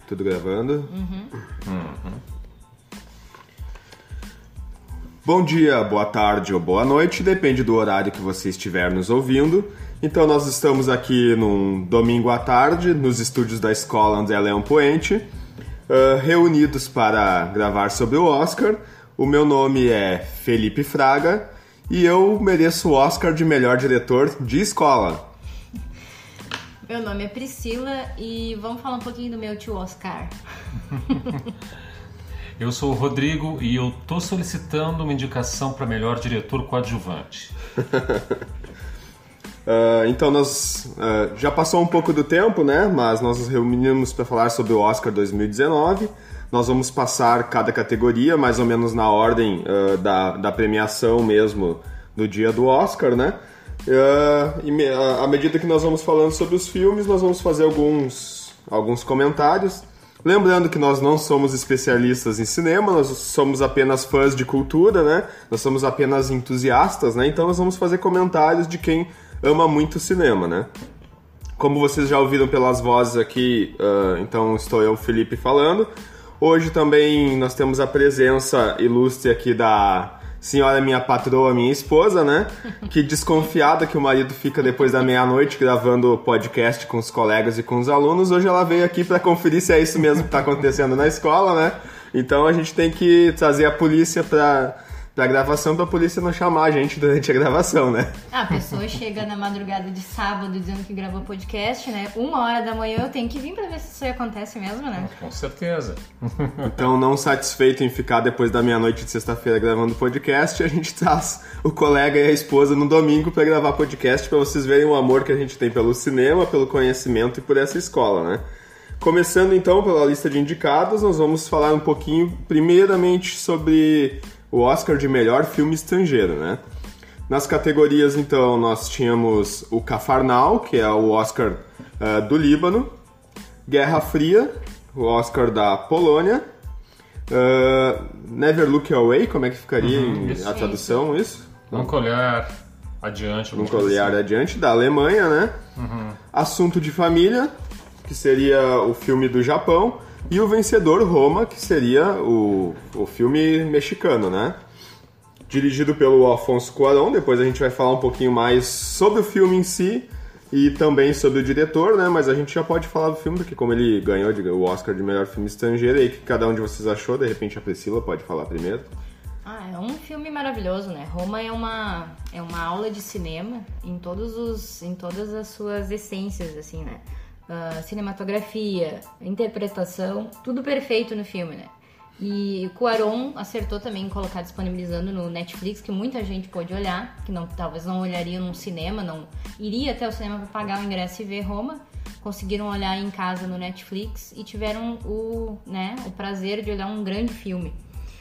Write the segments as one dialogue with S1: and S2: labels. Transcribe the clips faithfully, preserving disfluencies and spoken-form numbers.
S1: Tudo gravando?
S2: Uhum.
S1: Uhum. Bom dia, boa tarde ou boa noite, depende do horário que você estiver nos ouvindo. Então nós estamos aqui num domingo à tarde, nos estúdios da escola André Leão Poente, uh, reunidos para gravar sobre o Oscar. O meu nome é Felipe Fraga e eu mereço o Oscar de melhor diretor de escola.
S2: Meu nome é Priscila e vamos falar um pouquinho do meu tio Oscar.
S3: Eu sou o Rodrigo e eu tô solicitando uma indicação para melhor diretor coadjuvante.
S1: uh, então nós uh, já passou um pouco do tempo, né? Mas nós nos reunimos para falar sobre o Oscar dois mil e dezenove. Nós vamos passar cada categoria mais ou menos na ordem uh, da, da premiação mesmo no dia do Oscar, né? Uh, e me, uh, à medida que nós vamos falando sobre os filmes, nós vamos fazer alguns, alguns comentários. Lembrando que nós não somos especialistas em cinema, nós somos apenas fãs de cultura, né? Nós somos apenas entusiastas, né? Então nós vamos fazer comentários de quem ama muito cinema, né? Como vocês já ouviram pelas vozes aqui, uh, então estou eu, Felipe, falando. Hoje também nós temos a presença ilustre aqui da senhora minha patroa, minha esposa, né? Que desconfiada que o marido fica depois da meia-noite gravando podcast com os colegas e com os alunos. Hoje ela veio aqui para conferir se é isso mesmo que está acontecendo na escola, né? Então a gente tem que trazer a polícia para a gravação para a polícia não chamar a gente durante a gravação, né?
S2: Ah, a pessoa chega na madrugada de sábado dizendo que gravou podcast, né? Uma hora da manhã eu tenho que vir para ver se isso aí acontece mesmo, né?
S3: Com certeza.
S1: Então, não satisfeito em ficar depois da meia-noite de sexta-feira gravando podcast, a gente traz o colega e a esposa no domingo para gravar podcast, para vocês verem o amor que a gente tem pelo cinema, pelo conhecimento e por essa escola, né? Começando então pela lista de indicados, nós vamos falar um pouquinho primeiramente sobre o Oscar de melhor filme estrangeiro, né? Nas categorias, então, nós tínhamos o Cafarnal, que é o Oscar uh, do Líbano, Guerra Fria, o Oscar da Polônia, uh, Never Look Away, como é que ficaria
S3: Uhum,
S1: em,
S3: isso.
S1: a tradução, isso?
S3: Nunca olhar adiante.
S1: Nunca olhar adiante, da Alemanha, né?
S3: Uhum.
S1: Assunto de Família, que seria o filme do Japão, e o vencedor, Roma, que seria o, o filme mexicano, né? Dirigido pelo Alfonso Cuarón. Depois a gente vai falar um pouquinho mais sobre o filme em si e também sobre o diretor, né? Mas a gente já pode falar do filme, porque como ele ganhou o Oscar de melhor filme estrangeiro, aí que cada um de vocês achou, de repente a Priscila pode falar primeiro.
S2: Ah, é um filme maravilhoso, né? Roma é uma, é uma aula de cinema em, todos os, em todas as suas essências, assim, né? Uh, cinematografia, interpretação, tudo perfeito no filme, né? E o Cuarón acertou também em colocar disponibilizando no Netflix, que muita gente pôde olhar, que não, talvez não olharia num cinema, não iria até o cinema para pagar o ingresso e ver Roma, conseguiram olhar em casa no Netflix e tiveram o, né, o prazer de olhar um grande filme.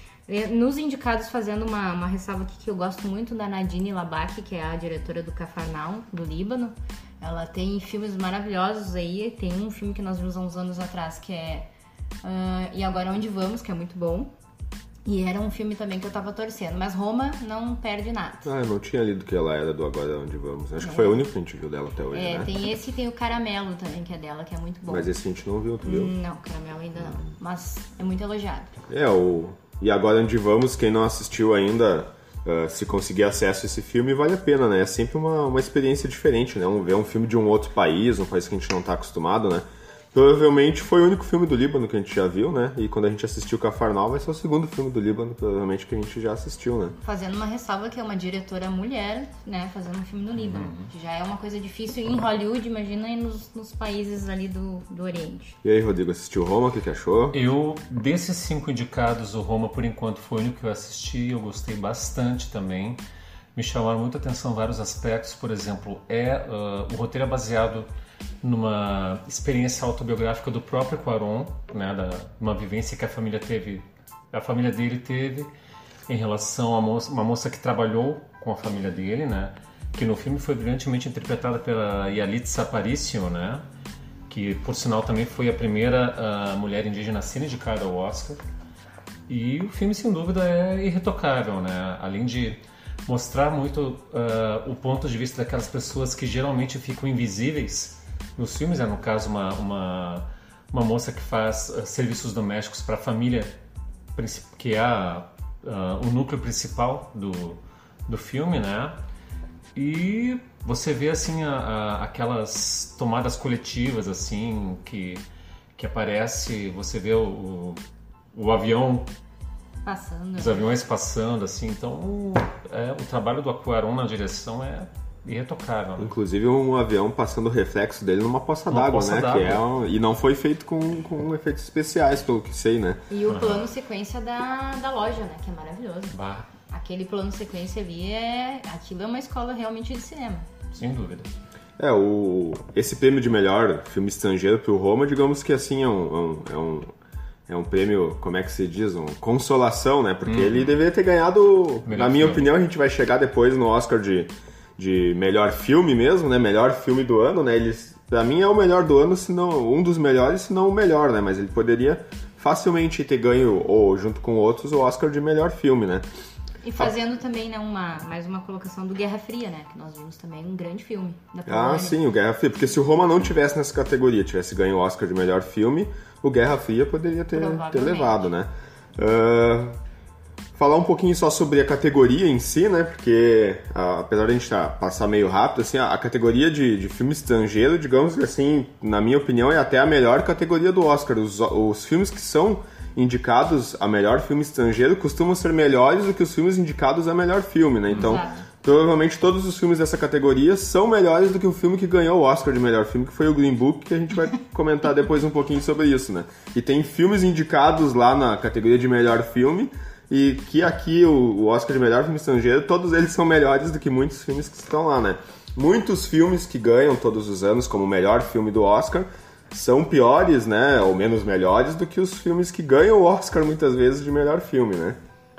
S2: Nos indicados, fazendo uma, uma ressalva aqui que eu gosto muito da Nadine Labaki, que é a diretora do Cafarnal, do Líbano. Ela tem filmes maravilhosos aí, tem um filme que nós vimos há uns anos atrás que é uh, E Agora Onde Vamos, que é muito bom. E era um filme também que eu tava torcendo, mas Roma não perde nada.
S1: Ah, eu não tinha lido que ela era do Agora Onde Vamos. Acho é. que foi o único que a gente viu dela até hoje,
S2: é,
S1: né?
S2: Tem esse e tem o Caramelo também, que é dela, que é muito bom.
S1: Mas esse a gente não viu, tu viu?
S2: Não, Caramelo ainda não, mas é muito elogiado.
S1: É, o E Agora Onde Vamos, quem não assistiu ainda... Uh, se conseguir acesso a esse filme, vale a pena, né? É sempre uma, uma experiência diferente, né? Um, ver um filme de um outro país, um país que a gente não está acostumado, né? Provavelmente foi o único filme do Líbano que a gente já viu, né? E quando a gente assistiu Cafarnal, vai ser o segundo filme do Líbano, provavelmente, que a gente já assistiu, né?
S2: Fazendo uma ressalva que é uma diretora mulher, né? Fazendo um filme no Líbano. Uhum. Que já é uma coisa difícil em Hollywood, imagina aí nos, nos países ali do, do Oriente.
S1: E aí, Rodrigo, assistiu Roma? O que, que achou?
S3: Eu, desses cinco indicados, o Roma, por enquanto, foi o único que eu assisti. Eu gostei bastante também. Me chamaram muita atenção vários aspectos. Por exemplo, é, uh, o roteiro é baseado numa experiência autobiográfica do próprio Cuarón, né, da, uma vivência que a família teve, a família dele teve em relação a moça, uma moça que trabalhou com a família dele, né, que no filme foi brilhantemente interpretada pela Yalitza Aparicio, né, que por sinal também foi a primeira uh, mulher indígena a ser indicada ao Oscar. E o filme, sem dúvida, é irretocável, né, além de mostrar muito uh, o ponto de vista daquelas pessoas que geralmente ficam invisíveis nos filmes, é no caso uma, uma, uma moça que faz uh, serviços domésticos para a família, que é a, uh, o núcleo principal do, do filme, né? E você vê assim a, a, aquelas tomadas coletivas assim que, que aparece, você vê o, o, o avião
S2: passando,
S3: os aviões passando assim, então o, é, o trabalho do Cuarón na direção é irretocável.
S1: Inclusive um avião passando o reflexo dele numa poça d'água, né? Que é um, e não foi feito com, com efeitos especiais, pelo que sei, né?
S2: E o plano sequência da, da loja, né? Que é maravilhoso.
S3: Bah.
S2: Aquele plano sequência ali é... Aquilo é uma escola realmente de cinema.
S3: Sem dúvida.
S1: É, o, esse prêmio de melhor filme estrangeiro pro Roma, digamos que assim, é um... É um, é um É um prêmio, como é que se diz? Uma consolação, né? Porque uhum. ele deveria ter ganhado, melhor na minha filme. opinião, a gente vai chegar depois no Oscar de, de melhor filme mesmo, né? Melhor filme do ano, né? Ele, pra mim é o melhor do ano, se não, um dos melhores, se não o melhor, né? Mas ele poderia facilmente ter ganho, ou junto com outros, o Oscar de melhor filme, né?
S2: E fazendo ah. também, né, uma, mais uma colocação do Guerra Fria, né? Que nós vimos também um grande filme da Polônia.
S1: Ah, sim, o Guerra Fria. Porque se o Roma não tivesse nessa categoria, tivesse ganho o Oscar de melhor filme, o Guerra Fria poderia ter, ter levado, né? Uh, falar um pouquinho só sobre a categoria em si, né? Porque, uh, apesar de a gente tá, passar meio rápido, assim, a, a categoria de, de filme estrangeiro, digamos que, assim, na minha opinião, é até a melhor categoria do Oscar. Os, os filmes que são indicados a melhor filme estrangeiro costumam ser melhores do que os filmes indicados a melhor filme, né? Então, Exato. provavelmente todos os filmes dessa categoria são melhores do que o filme que ganhou o Oscar de melhor filme, que foi o Green Book, que a gente vai comentar depois um pouquinho sobre isso, né? E tem filmes indicados lá na categoria de melhor filme, e que aqui o Oscar de melhor filme estrangeiro, todos eles são melhores do que muitos filmes que estão lá, né? Muitos filmes que ganham todos os anos como melhor filme do Oscar são piores, né, ou menos melhores do que os filmes que ganham o Oscar muitas vezes de melhor filme, né?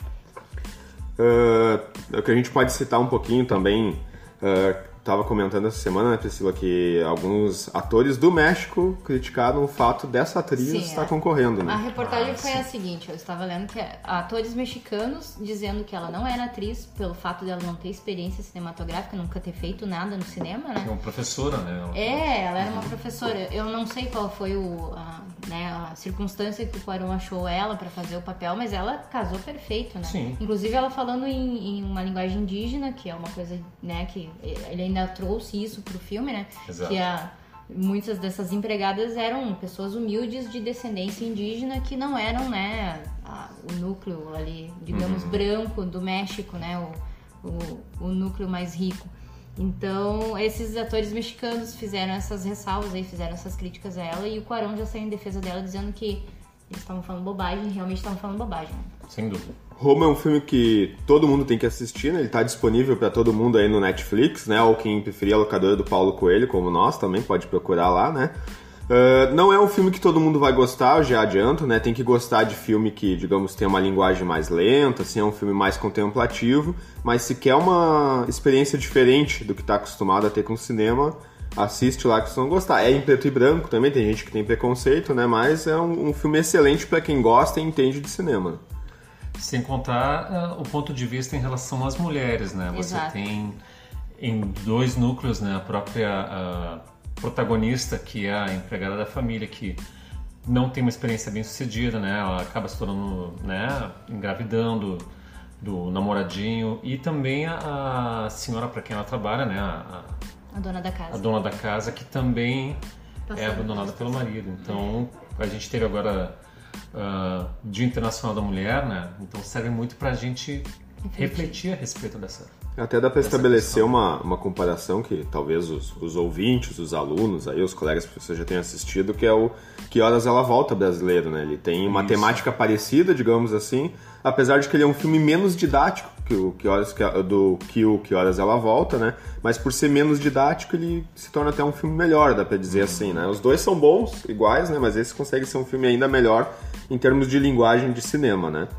S1: Uh, o que a gente pode citar um pouquinho também, uh, estava comentando essa semana, né, Priscila, que alguns atores do México criticaram o fato dessa atriz Sim, estar é. concorrendo, né?
S2: A reportagem
S3: ah,
S2: foi
S3: sim.
S2: a seguinte, eu estava lendo que atores mexicanos dizendo que ela não era atriz pelo fato dela não ter experiência cinematográfica, nunca ter feito nada no cinema, né?
S3: É uma professora, né? Ela...
S2: É, ela era uma professora. Eu não sei qual foi o, a, né, a circunstância que o Cuarón achou ela para fazer o papel, mas ela casou perfeito, né?
S3: Sim.
S2: Inclusive ela falando em, em uma linguagem indígena, que é uma coisa, né, que ele ainda trouxe isso pro filme, né?
S3: Exato.
S2: Que a, muitas dessas empregadas eram pessoas humildes de descendência indígena que não eram, né, a, o núcleo ali, digamos, uhum. branco do México, né? O, o, o núcleo mais rico. Então, esses atores mexicanos fizeram essas ressalvas aí, fizeram essas críticas a ela, e o Cuarón já saiu em defesa dela dizendo que eles estavam falando bobagem, realmente estavam falando bobagem.
S3: Sem dúvida.
S1: Roma é um filme que todo mundo tem que assistir, né? Ele tá disponível para todo mundo aí no Netflix, né? Ou quem preferir a locadora do Paulo Coelho, como nós, também pode procurar lá, né? Uh, não é um filme que todo mundo vai gostar, eu já adianto, né? Tem que gostar de filme que, digamos, tem uma linguagem mais lenta, assim, é um filme mais contemplativo, mas se quer uma experiência diferente do que tá acostumado a ter com o cinema, assiste lá que vocês vão gostar. É em preto e branco também, tem gente que tem preconceito, né? Mas é um, um filme excelente para quem gosta e entende de cinema.
S3: Sem contar uh, o ponto de vista em relação às mulheres, né? Você
S2: Exato.
S3: tem em dois núcleos, né? A própria uh, protagonista, que é a empregada da família, que não tem uma experiência bem sucedida, né? Ela acaba se tornando, né? Engravidando do namoradinho, e também a, a senhora para quem ela trabalha, né? A,
S2: a dona da casa.
S3: A dona da casa, que também
S2: Passando
S3: é abandonada pelo marido. Então, a gente teve agora uh, Dia Internacional da Mulher, né? Então serve muito pra gente refletir, refletir a respeito dessa.
S1: Até dá para estabelecer uma, uma comparação que talvez os, os ouvintes, os alunos, aí, os colegas professores já tenham assistido, que é o Que Horas Ela Volta brasileiro, né? Ele tem uma Isso. temática parecida, digamos assim, apesar de que ele é um filme menos didático que o Que Horas, que, do que o Que Horas Ela Volta, né? Mas por ser menos didático, ele se torna até um filme melhor, dá para dizer assim, né? Os dois são bons, iguais, né? Mas esse consegue ser um filme ainda melhor em termos de linguagem de cinema, né?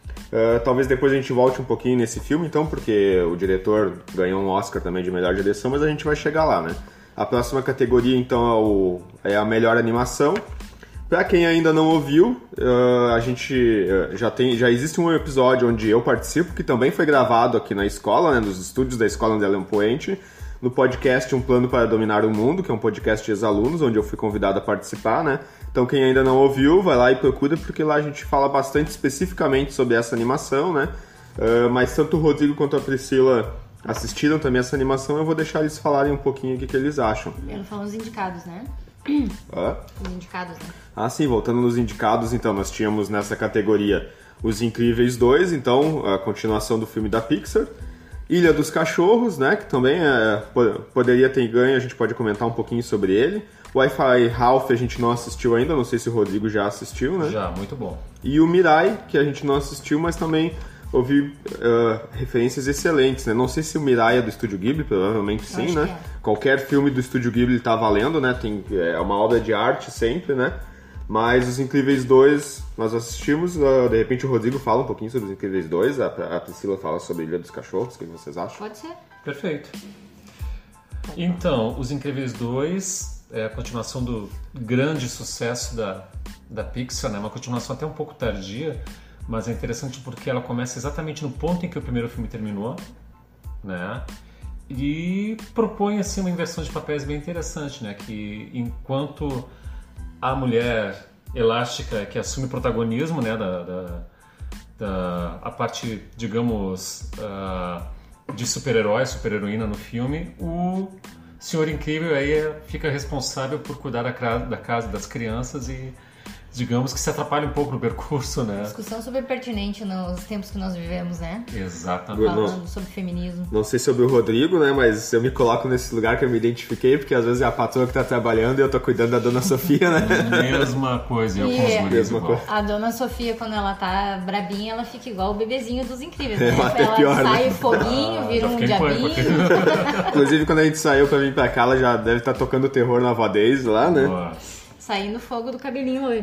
S1: Uh, talvez depois a gente volte um pouquinho nesse filme, então, porque o diretor ganhou um Oscar também de melhor direção, mas a gente vai chegar lá, né? A próxima categoria, então, é, o, é a melhor animação. Pra quem ainda não ouviu, uh, a gente uh, já tem, já existe um episódio onde eu participo, que também foi gravado aqui na escola, né, nos estúdios da Escola André Lempoente, no podcast Um Plano para Dominar o Mundo, que é um podcast de ex-alunos, onde eu fui convidado a participar, né? Então quem ainda não ouviu, vai lá e procura, porque lá a gente fala bastante especificamente sobre essa animação, né? Uh, mas tanto o Rodrigo quanto a Priscila assistiram também essa animação, eu vou deixar eles falarem um pouquinho o que, que eles acham.
S2: Primeiro falam os indicados, né?
S1: Ah?
S2: Os indicados, né?
S1: Ah, sim, voltando nos indicados, então, nós tínhamos nessa categoria Os Incríveis dois, então, a continuação do filme da Pixar. Ilha dos Cachorros, né, que também é, poderia ter ganho, a gente pode comentar um pouquinho sobre ele. Wi-Fi Ralph a gente não assistiu ainda, não sei se o Rodrigo já assistiu, né?
S3: Já, muito bom.
S1: E o Mirai, que a gente não assistiu, mas também ouvi uh, referências excelentes, né? Não sei se o Mirai é do Estúdio Ghibli, provavelmente sim, né? É. Qualquer filme do Estúdio Ghibli tá valendo, né? Tem, é uma obra de arte sempre, né? Mas Os Incríveis dois nós assistimos, uh, de repente o Rodrigo fala um pouquinho sobre Os Incríveis dois, a, a Priscila fala sobre Ilha dos Cachorros, o que vocês acham?
S2: Pode ser.
S3: Perfeito. Então, Os Incríveis dois é a continuação do grande sucesso da, da Pixar, né? Uma continuação até um pouco tardia, mas é interessante porque ela começa exatamente no ponto em que o primeiro filme terminou, né? E propõe assim uma inversão de papéis bem interessante, né? Que enquanto a mulher elástica que assume o protagonismo, né, da, da, da a parte, digamos, uh, de super-herói, super-heroína no filme, o Senhor Incrível aí fica responsável por cuidar da, da casa das crianças e, digamos que se atrapalha um pouco no percurso, né?
S2: Discussão super pertinente nos tempos que nós vivemos, né?
S3: Exatamente.
S2: Falando
S1: não,
S2: sobre feminismo.
S1: Não sei sobre o Rodrigo, né? Mas eu me coloco nesse lugar que eu me identifiquei, porque às vezes é a patroa que tá trabalhando e eu tô cuidando da Dona Sofia, né?
S3: Mesma coisa, eu
S2: E
S3: com os guris
S1: mesma
S3: igual.
S1: coisa.
S2: A Dona Sofia, quando ela tá brabinha, ela fica igual o bebezinho dos Incríveis, né?
S1: É, até
S2: ela
S1: pior,
S2: sai
S1: né?
S2: foguinho,
S3: Ah,
S2: vira
S3: já
S2: um
S3: fiquei em pânico
S2: diabinho.
S1: Inclusive, quando a gente saiu pra vir pra cá, ela já deve estar tocando terror na Vadez lá, né?
S3: Nossa.
S2: Saindo fogo do cabelinho loiro.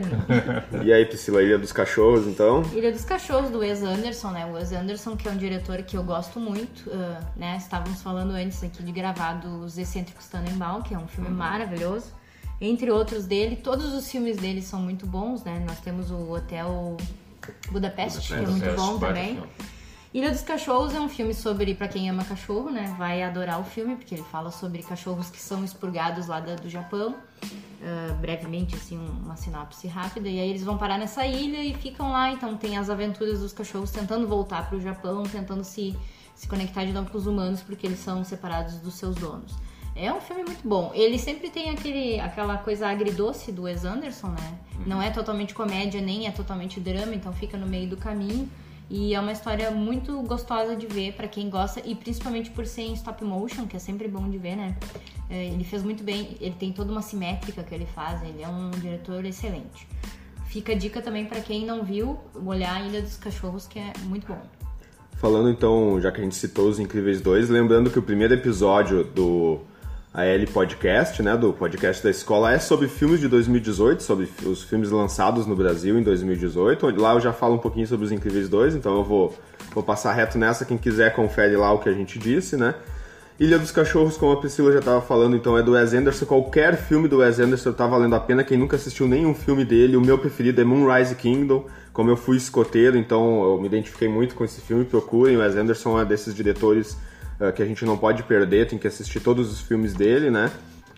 S1: E aí, Priscila, Ilha dos Cachorros, então?
S2: Ilha dos Cachorros, do Wes Anderson, né? O Wes Anderson, que é um diretor que eu gosto muito, uh, né? Estávamos falando antes aqui de gravar dos Excêntricos Tannenbaum, que é um filme uhum. maravilhoso. Entre outros dele, todos os filmes dele são muito bons, né? Nós temos o Hotel Budapeste, Budapeste que é muito Budapeste, bom também. Filme. Ilha dos Cachorros é um filme sobre, pra quem ama cachorro, né? Vai adorar o filme, porque ele fala sobre cachorros que são expurgados lá do Japão. Uh, brevemente, assim, uma sinopse rápida. E aí eles vão parar nessa ilha e ficam lá. Então tem as aventuras dos cachorros tentando voltar pro Japão, tentando se, se conectar de novo com os humanos, porque eles são separados dos seus donos. É um filme muito bom. Ele sempre tem aquele, aquela coisa agridoce do Wes Anderson, né? Não é totalmente comédia, nem é totalmente drama, então fica no meio do caminho. E é uma história muito gostosa de ver pra quem gosta, e principalmente por ser em stop motion, que é sempre bom de ver, né? Ele fez muito bem, ele tem toda uma simétrica que ele faz, ele é um diretor excelente. Fica a dica também pra quem não viu, olhar a Ilha dos Cachorros, que é muito bom.
S1: Falando então, já que a gente citou Os Incríveis dois, lembrando que o primeiro episódio do A L Podcast, né, do podcast da escola, é sobre filmes de dois mil e dezoito, sobre os filmes lançados no Brasil em dois mil e dezoito. Lá eu já falo um pouquinho sobre Os Incríveis dois, então eu vou, vou passar reto nessa. Quem quiser, confere lá o que a gente disse, né? Ilha dos Cachorros, como a Priscila já estava falando, então é do Wes Anderson. Qualquer filme do Wes Anderson tá valendo a pena. Quem nunca assistiu nenhum filme dele, o meu preferido é Moonrise Kingdom. Como eu fui escoteiro, então eu me identifiquei muito com esse filme. Procurem, o Wes Anderson é desses diretores uh, que a gente não pode perder, tem que assistir todos os filmes dele, né?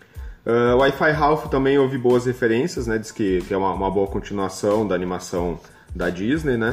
S1: Uh, Wi-Fi Ralph também ouvi boas referências, né? Diz que, que é uma, uma boa continuação da animação da Disney, né?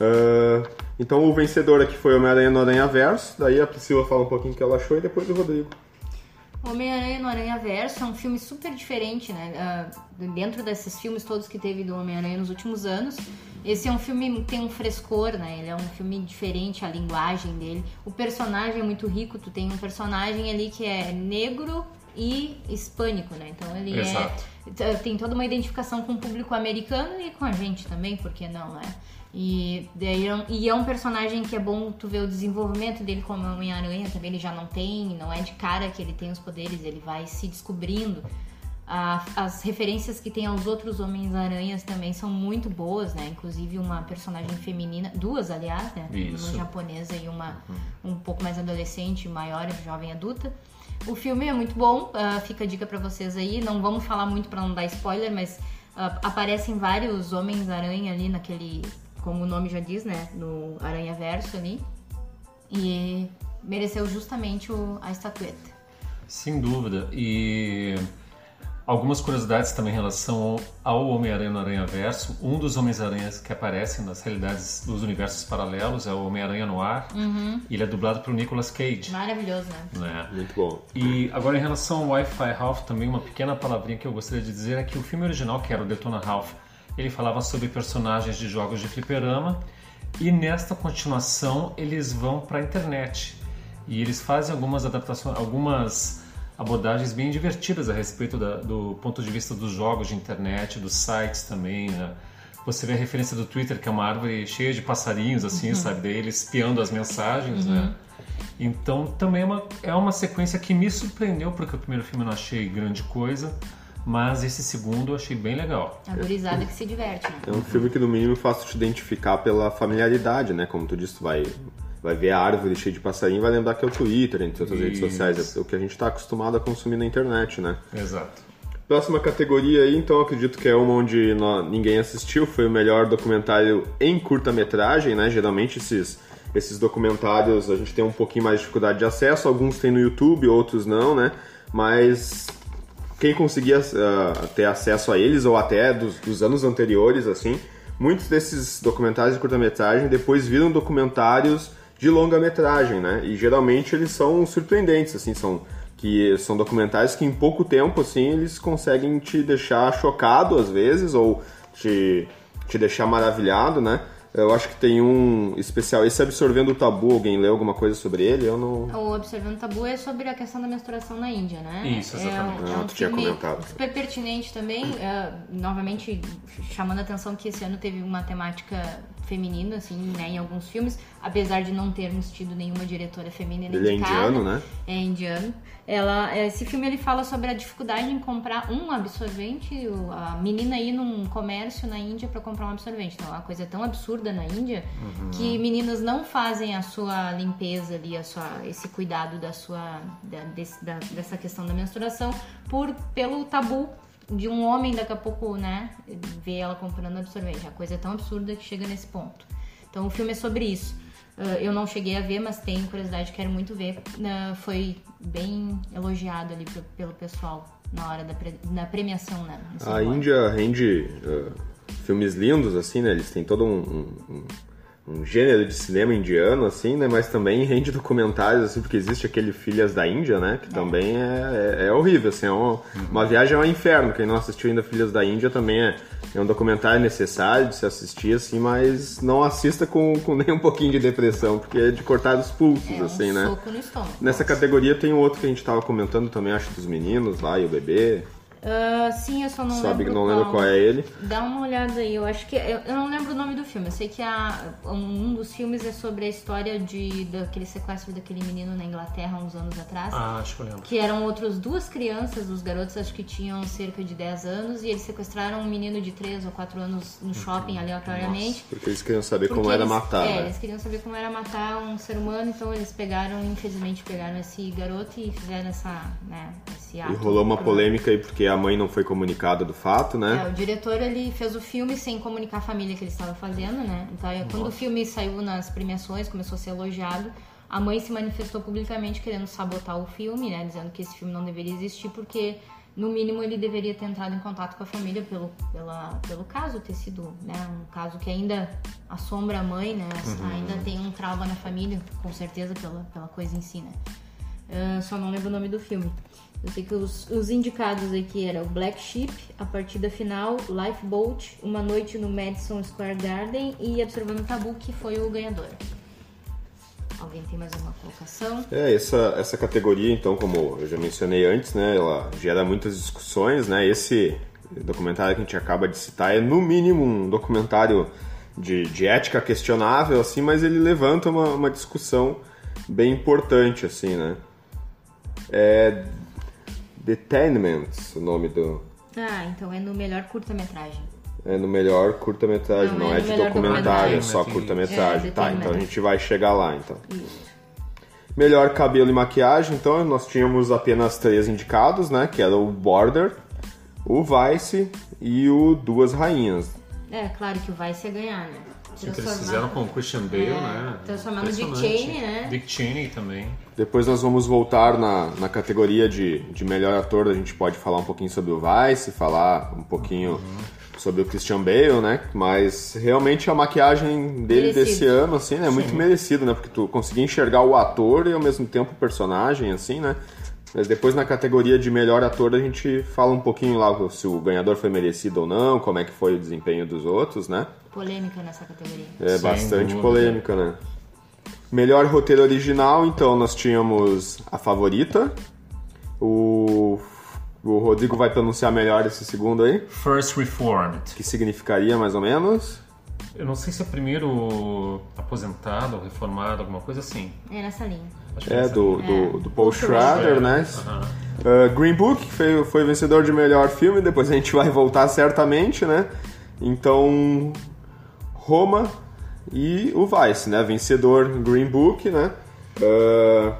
S1: Uh, então o vencedor aqui foi Homem-Aranha no Aranhaverso. Daí a Priscila fala um pouquinho o que ela achou e depois o Rodrigo.
S2: Homem-Aranha no Aranhaverso é um filme super diferente, né? Uh, dentro desses filmes todos que teve do Homem-Aranha nos últimos anos, esse é um filme que tem um frescor, né? Ele é um filme diferente, a linguagem dele. O personagem é muito rico, tu tem um personagem ali que é negro e hispânico, né? Então ele
S3: Exato.
S2: é, tem toda uma identificação com o público americano e com a gente também, por que não, né? E, daí, e é um personagem que é bom tu ver o desenvolvimento dele como Homem-Aranha também. Ele já não tem, não é de cara que ele tem os poderes, ele vai se descobrindo. A, as referências que tem aos outros Homens-Aranhas também são muito boas, né? Inclusive uma personagem feminina, duas aliás, né?
S3: Isso.
S2: Uma japonesa e uma um pouco mais adolescente, maior, jovem adulta. O filme é muito bom, uh, fica a dica pra vocês aí. Não vamos falar muito pra não dar spoiler, mas uh, aparecem vários Homens-Aranha ali naquele, como o nome já diz, né? No Aranhaverso ali. E mereceu justamente o, a estatueta.
S3: Sem dúvida. E Algumas curiosidades também em relação ao Homem-Aranha no Aranhaverso. Um dos Homens-Aranhas que aparecem nas realidades dos universos paralelos é o Homem-Aranha no Ar.
S2: Uhum.
S3: Ele é dublado pelo Nicolas Cage.
S2: Maravilhoso, né?
S3: né?
S1: Muito bom.
S3: E agora em relação ao Wi-Fi Ralph, também uma pequena palavrinha que eu gostaria de dizer é que o filme original, que era o Detona Ralph, ele falava sobre personagens de jogos de fliperama, e nesta continuação eles vão para a internet. E eles fazem algumas adaptações, algumas abordagens bem divertidas a respeito da, do ponto de vista dos jogos de internet, dos sites também, né? Você vê a referência do Twitter, que é uma árvore cheia de passarinhos, assim, uhum. sabe? Daí eles espiando as mensagens, uhum. né? Então também é uma, é uma sequência que me surpreendeu, porque o primeiro filme eu não achei grande coisa, mas esse segundo eu achei bem legal.
S2: A gurizada que se diverte, né?
S1: É um filme que no mínimo faz te identificar pela familiaridade, né? Como tu disse, tu vai... vai ver a árvore cheia de passarinho e vai lembrar que é o Twitter, entre outras Isso. redes sociais, é o que a gente está acostumado a consumir na internet, né?
S3: Exato.
S1: Próxima categoria aí, então, acredito que é uma onde nós, ninguém assistiu, foi o melhor documentário em curta-metragem, né? Geralmente esses, esses documentários a gente tem um pouquinho mais de dificuldade de acesso, alguns tem no YouTube, outros não, né? Mas quem conseguia uh, ter acesso a eles, ou até dos, dos anos anteriores, assim, muitos desses documentários de curta-metragem depois viram documentários de longa-metragem, né? E geralmente eles são surpreendentes, assim, são, que são documentários que em pouco tempo, assim, eles conseguem te deixar chocado às vezes, ou te, te deixar maravilhado, né? Eu acho que tem um especial, esse Absorvendo o Tabu, alguém leu alguma coisa sobre ele? Eu não...
S2: O Absorvendo o Tabu é sobre a questão da menstruação na Índia, né?
S3: Isso, exatamente.
S2: É um,
S1: ah,
S2: é um
S1: tu tinha
S2: filme
S1: comentado.
S2: super pertinente também, é, novamente chamando a atenção que esse ano teve uma temática feminina, assim, né, em alguns filmes, apesar de não termos tido nenhuma diretora feminina
S1: Ele
S2: indicada.
S1: é indiano, né?
S2: É indiano. Ela, esse filme ele fala sobre a dificuldade em comprar um absorvente, a menina ir num comércio na Índia para comprar um absorvente. Então é uma coisa tão absurda na Índia uhum. que meninas não fazem a sua limpeza ali, a sua, esse cuidado da sua, da, desse, da, dessa questão da menstruação por, pelo tabu de um homem daqui a pouco, né, ver ela comprando absorvente. A coisa é tão absurda que chega nesse ponto. Então o filme é sobre isso. Uh, eu não cheguei a ver, mas tenho curiosidade, quero muito ver. Uh, foi bem elogiado ali pro, pelo pessoal na hora da, pre, da premiação, né?
S1: A Índia rende uh, filmes lindos, assim, né? Eles têm todo um, um, um gênero de cinema indiano, assim, né? Mas também rende documentários, assim, porque existe aquele Filhas da Índia, né? Que é. também é, é, é horrível, assim, é uma, uma viagem ao inferno. Quem não assistiu ainda Filhas da Índia também é, é um documentário necessário de se assistir, assim, mas não assista com, com nem um pouquinho de depressão, porque é de cortar os pulsos,
S2: é um
S1: assim, né?
S2: Soco no estômago.
S1: Nessa categoria tem um outro que a gente tava comentando também, acho, dos meninos lá e o bebê.
S2: Uh, sim, eu só não
S1: Sabe,
S2: lembro
S1: não
S2: qual.
S1: lembro qual é ele.
S2: Dá uma olhada aí, eu acho que... Eu, eu não lembro o nome do filme, eu sei que a, um dos filmes é sobre a história de, daquele sequestro daquele menino na Inglaterra uns anos atrás.
S3: Ah, acho que eu lembro.
S2: Que eram outras duas crianças, os garotos acho que tinham cerca de dez anos, e eles sequestraram um menino de três ou quatro anos no shopping aleatoriamente.
S1: Nossa, porque eles queriam saber
S2: porque
S1: como era
S2: eles,
S1: matar,
S2: É,
S1: né?
S2: eles queriam saber como era matar um ser humano, então eles pegaram, infelizmente pegaram esse garoto e fizeram essa, né, esse ato.
S1: E rolou uma
S2: pro...
S1: polêmica aí porque a mãe não foi comunicada do fato, né?
S2: É, o diretor, ele fez o filme sem comunicar a família que ele estava fazendo, né? Então, é, quando o filme saiu nas premiações, começou a ser elogiado, a mãe se manifestou publicamente querendo sabotar o filme, né? Dizendo que esse filme não deveria existir porque, no mínimo, ele deveria ter entrado em contato com a família pelo, pela, pelo caso ter sido, né? Um caso que ainda assombra a mãe, né? Uhum. Ainda tem um trauma na família, com certeza, pela, pela coisa em si, né? Uh, só não lembro o nome do filme. Eu sei que os, os indicados aqui eram Black Sheep, A Partida Final, Lifeboat, Uma Noite no Madison Square Garden e Absorvendo o Tabu, que foi o ganhador. Alguém tem mais uma colocação?
S1: É, essa, essa categoria, então, como eu já mencionei antes, né, ela gera muitas discussões, né? Esse documentário que a gente acaba de citar é, no mínimo, um documentário de, de ética questionável, assim, mas ele levanta uma, uma discussão bem importante, assim, né? É... Detainment, o nome do...
S2: Ah, então é no melhor curta-metragem.
S1: É no melhor curta-metragem, não, não é, é de documentário, é só curta-metragem. É, tá, então a gente vai chegar lá, então.
S2: Isso.
S1: Melhor cabelo e maquiagem, então nós tínhamos apenas três indicados, né? Que era o Border, o Vice e o Duas Rainhas.
S2: É, claro que o Vice ia ganhar, né?
S3: Sim, que eles fizeram com o Christian Bale,
S2: é,
S3: né?
S2: Transformando Dick Cheney, né?
S3: Dick Cheney também.
S1: Depois nós vamos voltar na, na categoria de, de melhor ator, a gente pode falar um pouquinho sobre o Vice, falar um pouquinho uhum. sobre o Christian Bale, né? Mas realmente a maquiagem dele merecido. Desse ano, assim, né? É muito merecido, né? Porque tu conseguia enxergar o ator e ao mesmo tempo o personagem, assim, né? Mas depois na categoria de melhor ator a gente fala um pouquinho lá se o ganhador foi merecido ou não, como é que foi o desempenho dos outros, né?
S2: Polêmica nessa categoria.
S1: É, sem bastante dúvida. Polêmica, né? Melhor roteiro original, então nós tínhamos A Favorita. O, o Rodrigo vai pronunciar melhor esse segundo aí.
S3: First Reformed.
S1: Que significaria mais ou menos?
S3: Eu não sei se é primeiro aposentado ou reformado, alguma coisa assim.
S2: É nessa linha.
S1: É, é do, linha. do, do Paul Schrader, né? Uhum. Uh, Green Book, que foi, foi vencedor de melhor filme, depois a gente vai voltar certamente, né? Então, Roma e o Vice, né? Vencedor Green Book, né? Uh,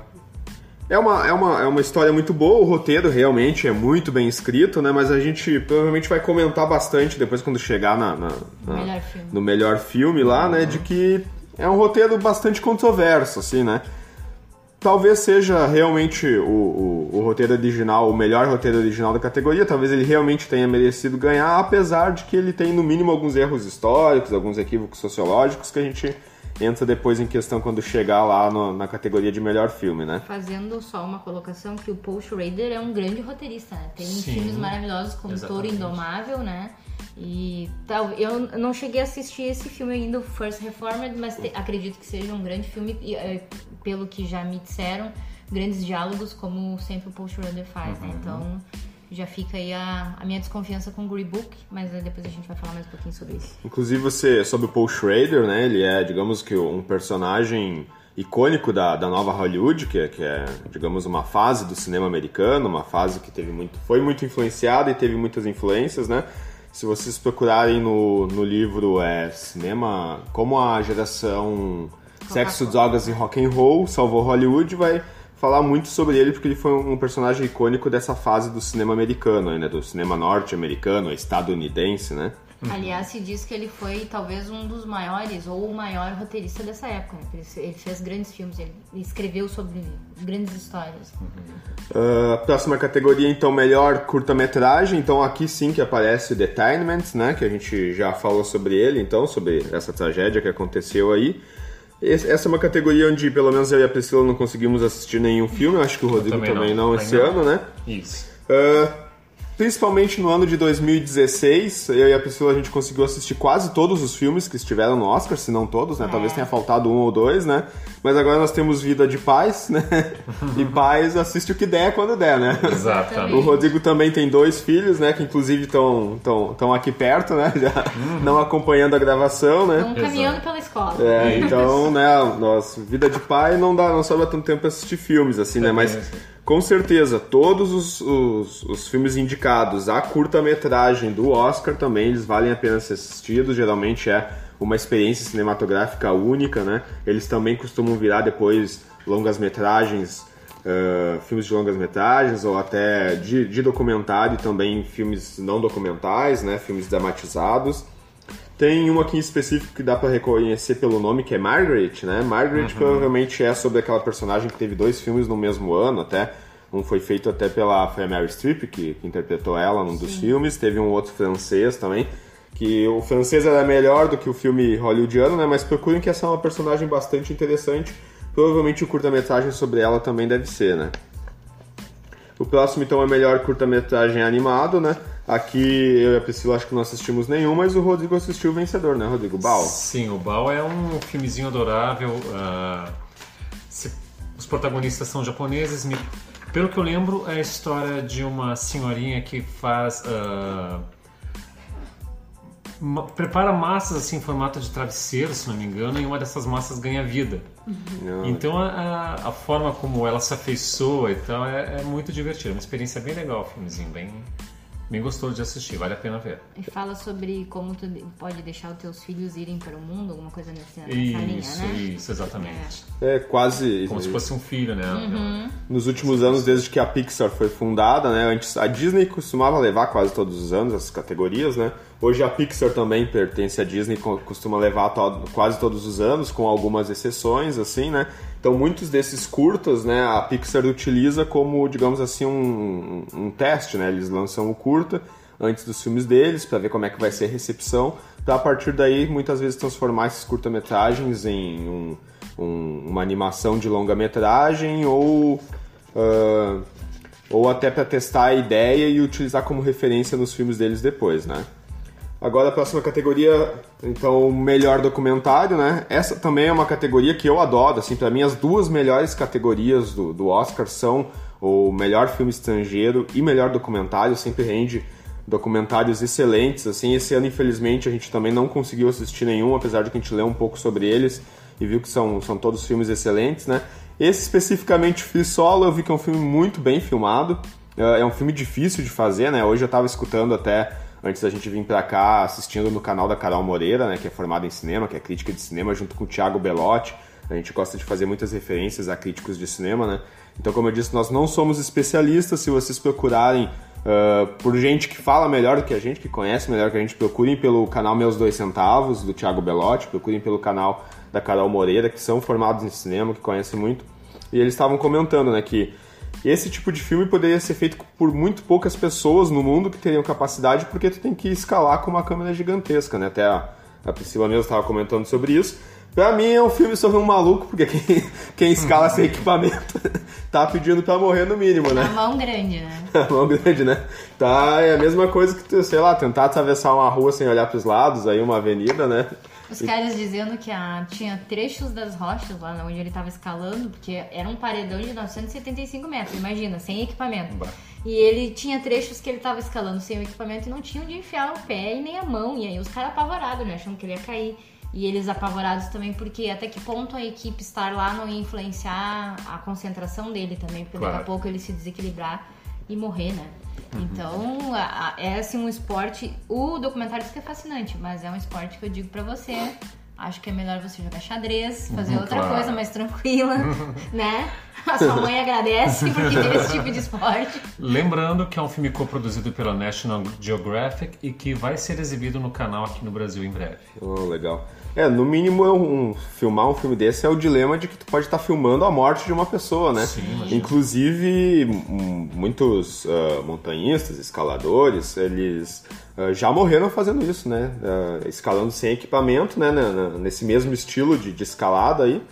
S1: é, uma, é, uma, é uma história muito boa, o roteiro realmente é muito bem escrito, né? Mas a gente provavelmente vai comentar bastante depois quando chegar na, na, na,
S2: melhor
S1: no melhor filme lá, uhum. né? De que é um roteiro bastante controverso, assim, né? Talvez seja realmente o, o, o roteiro original, o melhor roteiro original da categoria. Talvez ele realmente tenha merecido ganhar, apesar de que ele tem, no mínimo, alguns erros históricos, alguns equívocos sociológicos que a gente entra depois em questão quando chegar lá no, na categoria de melhor filme, né?
S2: Fazendo só uma colocação que o Paul Schrader é um grande roteirista, né? Tem
S3: Sim,
S2: filmes maravilhosos como Touro Indomável, né? E tal, eu não cheguei a assistir esse filme ainda, o First Reformed, mas te, acredito que seja um grande filme, e, é, pelo que já me disseram, grandes diálogos, como sempre o Paul Schrader faz, uhum. né? Então já fica aí a, a minha desconfiança com o Green Book, mas depois a gente vai falar mais um pouquinho sobre isso.
S1: Inclusive você, sobre o Paul Schrader, né? Ele é, digamos que um personagem icônico da, da nova Hollywood, que é, que é, digamos, uma fase do cinema americano, uma fase que teve muito, foi muito influenciada e teve muitas influências, né? Se vocês procurarem no, no livro é, Cinema, como a geração Sexo, Drogas e Rock and Roll salvou Hollywood, vai falar muito sobre ele porque ele foi um personagem icônico dessa fase do cinema americano, né? Do cinema norte-americano, estadunidense, né?
S2: Aliás, se diz que ele foi talvez um dos maiores ou o maior roteirista dessa época, né? Ele fez grandes filmes, ele escreveu sobre grandes histórias.
S1: Uh, próxima categoria, então, melhor curta-metragem. Então aqui sim que aparece o Detainment, né? Que a gente já falou sobre ele, então, sobre essa tragédia que aconteceu aí. Essa é uma categoria onde pelo menos eu e a Priscila não conseguimos assistir nenhum filme, eu acho que o Rodrigo também, também não, não esse não. ano, né?
S3: Isso.
S1: Uh, Principalmente no ano de dois mil e dezesseis, eu e a Priscila a gente conseguiu assistir quase todos os filmes que estiveram no Oscar, se não todos, né? É. Talvez tenha faltado um ou dois, né? Mas agora nós temos Vida de Paz, né? E Paz assiste o que der quando der, né?
S3: Exatamente.
S1: O Rodrigo também tem dois filhos, né? Que inclusive estão tão, tão aqui perto, né? Já uhum. não acompanhando a gravação, né?
S2: Estão caminhando Exato. Pela escola.
S1: É, então, né? Nossa, Vida de Pai não dá, não sobra tanto tempo para assistir filmes, assim, né? Mas com certeza, todos os, os, os filmes indicados a curta-metragem do Oscar também, eles valem a pena ser assistidos. Geralmente é uma experiência cinematográfica única, né? Eles também costumam virar depois longas-metragens, uh, filmes de longas-metragens ou até de, de documentário, também filmes não documentais, né? Filmes dramatizados. Tem um aqui em específico que dá pra reconhecer pelo nome, que é Margaret, né? Margaret uhum. provavelmente é sobre aquela personagem que teve dois filmes no mesmo ano, até. Um foi feito até pela foi a Meryl Streep, que, que interpretou ela num Sim. dos filmes. Teve um outro francês também, que o francês era melhor do que o filme hollywoodiano, né? Mas procurem que essa é uma personagem bastante interessante. Provavelmente o curta-metragem sobre ela também deve ser, né? O próximo, então, é melhor curta-metragem animado, né? Aqui eu e a Priscila acho que não assistimos nenhum, mas o Rodrigo assistiu o vencedor, né, Rodrigo? Bao.
S3: Sim, o Bao é um filmezinho adorável. Uh, se, os protagonistas são japoneses. Me, pelo que eu lembro, é a história de uma senhorinha que faz... Uh, ma, prepara massas assim, em formato de travesseiro, se não me engano, e uma dessas massas ganha vida. Uhum. Então a, a forma como ela se afeiçoa e tal é, é muito divertida. É uma experiência bem legal, o filmezinho, bem... Bem gostoso de assistir, vale a pena ver.
S2: E fala sobre como tu pode deixar os teus filhos irem para o mundo, alguma coisa nessa, nessa
S3: isso,
S2: linha, né?
S3: Isso, isso, exatamente.
S1: É, é quase...
S3: Como se fosse um filho, né?
S2: Uhum.
S1: Nos últimos anos, desde que a Pixar foi fundada, né? Antes, a Disney costumava levar quase todos os anos essas categorias, né? Hoje a Pixar também pertence à Disney, costuma levar to- quase todos os anos, com algumas exceções, assim, né? Então muitos desses curtas, né, a Pixar utiliza como, digamos assim, um, um teste, né? Eles lançam o curta antes dos filmes deles, para ver como é que vai ser a recepção, para a partir daí muitas vezes transformar esses curta-metragens em um, um, uma animação de longa-metragem ou... Uh, ou até para testar a ideia e utilizar como referência nos filmes deles depois, né? Agora a próxima categoria, então, melhor documentário, né? Essa também é uma categoria que eu adoro, assim, para mim as duas melhores categorias do, do Oscar são o melhor filme estrangeiro e melhor documentário, sempre rende documentários excelentes, assim. Esse ano, infelizmente, a gente também não conseguiu assistir nenhum, apesar de que a gente leu um pouco sobre eles e viu que são, são todos filmes excelentes, né? Esse especificamente, Free Solo, eu vi que é um filme muito bem filmado, é um filme difícil de fazer, né? Hoje eu estava escutando até, antes da gente vir pra cá, assistindo no canal da Carol Moreira, né? Que é formada em cinema, que é crítica de cinema, junto com o Thiago Belotti. A gente gosta de fazer muitas referências a críticos de cinema, né? Então, como eu disse, nós não somos especialistas. Se vocês procurarem uh, por gente que fala melhor do que a gente, que conhece melhor que a gente, procurem pelo canal Meus Dois Centavos, do Thiago Belotti, procurem pelo canal da Carol Moreira, que são formados em cinema, que conhecem muito. E eles estavam comentando, né, que esse tipo de filme poderia ser feito por muito poucas pessoas no mundo que teriam capacidade, porque tu tem que escalar com uma câmera gigantesca, né? Até a, a Priscila mesmo estava comentando sobre isso. Pra mim é um filme sobre um maluco, porque quem, quem escala sem equipamento tá pedindo pra morrer no mínimo, né?
S2: A mão grande, né?
S1: A mão grande, né? Tá, é a mesma coisa que tu, sei lá, tentar atravessar uma rua sem olhar pros lados, aí uma avenida, né?
S2: Os caras dizendo que a, tinha trechos das rochas lá onde ele estava escalando, porque era um paredão de novecentos e setenta e cinco metros, imagina, sem equipamento. Bah. E ele tinha trechos que ele estava escalando sem o equipamento e não tinha onde enfiar o pé e nem a mão. E aí os caras apavorados, né, achando que ele ia cair. E eles apavorados também, porque até que ponto a equipe estar lá não ia influenciar a concentração dele também, porque claro, daqui a pouco ele se desequilibrar e morrer, né? Uhum. Então, a, a, é assim um esporte... O documentário diz que é fascinante, mas é um esporte que eu digo pra você... Acho que é melhor você jogar xadrez, fazer uhum, outra claro. coisa mais tranquila, né? A sua mãe agradece porque tem esse tipo de esporte.
S3: Lembrando que é um filme coproduzido pela National Geographic e que vai ser exibido no canal aqui no Brasil em breve.
S1: Oh, legal. É, no mínimo, um, filmar um filme desse é o dilema de que tu pode estar filmando a morte de uma pessoa, né?
S3: Sim,
S1: inclusive, m- muitos uh, montanhistas, escaladores, eles uh, já morreram fazendo isso, né? Uh, escalando sem equipamento, né? Na, na, nesse mesmo estilo de, de escalada aí.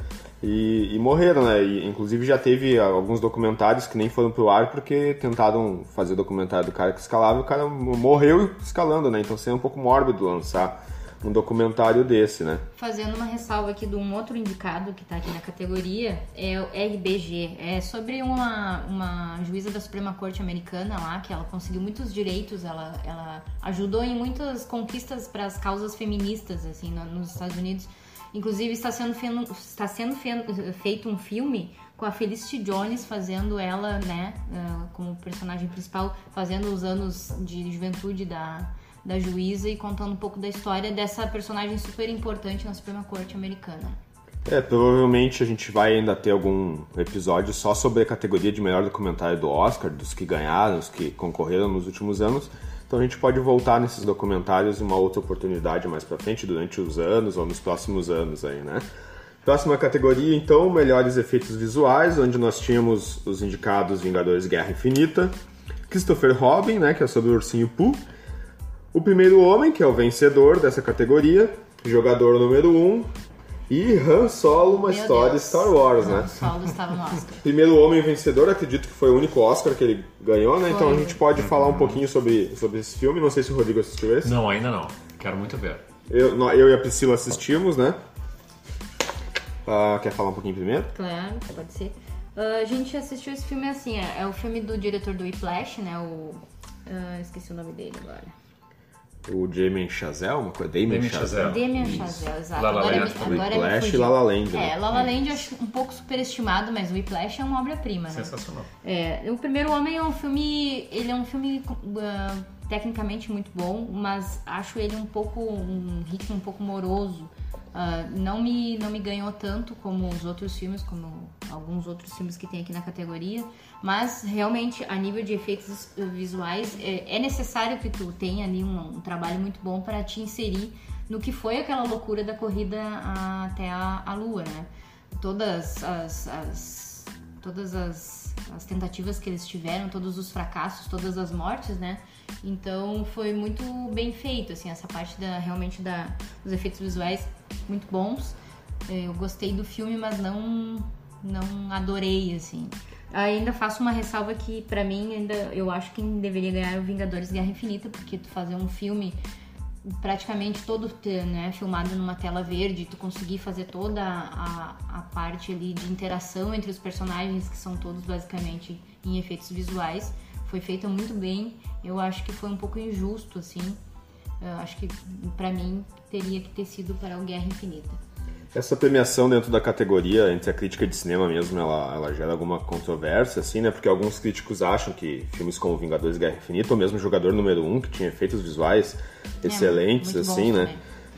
S1: E, e morreram, né? E, inclusive já teve alguns documentários que nem foram pro ar porque tentaram fazer documentário do cara que escalava e o cara morreu escalando, né? Então seria um pouco mórbido lançar um documentário desse, né?
S2: Fazendo uma ressalva aqui de um outro indicado que tá aqui na categoria, é o R B G. É sobre uma, uma juíza da Suprema Corte americana lá, que ela conseguiu muitos direitos, ela, ela ajudou em muitas conquistas para as causas feministas, assim, no, nos Estados Unidos. Inclusive está sendo, fe... está sendo fe... feito um filme com a Felicity Jones fazendo ela, né, como personagem principal, fazendo os anos de juventude da... da juíza e contando um pouco da história dessa personagem super importante na Suprema Corte americana.
S1: É, provavelmente a gente vai ainda ter algum episódio só sobre a categoria de melhor documentário do Oscar, dos que ganharam, os que concorreram nos últimos anos. Então a gente pode voltar nesses documentários em uma outra oportunidade mais pra frente, durante os anos ou nos próximos anos aí, né? Próxima categoria, então, melhores efeitos visuais, onde nós tínhamos os indicados Vingadores Guerra Infinita, Christopher Robin, né, que é sobre o Ursinho Pooh, O Primeiro Homem, que é o vencedor dessa categoria, jogador número um, e Han Solo, uma
S2: Meu
S1: história
S2: Deus.
S1: Star Wars,
S2: Han
S1: né?
S2: Solo estava no Oscar.
S1: Primeiro Homem vencedor, acredito que foi o único Oscar que ele ganhou, né?
S2: Foi.
S1: Então a gente pode falar um pouquinho sobre, sobre esse filme. Não sei se o Rodrigo assistiu esse.
S3: Não, ainda não. Quero muito ver.
S1: Eu, nó- eu e a Priscila assistimos, né? Ah, quer falar um pouquinho primeiro?
S2: Claro, pode ser. Ah, a gente assistiu esse filme assim, é, é o filme do diretor do Whiplash, né? O... ah, esqueci o nome dele agora.
S1: O Damien Chazelle, uma coisa. Damien
S3: Damien
S1: Chazelle.
S3: Chazelle.
S2: Damien
S3: Isso.
S2: Chazelle, exato.
S3: La La
S2: agora
S3: Land
S2: me-
S3: também.
S2: agora me
S1: Whiplash e
S2: fugiu.
S1: La La Land, né?
S2: É, La La Land eu acho um pouco superestimado, mas o Whiplash é uma obra-prima, né?
S3: Sensacional.
S2: É, O Primeiro Homem é um filme, ele é um filme uh, tecnicamente muito bom, mas acho ele um pouco, um ritmo um pouco moroso, Uh, não, me, não me ganhou tanto como os outros filmes, como alguns outros filmes que tem aqui na categoria, mas realmente a nível de efeitos visuais é, é necessário que tu tenha ali um, um trabalho muito bom para te inserir no que foi aquela loucura da corrida a, até a, a Lua, né? Todas as, as, todas as, as tentativas que eles tiveram, todos os fracassos, todas as mortes, né? Então foi muito bem feito, assim, essa parte da, realmente da, dos efeitos visuais muito bons. Eu gostei do filme, mas não, não adorei, assim. Ainda faço uma ressalva que, pra mim, ainda eu acho que quem deveria ganhar é o Vingadores Guerra Infinita, porque tu fazer um filme praticamente todo, né, filmado numa tela verde, tu conseguir fazer toda a, a parte ali de interação entre os personagens, que são todos basicamente em efeitos visuais, foi feita muito bem. Eu acho que foi um pouco injusto, assim. Eu acho que, pra mim, teria que ter sido para o Guerra Infinita.
S1: Essa premiação dentro da categoria, entre a crítica de cinema mesmo, ela, ela gera alguma controvérsia, assim, né? Porque alguns críticos acham que filmes como Vingadores Guerra Infinita, ou mesmo Jogador Número um, que tinha efeitos visuais é, excelentes, assim, né?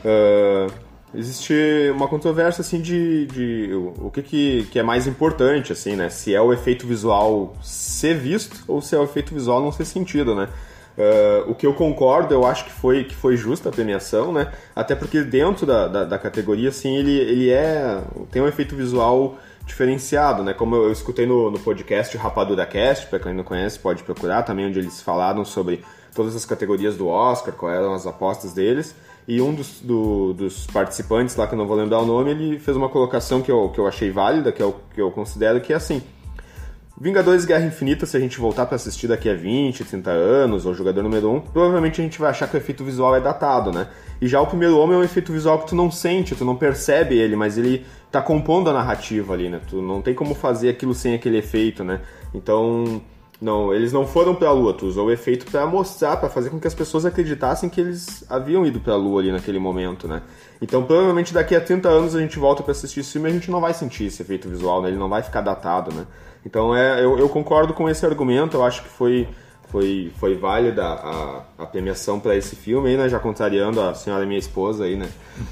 S1: Uh, existe uma controvérsia, assim, de, de o, o que, que, que é mais importante, assim, né? Se é o efeito visual ser visto ou se é o efeito visual não ser sentido, né? Uh, o que eu concordo, eu acho que foi, que foi justa a premiação, né? Até porque dentro da, da, da categoria, assim, ele, ele é, tem um efeito visual diferenciado, né? Como eu, eu escutei no, no podcast Rapadura Cast, para quem não conhece pode procurar também, onde eles falaram sobre todas as categorias do Oscar, quais eram as apostas deles, e um dos, do, dos participantes lá, que eu não vou lembrar o nome, ele fez uma colocação que eu, que eu achei válida, que é o que eu considero que é assim: Vingadores Guerra Infinita, se a gente voltar pra assistir daqui a vinte, trinta anos, ou Jogador Número um, provavelmente a gente vai achar que o efeito visual é datado, né? E já o Primeiro Homem é um efeito visual que tu não sente, tu não percebe ele, mas ele tá compondo a narrativa ali, né? Tu não tem como fazer aquilo sem aquele efeito, né? Então, não, eles não foram pra Lua, tu usou o efeito pra mostrar, pra fazer com que as pessoas acreditassem que eles haviam ido pra Lua ali naquele momento, né? Então, provavelmente daqui a trinta anos a gente volta pra assistir esse filme e a gente não vai sentir esse efeito visual, né? Ele não vai ficar datado, né? Então, é, eu, eu concordo com esse argumento, eu acho que foi, foi, foi válida a, a premiação para esse filme, aí, né? Já contrariando a senhora minha esposa aí, né?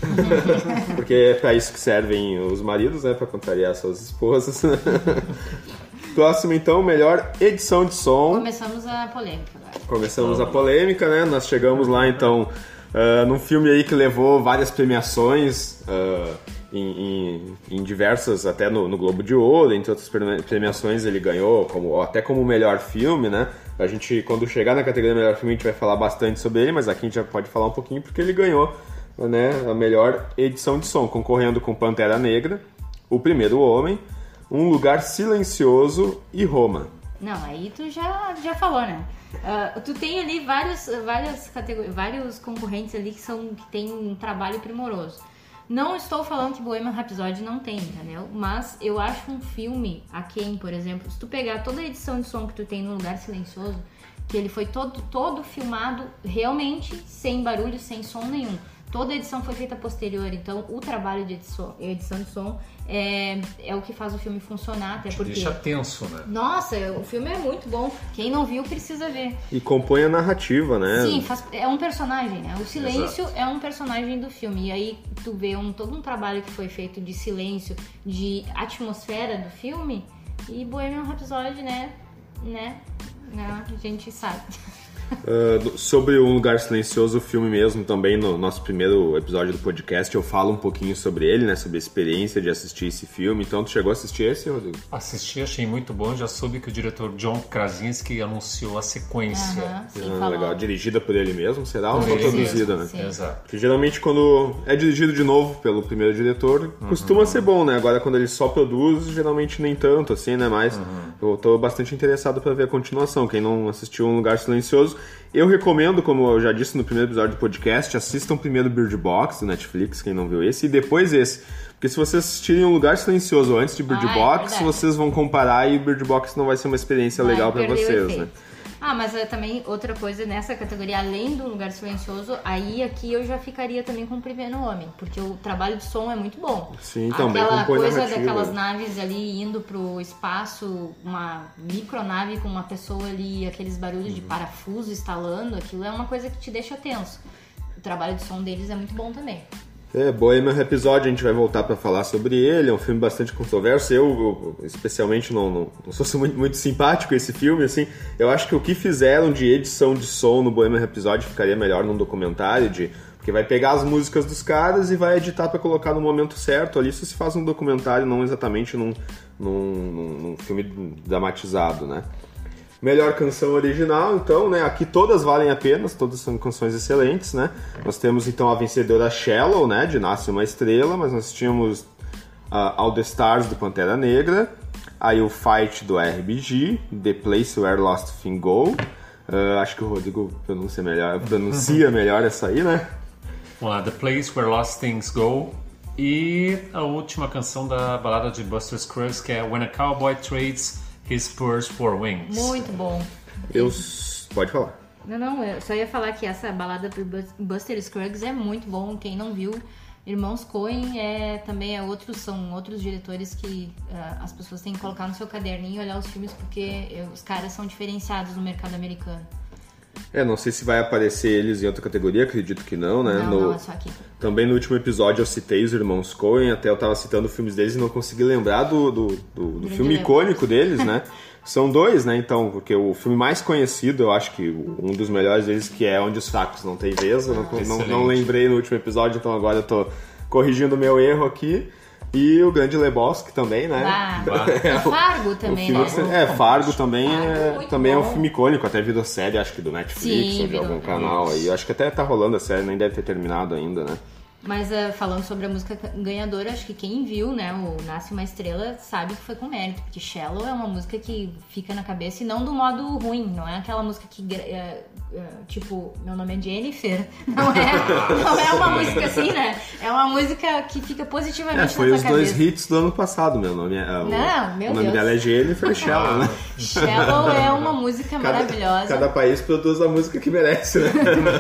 S1: Porque é para isso que servem os maridos, né? Para contrariar suas esposas. Próximo, então, melhor edição de som.
S2: Começamos a polêmica agora.
S1: Começamos a polêmica, né? Nós chegamos lá, então, uh, num filme aí que levou várias premiações, uh, Em, em, em diversas, até no, no Globo de Ouro, entre outras premiações ele ganhou, como, até como melhor filme, né? A gente, quando chegar na categoria melhor filme, a gente vai falar bastante sobre ele, mas aqui a gente já pode falar um pouquinho porque ele ganhou, né, a melhor edição de som, concorrendo com Pantera Negra, O Primeiro Homem, Um Lugar Silencioso e Roma.
S2: Não, aí tu já, já falou, né? Uh, tu tem ali vários, várias categorias, vários concorrentes ali que, são, que tem um trabalho primoroso. Não estou falando que Bohemian Rhapsody não tem, entendeu? Mas eu acho um filme, a quem, por exemplo, se tu pegar toda a edição de som que tu tem no Lugar Silencioso, que ele foi todo, todo filmado realmente sem barulho, sem som nenhum. Toda a edição foi feita posterior, então o trabalho de edição, edição de som é, é o que faz o filme funcionar, até
S3: Te
S2: porque...
S3: deixa tenso, né?
S2: Nossa, o filme é muito bom. Quem não viu precisa ver.
S1: E compõe a narrativa, né?
S2: Sim, faz, é um personagem, né? O silêncio
S3: Exato.
S2: É um personagem do filme. E aí tu vê um, todo um trabalho que foi feito de silêncio, de atmosfera do filme. E Bohemian Rhapsody, né? Né? né? A gente sabe.
S1: Uh, sobre Um Lugar Silencioso, o filme mesmo, também no nosso primeiro episódio do podcast eu falo um pouquinho sobre ele, né, sobre a experiência de assistir esse filme. Então tu chegou a assistir esse, Rodrigo?
S3: Assisti, achei muito bom, já soube que o diretor John Krasinski anunciou a sequência.
S2: Uhum, sim,
S1: Ah, legal, dirigida por ele mesmo, será? Ou
S3: Por
S1: só
S3: ele
S1: produzida,
S3: mesmo,
S1: né?
S3: sim. Exato.
S1: Porque geralmente quando é dirigido de novo pelo primeiro diretor, costuma ser bom, né? Agora quando ele só produz, geralmente nem tanto, assim, né? Mas
S3: Uhum.
S1: eu tô bastante interessado pra ver a continuação. Quem não assistiu Um Lugar Silencioso, eu recomendo, como eu já disse no primeiro episódio do podcast, assistam primeiro Bird Box do Netflix, quem não viu esse, e depois esse. Porque se vocês assistirem Um Lugar Silencioso antes de Bird
S2: Ah, é
S1: Box,
S2: verdade.
S1: vocês vão comparar e Bird Box não vai ser uma experiência
S2: Vai
S1: legal pra
S2: perder o
S1: vocês,
S2: efeito.
S1: né?
S2: Ah, mas é, também outra coisa nessa categoria, além do Lugar Silencioso, aí aqui eu já ficaria também com o Primeiro Homem, porque o trabalho de som é muito bom.
S1: Sim, também
S2: Aquela
S1: compõe
S2: coisa
S1: narrativa.
S2: daquelas naves ali indo pro espaço, uma micronave com uma pessoa ali, aqueles barulhos
S1: Uhum.
S2: de parafuso estalando, aquilo é uma coisa que te deixa tenso. O trabalho de som deles é muito bom também.
S1: É, Bohemian Rhapsody, a gente vai voltar para falar sobre ele, é um filme bastante controverso. Eu, eu especialmente, não, não, não sou muito, muito simpático esse filme, assim. Eu acho que o que fizeram de edição de som no Bohemian Rhapsody ficaria melhor num documentário, de, porque vai pegar as músicas dos caras e vai editar para colocar no momento certo. Ali isso se faz um documentário, não exatamente num, num, num, num filme dramatizado, né? Melhor canção original, então, né? Aqui todas valem a pena, todas são canções excelentes, né? Nós temos, então, a vencedora Shallow, né? De Nasce Uma Estrela, mas nós tínhamos uh, All the Stars, do Pantera Negra, aí o Fight, do R B G, The Place Where Lost Things Go, uh, acho que o Rodrigo pronuncia melhor, pronuncia melhor essa aí, né?
S3: Vamos lá, The Place Where Lost Things Go, e a última canção da balada de Buster Scruggs, que é When a Cowboy Trades His Spurs for Wings.
S2: Muito bom.
S1: Eu... Pode falar.
S2: Não, não, eu só ia falar que essa balada por Buster Scruggs é muito bom. Quem não viu, Irmãos Coen é, também é outros, são outros diretores que uh, as pessoas têm que colocar no seu caderninho e olhar os filmes, porque eu, os caras são diferenciados no mercado americano.
S1: É, não sei se vai aparecer eles em outra categoria, acredito que não, né?
S2: Não,
S1: no...
S2: não, é só aqui.
S1: Também no último episódio eu citei os Irmãos Coen, até eu tava citando filmes deles e não consegui lembrar do, do, do, do filme icônico deles, né? São dois, né, então, porque o filme mais conhecido, eu acho que um dos melhores deles, que é Onde os Fracos Não Têm Vez, eu não, não, não lembrei no último episódio, então agora eu tô corrigindo o meu erro aqui. E o Grande Lebowski também, né?
S2: Ah, é, Fargo também, né?
S1: É, Fargo também,
S2: Fargo,
S1: é, também é um
S2: bom.
S1: filme icônico, até virou série, acho que do Netflix.
S2: Sim,
S1: ou de
S2: virou.
S1: algum canal aí. Acho que até tá rolando a série, nem deve ter terminado ainda, né?
S2: Mas uh, falando sobre a música ganhadora, acho que quem viu, né, o Nasce Uma Estrela sabe que foi com mérito, porque Shallow é uma música que fica na cabeça e não do modo ruim, não é aquela música que, uh, uh, tipo, meu nome é Jennifer, não é, não é uma música assim, né, é uma música que fica positivamente
S1: é,
S2: na tua
S1: foi os
S2: cabeça.
S1: dois hits do ano passado, meu nome é... Uh,
S2: não, meu
S1: O nome
S2: Deus.
S1: dela é Jennifer Shallow, né?
S2: Shallow é uma música
S1: Cada,
S2: maravilhosa.
S1: cada país produz a música que merece, né?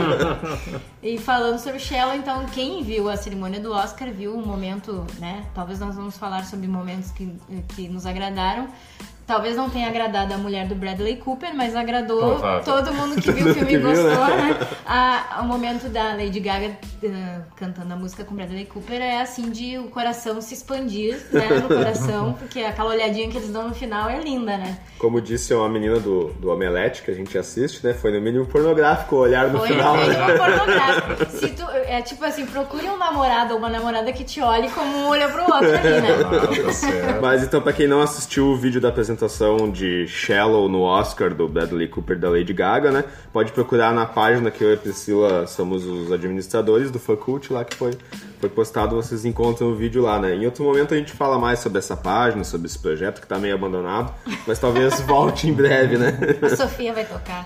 S2: E falando sobre Shallow, então, quem viu a cerimônia do Oscar viu um momento, né? Talvez nós vamos falar sobre momentos que, que nos agradaram. Talvez não tenha agradado a mulher do Bradley Cooper, mas agradou
S3: Provável.
S2: todo mundo que viu o filme
S1: Que
S2: e
S1: viu,
S2: gostou,
S1: né?
S2: né? A, o momento da Lady Gaga uh, cantando a música com Bradley Cooper é assim de o coração se expandir, né? No coração, porque aquela olhadinha que eles dão no final é linda, né?
S1: Como disse uma menina do, do Omelete que a gente assiste, né? Foi no mínimo pornográfico o olhar no
S2: Foi
S1: final,
S2: no
S1: né?
S2: mínimo pornográfico. Se tu, é tipo assim, procure um namorado ou uma namorada que te olhe como um olha pro outro ali, né?
S3: Ah, tá certo.
S1: Mas então, pra quem não assistiu o vídeo da apresentação de Shallow no Oscar do Bradley Cooper da Lady Gaga, né? Pode procurar na página que eu e a Priscila somos os administradores do Fancult lá que foi, foi postado, vocês encontram o vídeo lá, né? Em outro momento a gente fala mais sobre essa página, sobre esse projeto que tá meio abandonado, mas talvez volte em breve, né?
S2: A Sofia vai tocar.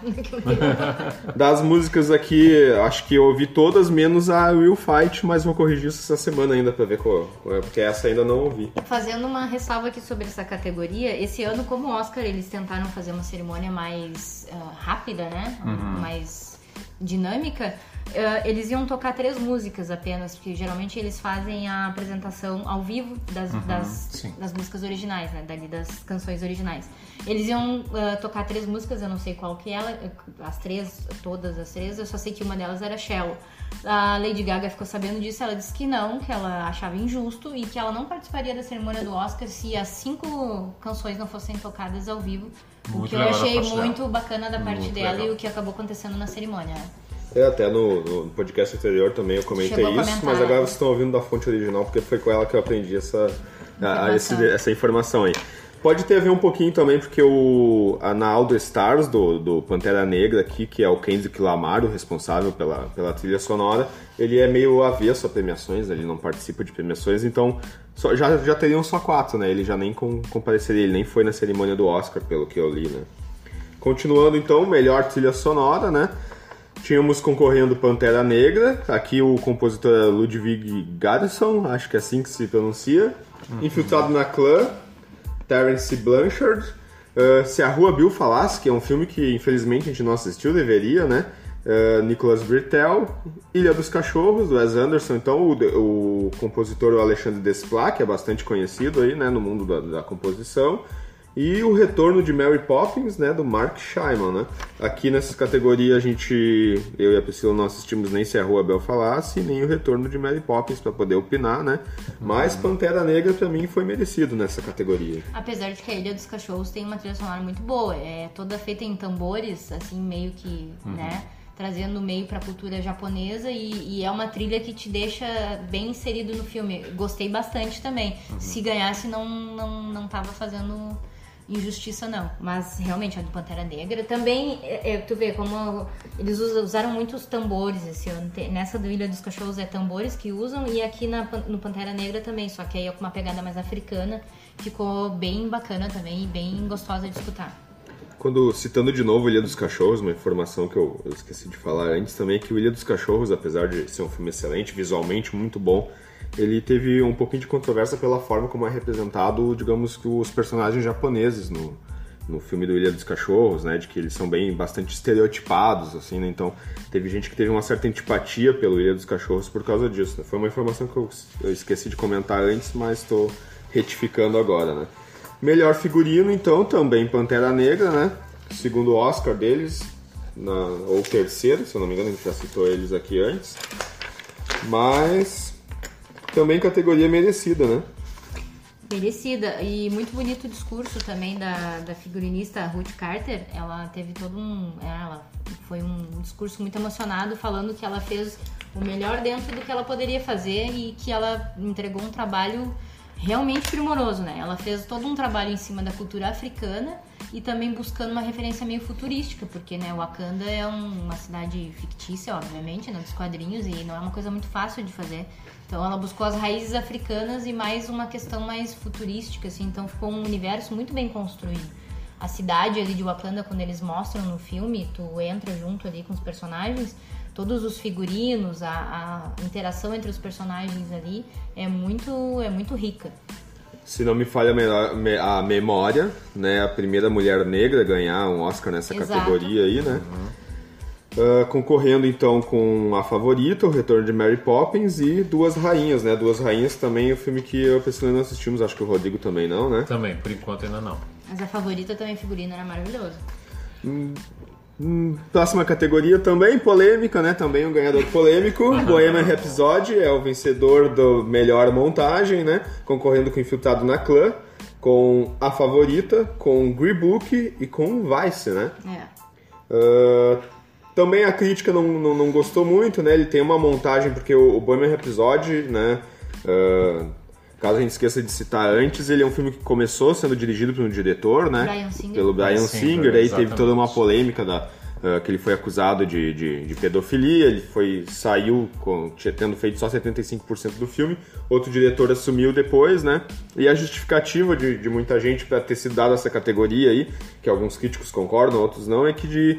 S1: Das músicas aqui, acho que eu ouvi todas, menos a Will Fight, mas vou corrigir isso essa semana ainda pra ver qual, qual é, porque essa ainda não ouvi.
S2: Fazendo uma ressalva aqui sobre essa categoria, esse ano, como o Oscar, eles tentaram fazer uma cerimônia mais uh, rápida, né?
S3: Uhum.
S2: Mais dinâmica. Uh, eles iam tocar três músicas apenas, porque geralmente eles fazem a apresentação ao vivo das,
S3: Uhum,
S2: das, das músicas originais, né? Dali das canções originais. Eles iam uh, tocar três músicas, eu não sei qual que é ela, as três, todas as três, eu só sei que uma delas era Shallow. A Lady Gaga ficou sabendo disso, ela disse que não, que ela achava injusto e que ela não participaria da cerimônia do Oscar se as cinco canções não fossem tocadas ao vivo.
S3: Muito
S2: o que eu
S3: legal da
S2: achei
S3: parte
S2: muito
S3: dela.
S2: bacana da parte
S3: Muito
S2: dela
S3: legal.
S2: e o que acabou acontecendo na cerimônia.
S1: É, até no, no podcast anterior também eu comentei
S2: Chegou a
S1: isso,
S2: comentar,
S1: mas agora
S2: né?
S1: vocês estão ouvindo da fonte original, porque foi com ela que eu aprendi essa, a, a esse,
S2: Informação.
S1: essa informação aí. Pode ter a ver um pouquinho também, porque o, a, na All the Stars do, do Pantera Negra aqui, que é o Kendrick Lamar, o responsável pela, pela trilha sonora, ele é meio avesso a premiações, ele não participa de premiações, então só, já, já teriam só quatro, né? Ele já nem com, compareceria, ele nem foi na cerimônia do Oscar, pelo que eu li, né? Continuando então, melhor trilha sonora, né? Tínhamos concorrendo Pantera Negra, aqui o compositor é Ludwig Göransson, acho que é assim que se pronuncia. Uhum. Infiltrado na Clã, Terence Blanchard. Uh, Se a Rua Bill Falasse, que é um filme que infelizmente a gente não assistiu, deveria, né? Uh, Nicholas Britell. Ilha dos Cachorros, do Wes Anderson. Então o, o compositor o Alexandre Desplat, que é bastante conhecido aí, né, no mundo da, da composição. E o retorno de Mary Poppins, né, do Mark Shaiman, né? Aqui nessa categoria a gente, eu e a Priscila não assistimos nem Se a Rua Bel Falasse, nem o retorno de Mary Poppins para poder opinar, né? Mas Pantera Negra para mim foi merecido nessa categoria.
S2: Apesar de que a Ilha dos Cachorros tem uma trilha sonora muito boa, é toda feita em tambores, assim, meio que, uhum. né? Trazendo meio pra cultura japonesa e, e é uma trilha que te deixa bem inserido no filme. Gostei bastante também. Uhum. Se ganhasse, não, não, não tava fazendo injustiça, não. Mas realmente a do Pantera Negra também, é, tu vê como eles usaram muitos tambores esse ano. Nessa do Ilha dos Cachorros é tambores que usam e aqui na, no Pantera Negra também, só que aí é com uma pegada mais africana. Ficou bem bacana também e bem gostosa de escutar.
S1: Quando, citando de novo o Ilha dos Cachorros, uma informação que eu, eu esqueci de falar antes também, é que o Ilha dos Cachorros, apesar de ser um filme excelente, visualmente muito bom, ele teve um pouquinho de controvérsia pela forma como é representado, digamos, que os personagens japoneses no, no filme do Ilha dos Cachorros, né, de que eles são bem, bastante estereotipados, assim, né, então teve gente que teve uma certa antipatia pelo Ilha dos Cachorros por causa disso, né? Foi uma informação que eu, eu esqueci de comentar antes, mas estou retificando agora, né. Melhor figurino, então, também Pantera Negra, né? Segundo Oscar deles, na, ou terceiro, se eu não me engano, a gente já citou eles aqui antes. Mas também categoria merecida, né?
S2: Merecida. E muito bonito o discurso também da, da figurinista Ruth Carter. Ela teve todo um... Ela foi um discurso muito emocionado, falando que ela fez o melhor dentro do que ela poderia fazer e que ela entregou um trabalho realmente primoroso, né? Ela fez todo um trabalho em cima da cultura africana e também buscando uma referência meio futurística, porque, né, Wakanda é um, uma cidade fictícia, obviamente, né, dos quadrinhos, e não é uma coisa muito fácil de fazer. Então ela buscou as raízes africanas e mais uma questão mais futurística, assim, então ficou um universo muito bem construído. A cidade ali de Wakanda, quando eles mostram no filme, tu entra junto ali com os personagens, todos os figurinos, a, a interação entre os personagens ali é muito, é muito rica.
S1: Se não me falha a memória, né, a primeira mulher negra a ganhar um Oscar nessa Exato. Categoria aí, né? Uhum. Uh, concorrendo então com A Favorita, O Retorno de Mary Poppins e Duas Rainhas, né? Duas Rainhas também é o filme que eu e a Priscila não assistimos, acho que o Rodrigo também não, né?
S3: Também, por enquanto ainda não.
S2: Mas A Favorita também, figurino, era maravilhoso.
S1: Hum. Hum, próxima categoria também polêmica, né? Também um ganhador polêmico. Bohemian Rhapsody é o vencedor do melhor montagem, né? Concorrendo com Infiltrado na Clã, com A Favorita, com Green Book e com Vice, né?
S2: É.
S1: Uh, também a crítica não, não, não gostou muito, né? Ele tem uma montagem, porque o, o Bohemian Rhapsody, né? Uh, caso a gente esqueça de citar antes, ele é um filme que começou sendo dirigido por um diretor, né?
S2: Brian Singer.
S1: Pelo Brian
S3: Singer,
S1: Singer, aí
S3: exatamente.
S1: teve toda uma polêmica da, uh, que ele foi acusado de, de, de pedofilia, ele foi, saiu com, tendo feito só setenta e cinco por cento do filme, outro diretor assumiu depois, né? E a justificativa de, de muita gente para ter sido dada essa categoria aí, que alguns críticos concordam, outros não, é que de...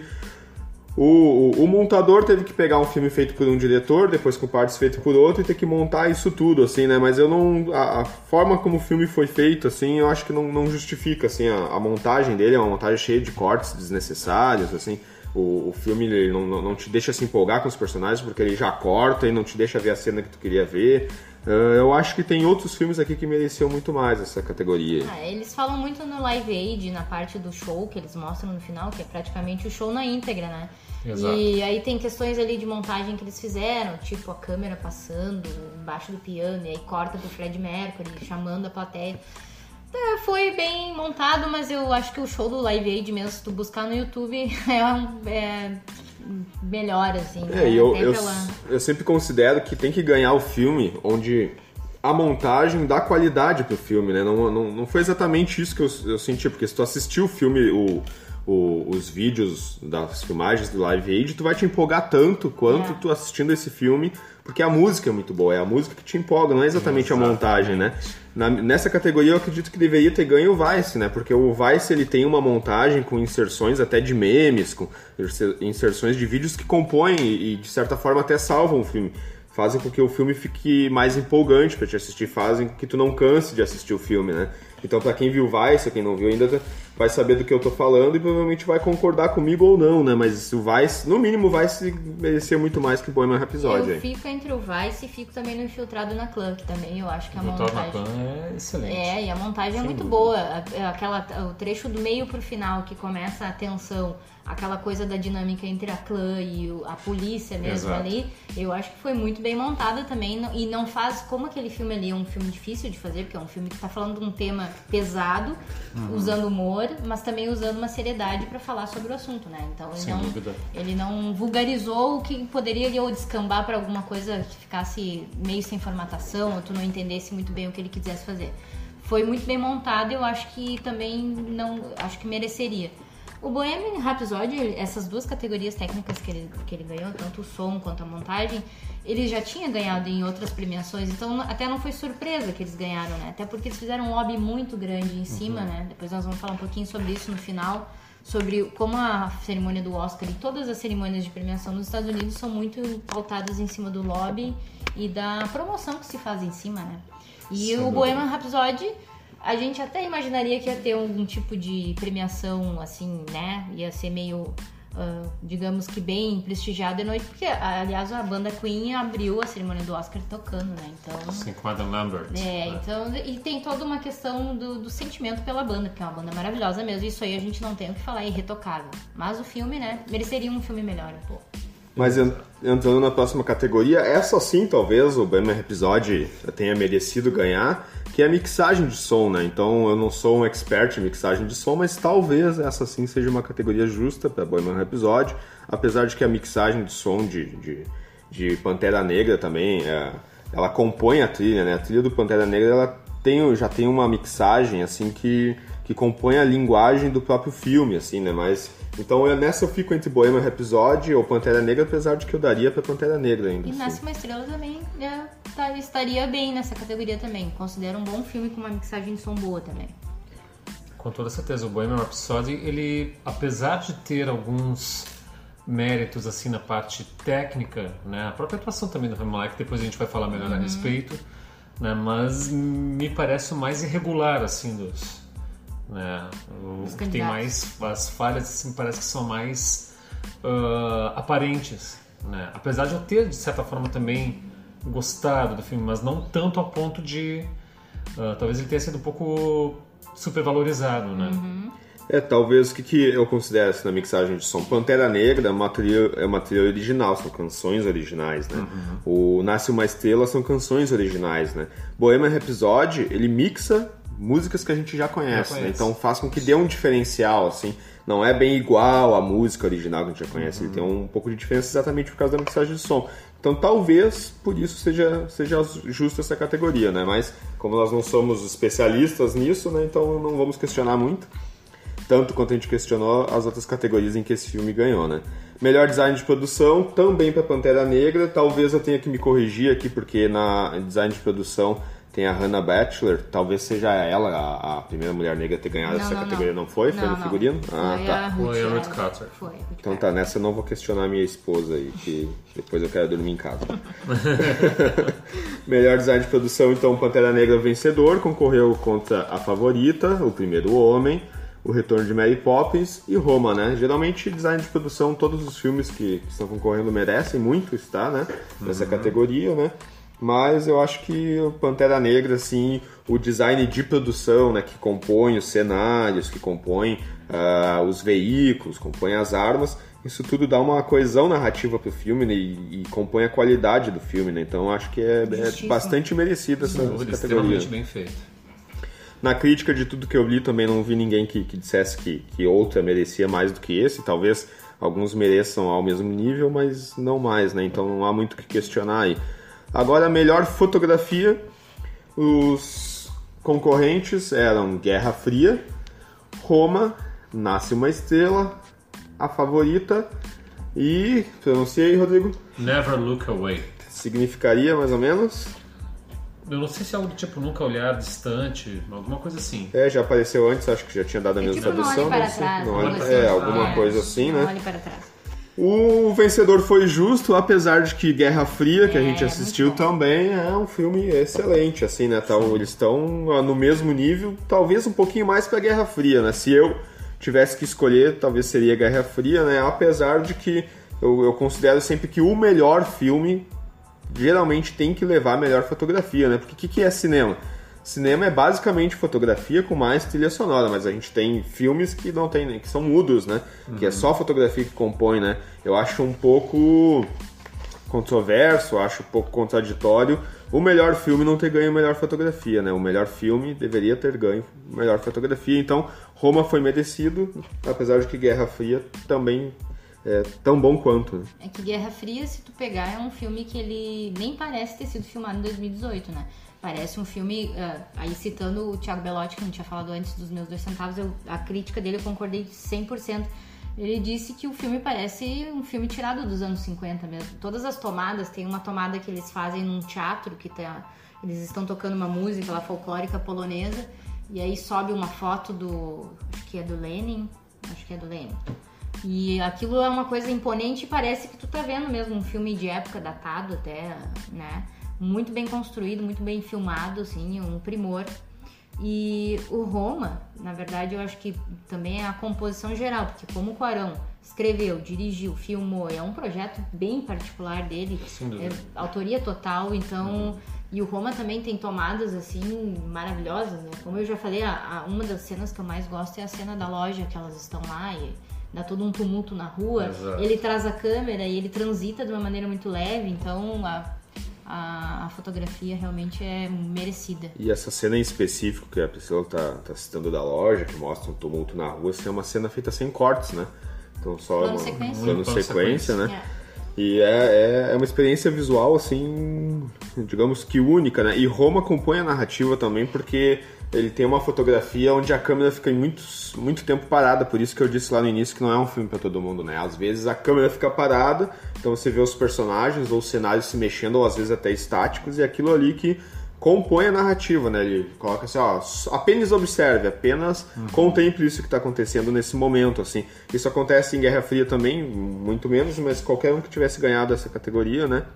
S1: O, o, o montador teve que pegar um filme feito por um diretor, depois com partes feitas por outro, e ter que montar isso tudo, assim, né? Mas eu não... A, a forma como o filme foi feito, assim, eu acho que não, não justifica, assim, a, a montagem dele é uma montagem cheia de cortes desnecessários, assim. O, o filme ele não, não, não te deixa se empolgar com os personagens, porque ele já corta e não te deixa ver a cena que tu queria ver. Uh, eu acho que tem outros filmes aqui que mereciam muito mais essa categoria.
S2: Ah, eles falam muito no Live Aid, na parte do show que eles mostram no final, que é praticamente o show na íntegra, né?
S3: Exato.
S2: E aí tem questões ali de montagem que eles fizeram, tipo a câmera passando embaixo do piano, e aí corta pro Fred Mercury, chamando a plateia. É, foi bem montado, mas eu acho que o show do Live Aid mesmo, se tu buscar no YouTube, é, um, é melhor, assim.
S1: É,
S2: né?
S1: eu, eu,
S2: pela...
S1: eu sempre considero que tem que ganhar o filme onde a montagem dá qualidade pro filme, né? Não, não, não foi exatamente isso que eu, eu senti, porque se tu assistiu o filme, o, o, os vídeos das filmagens do Live Aid, tu vai te empolgar tanto quanto é. tu assistindo esse filme, porque a música é muito boa, é a música que te empolga, não é exatamente, exatamente. a montagem, né? Na, nessa categoria eu acredito que deveria ter ganho o Vice, né? Porque o Vice ele tem uma montagem com inserções até de memes, com inserções de vídeos que compõem e, e de certa forma até salvam o filme. Fazem com que o filme fique mais empolgante pra te assistir, fazem com que tu não canse de assistir o filme, né? Então, pra quem viu Vice, quem não viu ainda, vai saber do que eu tô falando e provavelmente vai concordar comigo ou não, né? Mas o Vice, no mínimo, o Vice merecia muito mais que o Bohemian Rhapsody.
S2: Eu fico entre o Vice e fico também no Infiltrado na Clã, que também eu acho que a
S3: Infiltrado
S2: montagem...
S3: na Clã é excelente.
S2: É, e a montagem Sem é muito dúvida. boa. Aquela, o trecho do meio pro final, que começa a tensão, aquela coisa da dinâmica entre a clã e a polícia mesmo. Exato. Ali, eu acho que foi muito bem montada também, e não faz, como aquele filme ali é um filme difícil de fazer, porque é um filme que tá falando de um tema pesado, uhum. usando humor, mas também usando uma seriedade para falar sobre o assunto, né? Então ele
S3: Sem
S2: não,
S3: dúvida.
S2: ele não vulgarizou o que poderia ou descambar para alguma coisa que ficasse meio sem formatação, ou tu não entendesse muito bem o que ele quisesse fazer. Foi muito bem montado, eu acho que também não, acho que mereceria. O Bohemian Rhapsody, essas duas categorias técnicas que ele, que ele ganhou, tanto o som quanto a montagem, ele já tinha ganhado em outras premiações, então até não foi surpresa que eles ganharam, né? Até porque eles fizeram um lobby muito grande em cima, uhum. né? Depois nós vamos falar um pouquinho sobre isso no final, sobre como a cerimônia do Oscar e todas as cerimônias de premiação nos Estados Unidos são muito pautadas em cima do lobby e da promoção que se faz em cima, né? E Sim, o Bohemian Rhapsody, a gente até imaginaria que ia ter algum tipo de premiação, assim, né? Ia ser meio, uh, digamos que bem prestigiado à noite, porque, aliás, a banda Queen abriu a cerimônia do Oscar tocando, né? Então,
S3: Sim, com Adam Lambert.
S2: É, então, e tem toda uma questão do, do sentimento pela banda, porque é uma banda maravilhosa mesmo, isso aí a gente não tem o que falar, é irretocável. Mas o filme, né? Mereceria um filme melhor, um pouco.
S1: Mas entrando na próxima categoria, essa sim, talvez, o Bohemian Rhapsody tenha merecido ganhar, que é a mixagem de som, né? Então, eu não sou um expert em mixagem de som, mas talvez essa sim seja uma categoria justa para Bohemian Rhapsody, apesar de que a mixagem de som de, de, de Pantera Negra também, é, ela compõe a trilha, né? A trilha do Pantera Negra, ela tem, já tem uma mixagem, assim, que, que compõe a linguagem do próprio filme, assim, né? Mas... Então eu, nessa eu fico entre Bohemian Rhapsody ou Pantera Negra, apesar de que eu daria pra Pantera Negra ainda.
S2: E
S1: assim.
S2: Nasce uma Estrela também é, tá, estaria bem nessa categoria também. Considero um bom filme com uma mixagem de som boa também.
S3: Com toda certeza, o Bohemian Rhapsody, ele, apesar de ter alguns méritos assim na parte técnica, né, a própria atuação também do Rami Malek, que depois a gente vai falar melhor uhum. a respeito, né, mas me parece o mais irregular assim dos... Né? O que tem mais, as falhas assim, parece que são mais uh, aparentes, né? Apesar de eu ter de certa forma também gostado do filme, mas não tanto a ponto de uh, talvez ele tenha sido um pouco supervalorizado, né?
S2: Uhum.
S1: É, talvez o que, que eu considero assim, na mixagem de som. Pantera Negra é uma trilha, é uma trilha original, são canções originais, né? Uhum. O Nasce uma Estrela são canções originais, né? Bohemian Rhapsody, ele mixa músicas que a gente já conhece, já conhece. Né? Então faz com que dê um diferencial, assim. Não é bem igual à música original que a gente já conhece, uhum. ele tem um pouco de diferença exatamente por causa da mixagem de som. Então talvez por isso seja, seja justa essa categoria, né? Mas como nós não somos especialistas nisso, né? Então não vamos questionar muito. Tanto quanto a gente questionou as outras categorias em que esse filme ganhou, né? Melhor design de produção, também para Pantera Negra. Talvez eu tenha que me corrigir aqui, porque na design de produção tem a Hannah Batchelor. Talvez seja ela a, a primeira mulher negra a ter ganhado
S2: não,
S1: essa
S2: não,
S1: categoria, não, não foi? Foi
S2: não,
S1: no figurino?
S2: Foi
S1: ah, tá.
S2: A Ruth,
S3: foi a Ruth Carter.
S2: Foi, Ruth
S1: então
S2: Carter.
S1: tá, nessa eu não vou questionar minha esposa aí, que depois eu quero dormir em casa. Melhor design de produção, então, Pantera Negra vencedor, concorreu contra A Favorita, O Primeiro Homem, O Retorno de Mary Poppins e Roma, né? Geralmente, design de produção, todos os filmes que, que estão concorrendo merecem muito estar, né? Nessa uhum. categoria, né? Mas eu acho que o Pantera Negra, assim, o design de produção, né? Que compõe os cenários, que compõe uh, os veículos, compõe as armas, isso tudo dá uma coesão narrativa pro filme, né? e, e compõe a qualidade do filme, né? Então eu acho que é, é bastante merecido essa, essa categoria.
S3: Extremamente bem feito.
S1: Na crítica de tudo que eu li, também não vi ninguém que, que dissesse que, que outra merecia mais do que esse. Talvez alguns mereçam ao mesmo nível, mas não mais, né? Então não há muito o que questionar aí. Agora, a melhor fotografia, os concorrentes eram Guerra Fria, Roma, Nasce uma Estrela, A Favorita e... pronunciei aí, Rodrigo?
S3: Never Look Away.
S1: Significaria, mais ou menos...
S3: Eu não sei se é algo do tipo Nunca Olhar Distante, alguma coisa assim.
S1: É, já apareceu antes, acho que já tinha dado a
S2: é
S1: mesma
S2: tipo
S1: tradução.
S2: Não Olhe Para Trás.
S1: Não
S2: olhe,
S1: assim,
S2: é,
S1: alguma
S2: é,
S1: coisa assim,
S2: não
S1: né?
S2: Olhe Para Trás.
S1: O vencedor foi justo, apesar de que Guerra Fria, que
S2: É,
S1: a gente assistiu também, é um filme excelente, assim, né? Tá, eles estão no mesmo nível, talvez um pouquinho mais pra Guerra Fria, né? Se eu tivesse que escolher, talvez seria Guerra Fria, né? Apesar de que eu, eu considero sempre que o melhor filme geralmente tem que levar a melhor fotografia, né? Porque o que, que é cinema? Cinema é basicamente fotografia com mais trilha sonora, mas a gente tem filmes que não tem, que são mudos, né? Uhum. Que é só fotografia que compõe, né? Eu acho um pouco controverso, acho um pouco contraditório o melhor filme não ter ganho melhor fotografia, né? O melhor filme deveria ter ganho melhor fotografia. Então, Roma foi merecido, apesar de que Guerra Fria também é tão bom quanto. Né?
S2: É que Guerra Fria, se tu pegar, é um filme que ele nem parece ter sido filmado em dois mil e dezoito, né? Parece um filme, uh, aí citando o Thiago Bellotti, que não tinha falado antes dos meus dois centavos, eu, a crítica dele eu concordei cem por cento. Ele disse que o filme parece um filme tirado dos anos cinquenta mesmo. Todas as tomadas, tem uma tomada que eles fazem num teatro, que tá, eles estão tocando uma música lá folclórica polonesa, e aí sobe uma foto do, acho que é do Lenin, acho que é do Lenin. E aquilo é uma coisa imponente e parece que tu tá vendo mesmo um filme de época datado até, né? Muito bem construído, muito bem filmado, assim, um primor. E o Roma, na verdade, eu acho que também é a composição geral, porque como o Cuarón escreveu, dirigiu, filmou, é um projeto bem particular dele, é autoria total, então... Uhum. E o Roma também tem tomadas, assim, maravilhosas, né? Como eu já falei, a, a, uma das cenas que eu mais gosto é a cena da loja, que elas estão lá e dá todo um tumulto na rua. Exato. Ele traz a câmera e ele transita de uma maneira muito leve, então... A, A, a fotografia realmente é merecida.
S1: E essa cena em específico que a Priscila tá, tá citando da loja, que mostra um tumulto na rua, assim, é uma cena feita sem cortes, né? Então só
S2: plano
S1: uma
S2: sequência,
S1: plano sequência, sequência, né?
S2: É.
S1: E é, é, é uma experiência visual, assim, digamos que única, né? E Roma compõe a narrativa também porque ele tem uma fotografia onde a câmera fica em muito, muito tempo parada, por isso que eu disse lá no início que não é um filme para todo mundo, né? Às vezes a câmera fica parada, então você vê os personagens ou os cenários se mexendo, ou às vezes até estáticos, e aquilo ali que compõe a narrativa, né? Ele coloca assim, ó, apenas observe, apenas uhum. contemple isso que está acontecendo nesse momento, assim. Isso acontece em Guerra Fria também, muito menos, mas qualquer um que tivesse ganhado essa categoria, né?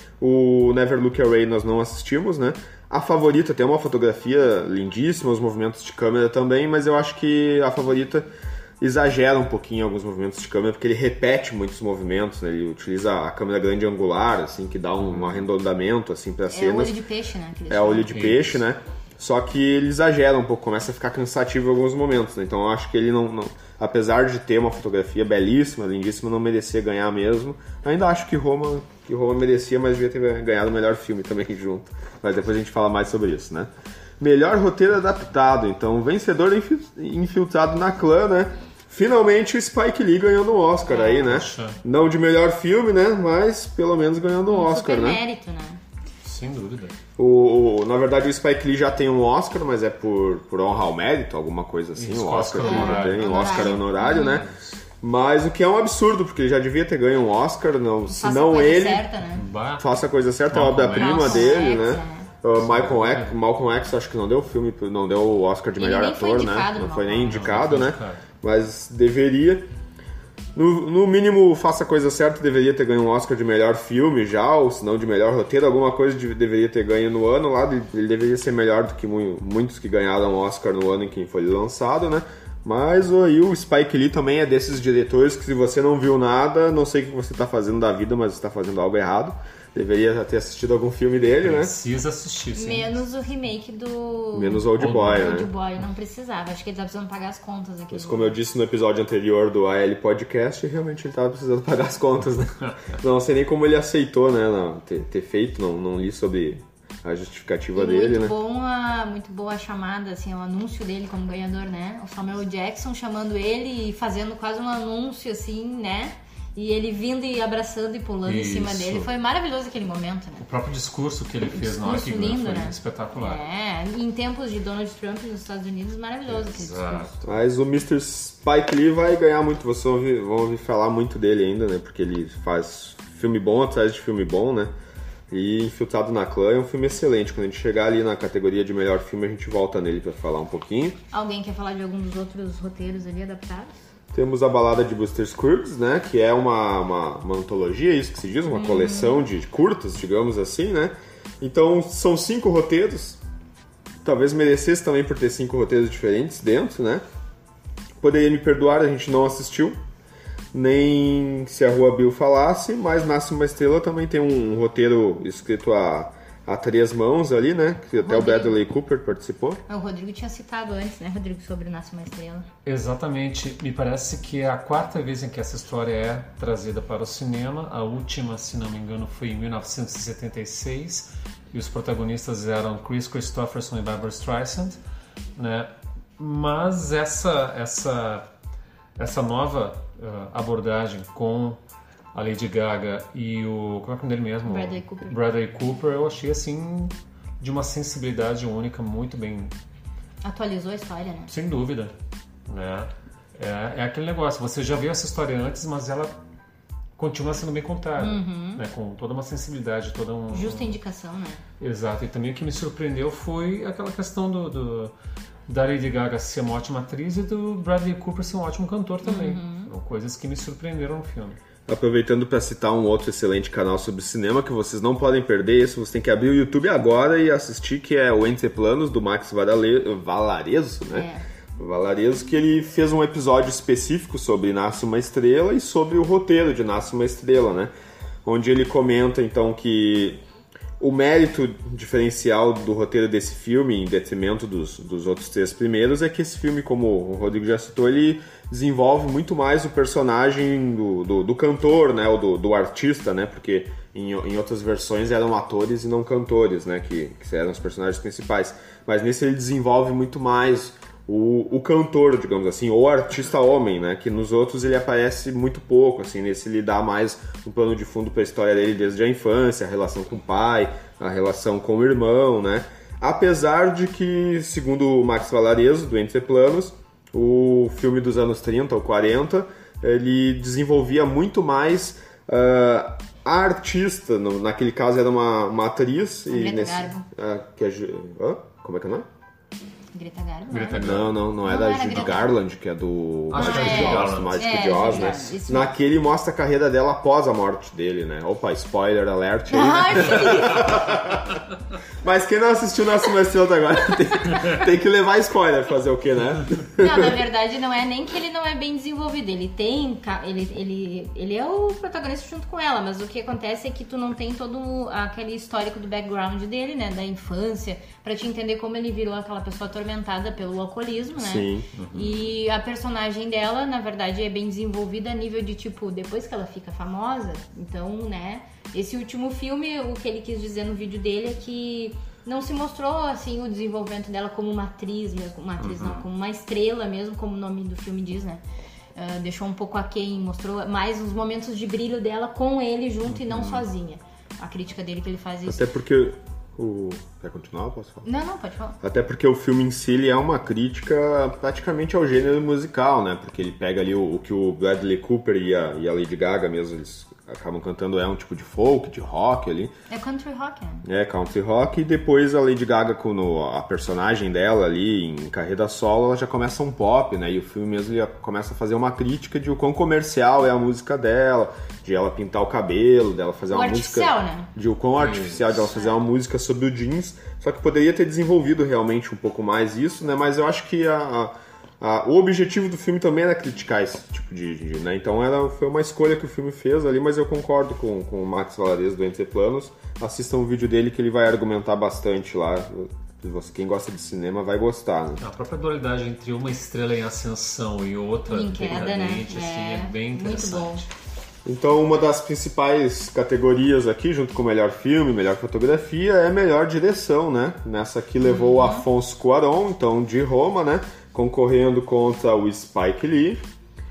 S1: O Never Look Away nós não assistimos, né? A Favorita tem uma fotografia lindíssima, os movimentos de câmera também, mas eu acho que A Favorita exagera um pouquinho alguns movimentos de câmera, porque ele repete muitos movimentos, né? Ele utiliza a câmera grande angular, assim, que dá um, um arredondamento, assim, para as cenas.
S2: É olho de peixe, né?
S1: É olho de peixe, né? Só que ele exagera um pouco, começa a ficar cansativo em alguns momentos, né? Então eu acho que ele não, não... Apesar de ter uma fotografia belíssima, lindíssima, não merecia ganhar mesmo. Eu ainda acho que Roma, que Roma merecia, mas devia ter ganhado o melhor filme também junto. Mas depois a gente fala mais sobre isso, né? Melhor roteiro adaptado. Então, vencedor infiltrado na clã, né? Finalmente o Spike Lee ganhando um Oscar aí, né? Não de melhor filme, né? Mas pelo menos ganhando um Oscar, né?
S2: Mérito, né?
S3: Sem dúvida.
S1: O, o, na verdade o Spike Lee já tem um Oscar, mas é por, por honra ao mérito, alguma coisa assim.
S3: Isso,
S1: o Oscar,
S3: Oscar
S1: honorário. Tem, o Oscar honorário,
S2: hum.
S1: né? Mas o que é um absurdo, porque ele já devia ter ganho um Oscar, não, se não ele...
S2: Certa, né?
S1: Faça a Coisa Certa, é a obra-prima dele, X, né? É. Uh, Michael X, Malcolm X acho que não deu filme, não deu o Oscar de melhor ator, né? Não foi nem indicado, né? Mas deveria. No, no mínimo, Faça a Coisa Certa deveria ter ganho um Oscar de melhor filme já, ou se não de melhor roteiro, alguma coisa de, deveria ter ganho no ano lá, ele deveria ser melhor do que mu- muitos que ganharam Oscar no ano em que foi lançado, né? Mas aí o Spike Lee também é desses diretores que se você não viu nada, não sei o que você está fazendo da vida, mas você está fazendo algo errado. Deveria ter assistido algum filme dele, né?
S3: Precisa assistir, sim.
S2: Menos o remake do...
S1: Menos Old Boy, né?
S2: Old Boy, não precisava. Acho que ele tá precisando pagar as contas aqui.
S1: Mas como eu disse no episódio anterior do A L Podcast, realmente ele tava precisando pagar as contas, né? Não sei nem como ele aceitou, né? Não, ter, ter feito, não, não li sobre a justificativa
S2: e
S1: dele,
S2: muito
S1: né?
S2: Bom a, muito boa a chamada, assim, o anúncio dele como ganhador, né? O Samuel Jackson chamando ele e fazendo quase um anúncio, assim, né? E ele vindo e abraçando e pulando Isso. em cima dele. Foi maravilhoso aquele momento, né?
S3: O próprio discurso que ele fez na hora que ganhou foi
S2: né?
S3: espetacular.
S2: É, em tempos de Donald Trump nos Estados Unidos, maravilhoso aquele discurso.
S1: Mas o mister Spike Lee vai ganhar muito, vocês vão ouvir, vão ouvir falar muito dele ainda, né? Porque ele faz filme bom atrás de filme bom, né? E Infiltrado na Clã é um filme excelente. Quando a gente chegar ali na categoria de melhor filme, a gente volta nele para falar um pouquinho.
S2: Alguém quer falar de algum dos outros roteiros ali adaptados?
S1: Temos a Balada de Buster Scruggs, né? Que é uma, uma, uma antologia, isso que se diz, uma hum. coleção de curtas, digamos assim, né? Então, são cinco roteiros. Talvez merecesse também por ter cinco roteiros diferentes dentro, né? Poderia me perdoar, a gente não assistiu. Nem Se a Rua Bill Falasse, mas Nasce uma Estrela também tem um roteiro escrito a, a três mãos ali, né? Que até Rodrigo. O Bradley Cooper participou.
S2: O Rodrigo tinha citado antes, né, Rodrigo, sobre Nasce uma Estrela.
S3: Exatamente. Me parece que é a quarta vez em que essa história é trazida para o cinema. A última, se não me engano, foi em mil novecentos e setenta e seis. E os protagonistas eram Chris Christopherson e Barbra Streisand, né? Mas essa, essa, essa nova uh, abordagem com a Lady Gaga e o... Como é que é o nome dele mesmo?
S2: Bradley Cooper.
S3: Bradley Cooper, eu achei assim de uma sensibilidade única, muito bem...
S2: Atualizou a história, né?
S3: Sem dúvida, né? É, é aquele negócio, você já viu essa história antes, mas ela continua sendo bem contada,
S2: uhum.
S3: né? Com toda uma sensibilidade, toda um...
S2: Justa indicação, né?
S3: Exato, e também o que me surpreendeu foi aquela questão do... do da Lady Gaga ser uma ótima atriz e do Bradley Cooper ser um ótimo cantor também.
S2: Uhum.
S3: São coisas que me surpreenderam no filme.
S1: Aproveitando para citar um outro excelente canal sobre cinema que vocês não podem perder, isso você tem que abrir o YouTube agora e assistir, que é o Entre Planos, do Max Valarezo, né? É. Valarezo, que ele fez um episódio específico sobre Nasce uma Estrela e sobre o roteiro de Nasce uma Estrela, né? Onde ele comenta, então, que o mérito diferencial do roteiro desse filme, em detrimento dos, dos outros três primeiros, é que esse filme, como o Rodrigo já citou, ele desenvolve muito mais o personagem do, do, do cantor, né, ou do, do artista, né, porque em, em outras versões eram atores e não cantores, né, que, que eram os personagens principais. Mas nesse ele desenvolve muito mais o, o cantor, digamos assim, ou artista homem, né, que nos outros ele aparece muito pouco, assim, nesse ele dá mais um plano de fundo para a história dele desde a infância, a relação com o pai, a relação com o irmão, né, apesar de que, segundo o Max Valarezo, do Entre Planos, o filme dos anos trinta ou quarenta, ele desenvolvia muito mais uh, a artista, no, naquele caso era uma, uma atriz,
S2: a e
S1: nesse, uh, que é, uh, como é que é o nome?
S2: Greta Garbo?
S3: Greta
S1: não, não, não é
S2: não
S1: da
S2: era
S1: Judy
S2: Greta.
S1: Garland, que é do
S3: Ah,
S1: Mágica
S3: é.
S1: de Oz, do Mágica
S2: É,
S1: de Oz, né?
S2: isso.
S1: Naquele mostra a carreira dela após a morte dele, né? Opa, spoiler alert aí,
S2: Ai,
S1: né?
S2: Felipe!
S1: Mas quem não assistiu Nasce uma Estrela agora tem, tem que levar spoiler, fazer o quê, né?
S2: Não, na verdade não é nem que ele não é bem desenvolvido, ele tem, ele, ele, ele é o protagonista junto com ela, mas o que acontece é que tu não tem todo aquele histórico do background dele, né, da infância, pra te entender como ele virou aquela pessoa atormentada pelo alcoolismo, né?
S1: Sim.
S2: Uhum. E a personagem dela, na verdade, é bem desenvolvida a nível de, tipo, depois que ela fica famosa, então, né, esse último filme, o que ele quis dizer no vídeo dele é que não se mostrou, assim, o desenvolvimento dela como uma atriz mesmo, uma atriz uhum. não, como uma estrela mesmo, como o nome do filme diz, né? Uh, deixou um pouco aquém, mostrou mais os momentos de brilho dela com ele junto uhum. e não sozinha. A crítica dele que ele faz isso.
S1: Até porque o... Quer continuar? Eu posso falar?
S2: Não, não, pode falar.
S1: Até porque o filme em si ele é uma crítica praticamente ao gênero musical, né? Porque ele pega ali o, o que o Bradley Cooper e a, e a Lady Gaga mesmo, eles acabam cantando, é um tipo de folk, de rock ali.
S2: É country rock, né?
S1: É, country rock. E depois a Lady Gaga, com no, a personagem dela ali em carreira solo, ela já começa um pop, né? E o filme mesmo já começa a fazer uma crítica de o quão comercial é a música dela, de ela pintar o cabelo, dela fazer
S2: o
S1: uma
S2: artificial,
S1: música...
S2: né?
S1: De o quão artificial, de ela fazer uma música sobre o jeans. Só que poderia ter desenvolvido realmente um pouco mais isso, né? Mas eu acho que a... a Ah, o objetivo do filme também era criticar esse tipo de... de né? Então era, foi uma escolha que o filme fez ali, mas eu concordo com, com o Max Valarezo do Entre Planos. Assistam o vídeo dele que ele vai argumentar bastante lá. Você, quem gosta de cinema vai gostar, né?
S3: A própria dualidade entre uma estrela em ascensão e outra
S2: em queda, né?
S3: assim,
S2: é,
S3: é bem interessante.
S2: Muito bom.
S1: Então, uma das principais categorias aqui, junto com o melhor filme, melhor fotografia, é melhor direção, né? Nessa aqui levou uhum. o Afonso Cuarón, então, de Roma, né? Concorrendo contra o Spike Lee.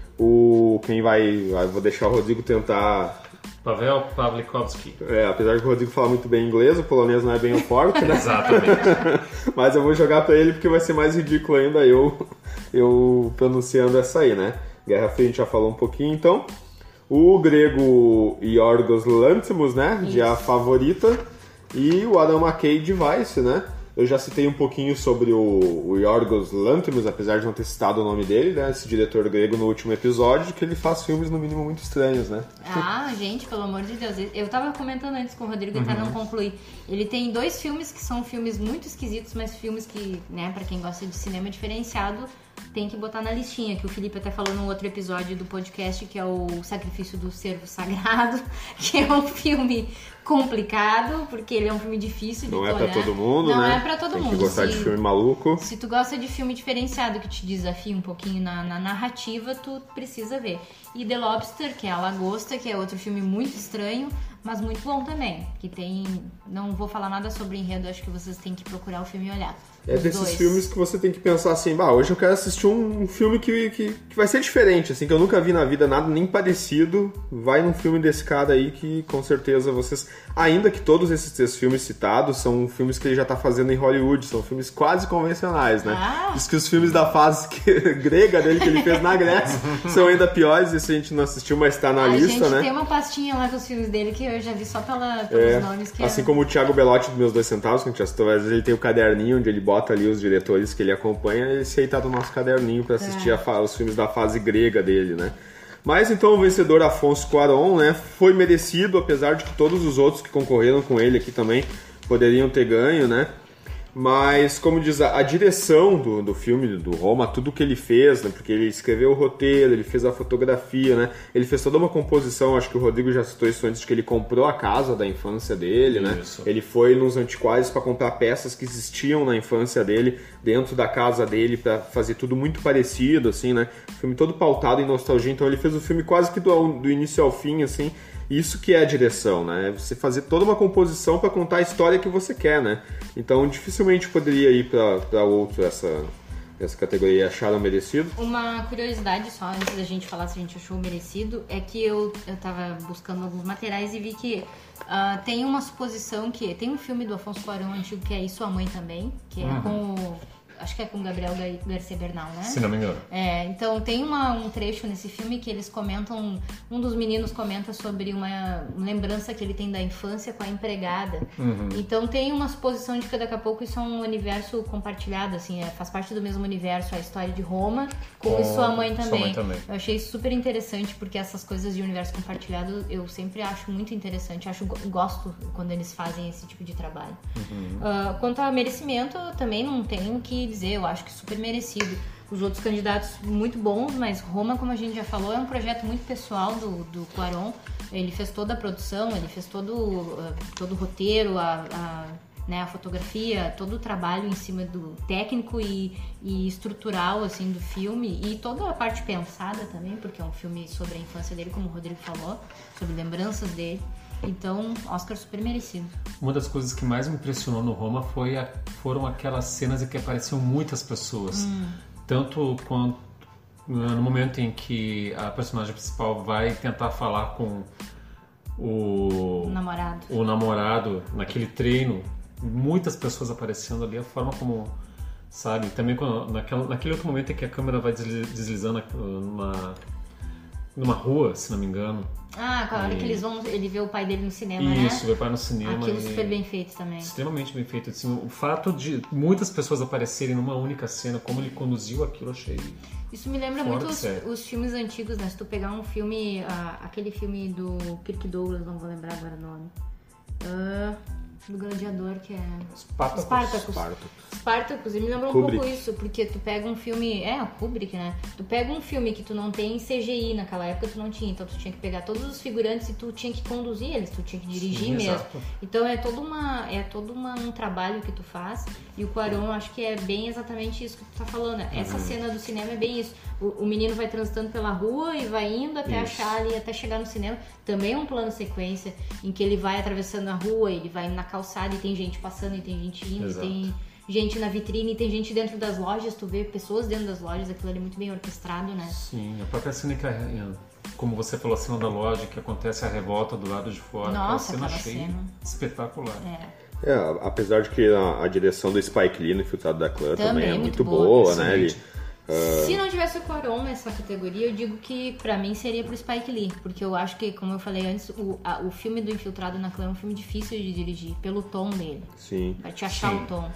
S1: O, quem vai... Eu vou deixar o Rodrigo tentar...
S3: Pavel Pawlikowski.
S1: É, apesar de o Rodrigo falar muito bem inglês, o polonês não é bem o forte, né?
S3: Exatamente.
S1: Mas eu vou jogar pra ele porque vai ser mais ridículo ainda eu, eu pronunciando essa aí, né? Guerra Fria a gente já falou um pouquinho, então... o grego Yorgos Lanthimos, né, de A Favorita, e o Adam McKay de Vice, né. Eu já citei um pouquinho sobre o, o Yorgos Lanthimos, apesar de não ter citado o nome dele, né? Esse diretor grego no último episódio, que ele faz filmes no mínimo muito estranhos, né?
S2: Ah, gente, pelo amor de Deus. Eu tava comentando antes com o Rodrigo, uhum. Até não concluir. Ele tem dois filmes que são filmes muito esquisitos, mas filmes que, né, pra quem gosta de cinema diferenciado, tem que botar na listinha, que o Felipe até falou num outro episódio do podcast, que é o Sacrifício do Cervo Sagrado, que é um filme complicado, porque ele é um filme difícil de
S1: Não
S2: tu
S1: é pra
S2: olhar.
S1: todo mundo,
S2: Não
S1: né?
S2: é pra todo
S1: tem
S2: mundo.
S1: Tem que gostar
S2: se,
S1: de filme maluco.
S2: Se tu gosta de filme diferenciado, que te desafia um pouquinho na, na narrativa, tu precisa ver. E The Lobster, que é a Lagosta, que é outro filme muito estranho, mas muito bom também. Que tem... Não vou falar nada sobre enredo, acho que vocês têm que procurar o filme e olhar.
S1: É
S2: Os
S1: desses
S2: dois.
S1: filmes que você tem que pensar assim, bah, hoje eu quero assistir um, um filme que, que, que vai ser diferente, assim, que eu nunca vi na vida, nada nem parecido. Vai num filme desse cara aí que com certeza vocês... Ainda que todos esses três filmes citados são filmes que ele já tá fazendo em Hollywood, são filmes quase convencionais, né?
S2: Ah.
S1: Diz que os filmes da fase que, grega dele que ele fez na Grécia são ainda piores, isso a gente não assistiu, mas tá na
S2: a
S1: lista,
S2: gente
S1: né?
S2: tem uma pastinha lá dos filmes dele que eu já vi só pela, pelos
S1: É,
S2: nomes. Que
S1: assim
S2: é...
S1: como o Thiago Belotti dos Meus Dois Centavos, que a gente já citou, às vezes ele tem o caderninho onde ele bota ali os diretores que ele acompanha, e esse aí tá do nosso caderninho pra assistir
S2: é.
S1: a fa- os filmes da fase grega dele, né? Mas então o vencedor Afonso Cuarón, né, foi merecido, apesar de que todos os outros que concorreram com ele aqui também poderiam ter ganho, né? Mas, como diz, a, a direção do, do filme, do Roma, tudo que ele fez, né? Porque ele escreveu o roteiro, ele fez a fotografia, né? Ele fez toda uma composição, acho que o Rodrigo já citou isso antes, que ele comprou a casa da infância dele,
S3: isso.
S1: né? Ele foi nos antiquários para comprar peças que existiam na infância dele, dentro da casa dele, para fazer tudo muito parecido, assim, né? O filme todo pautado em nostalgia, então ele fez o filme quase que do, do início ao fim, assim. Isso que é a direção, né? Você fazer toda uma composição para contar a história que você quer, né? Então dificilmente poderia ir para outro essa, essa categoria. Acharam merecido?
S2: Uma curiosidade só, antes da gente falar se a gente achou merecido, é que eu, eu tava buscando alguns materiais e vi que uh, tem uma suposição que... Tem um filme do Afonso Cuarón antigo que é E Sua Mãe Também, que é
S3: uhum.
S2: com o... Acho que é com o Gabriel Garcia Bernal, né?
S3: Se não me engano.
S2: É, então tem uma, um trecho nesse filme que eles comentam... Um dos meninos comenta sobre uma lembrança que ele tem da infância com a empregada.
S3: Uhum.
S2: Então tem uma suposição de que daqui a pouco isso é um universo compartilhado, assim, é, faz parte do mesmo universo a história de Roma, com
S3: com
S2: E Sua Mãe Também.
S3: Sua Mãe Também.
S2: Eu achei super interessante, porque essas coisas de universo compartilhado eu sempre acho muito interessante, acho gosto quando eles fazem esse tipo de trabalho.
S3: Uhum.
S2: Uh, quanto a merecimento, eu também não tenho o que dizer, eu acho que super merecido. Os outros candidatos muito bons, mas Roma, como a gente já falou, é um projeto muito pessoal do, do Cuarón. Ele fez toda a produção, ele fez todo, uh, todo o roteiro, a, a, né, a fotografia, todo o trabalho em cima do técnico e, e estrutural assim, do filme, e toda a parte pensada também, porque é um filme sobre a infância dele, como o Rodrigo falou, sobre lembranças dele. Então, Oscar super merecido.
S3: Uma das coisas que mais me impressionou no Roma foi a, foram aquelas cenas em que apareciam muitas pessoas. Hum. Tanto quanto no momento em que a personagem principal vai tentar falar com o,
S2: o namorado.
S3: o namorado naquele treino, muitas pessoas aparecendo ali, a forma como, sabe, também quando, naquela, naquele outro momento em que a câmera vai deslizando numa, numa rua, se não me engano.
S2: Ah, a hora
S3: e...
S2: que eles vão, ele vê o pai dele no cinema,
S3: Isso,
S2: né?
S3: Isso, vê o pai no cinema.
S2: Aquilo
S3: e...
S2: super bem feito também.
S3: Extremamente bem feito. Assim, o fato de muitas pessoas aparecerem numa única cena, como ele conduziu aquilo, eu achei...
S2: Isso me lembra muito os, os filmes antigos, né? Se tu pegar um filme, uh, aquele filme do Kirk Douglas, não vou lembrar agora o nome. Uh, do Gladiador, que é...
S3: Spartacus.
S2: Spartacus.
S1: Spartacus.
S2: Spartacus, e me lembra um
S1: Kubrick.
S2: pouco isso, porque tu pega um filme... É, o Kubrick, né? Tu pega um filme que tu não tem C G I, naquela época tu não tinha, então tu tinha que pegar todos os figurantes e tu tinha que conduzir eles, tu tinha que dirigir
S3: Sim,
S2: mesmo.
S3: Exato.
S2: Então é todo, uma, é todo uma, um trabalho que tu faz, e o Cuarón, eu acho que é bem exatamente isso que tu tá falando. Essa uhum. cena do cinema é bem isso. O, o menino vai transitando pela rua e vai indo até
S3: isso.
S2: achar ali, até chegar no cinema. Também é um plano sequência em que ele vai atravessando a rua, ele vai na calçada e tem gente passando e tem gente indo,
S3: Exato.
S2: tem gente na vitrine, tem gente dentro das lojas, tu vê pessoas dentro das lojas, aquilo ali é muito bem orquestrado, né?
S3: Sim, a própria cena que, como você falou, a cena da loja, que acontece a revolta do lado de fora.
S2: Nossa,
S3: aquela cena
S2: aquela
S3: achei
S2: cena.
S3: espetacular.
S2: É.
S1: É, apesar de que a, a direção do Spike Lee no Infiltrado da Clã também,
S2: Também
S1: é
S2: muito
S1: muito
S2: boa,
S1: boa, né? Ele,
S2: Se não tivesse o Cuarón nessa categoria, eu digo que pra mim seria pro Spike Lee, porque eu acho que, como eu falei antes, o, a, o filme do Infiltrado na Clã é um filme difícil de dirigir, pelo tom dele.
S1: Sim.
S2: Vai te achar
S3: Sim.
S2: o tom.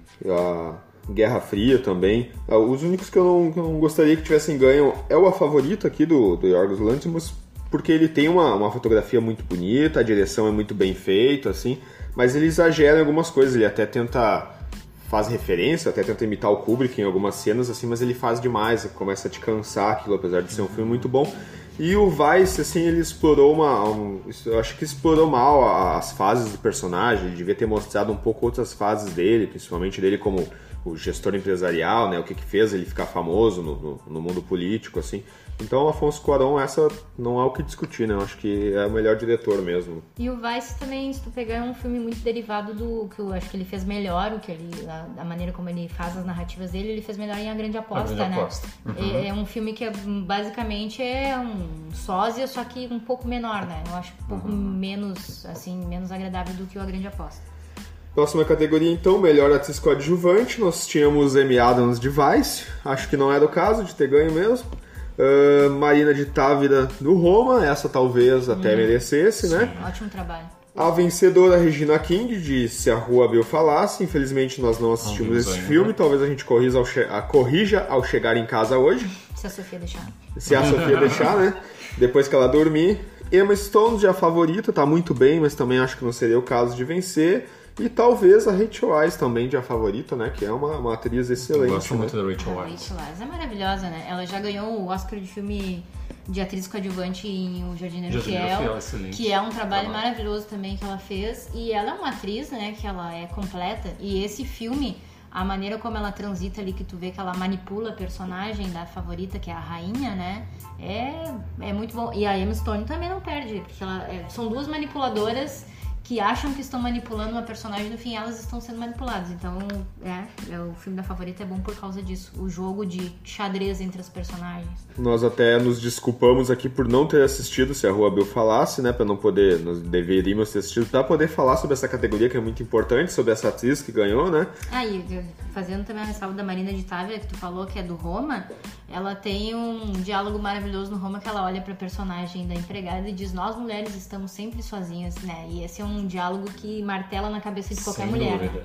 S1: A Guerra Fria também. Os únicos que eu não, que eu não gostaria que tivessem ganho é o A Favorita aqui do, do Yorgos Lanthimos, porque ele tem uma, uma fotografia muito bonita, a direção é muito bem feita, assim, mas ele exagera em algumas coisas, ele até tenta... faz referência, até tenta imitar o Kubrick em algumas cenas, assim, mas ele faz demais, começa a te cansar aquilo, apesar de ser um filme muito bom. E o Vice, assim, ele explorou uma... Um, eu acho que explorou mal as fases do personagem, ele devia ter mostrado um pouco outras fases dele, principalmente dele como o gestor empresarial, né, o que que fez ele ficar famoso no, no, no mundo político, assim. Então, Afonso Cuarón, essa não há o que discutir, né? Eu acho que é o melhor diretor mesmo.
S2: E o Vice também, se tu pegar, é um filme muito derivado do que eu acho que ele fez melhor, o que ele, a, a maneira como ele faz as narrativas dele, ele fez melhor em A Grande Aposta,
S3: A Grande
S2: né?
S3: Aposta. Uhum.
S2: É, é um filme que é, basicamente é um sósia, só que um pouco menor, né? Eu acho um pouco uhum. menos, assim, menos agradável do que o A Grande Aposta.
S1: Próxima categoria, então, melhor atriz coadjuvante. Nós tínhamos Amy Adams de Vice, acho que não era o caso de ter ganho mesmo. Uh, Marina de Távira do Roma, essa talvez até hum, merecesse,
S2: sim,
S1: né?
S2: Ótimo trabalho.
S1: A vencedora Regina King de Se a Rua Abriu Falasse. Infelizmente nós não assistimos esse ainda. filme, talvez a gente corrija ao, che- a corrija ao chegar em casa hoje.
S2: Se a Sofia deixar.
S1: Se a Sofia deixar, né? Depois que ela dormir. Emma Stone já favorita, tá muito bem, mas também acho que não seria o caso de vencer. E talvez a Rachel Weisz também de A Favorita, né? Que é uma, uma atriz excelente. Eu
S3: gosto
S1: né?
S3: muito da Rachel Weisz.
S2: A Rachel Weisz é maravilhosa, né? Ela já ganhou o Oscar de filme de atriz coadjuvante em O Jardineiro
S3: Jardineiro
S2: Fiel,
S3: Fiel
S2: que é um trabalho ah, maravilhoso também que ela fez. E ela é uma atriz, né? Que ela é completa. E esse filme, a maneira como ela transita ali, que tu vê que ela manipula a personagem da Favorita, que é a rainha, né? É, é muito bom. E a Emma Stone também não perde, porque ela, é, são duas manipuladoras que acham que estão manipulando uma personagem, no fim elas estão sendo manipuladas. Então, é, é, o filme da Favorita é bom por causa disso. O jogo de xadrez entre as personagens.
S1: Nós até nos desculpamos aqui por não ter assistido Se a Rua Abriu Falasse, né? Pra não poder, nós deveríamos ter assistido, pra poder falar sobre essa categoria que é muito importante, sobre essa atriz que ganhou, né?
S2: Ah, e fazendo também a ressalva da Marina de Távira, que tu falou que é do Roma, ela tem um diálogo maravilhoso no Roma que ela olha pra personagem da empregada e diz: nós mulheres estamos sempre sozinhas, né? E esse é um um diálogo que martela na cabeça de qualquer
S3: Sem
S2: mulher.
S3: Dúvida.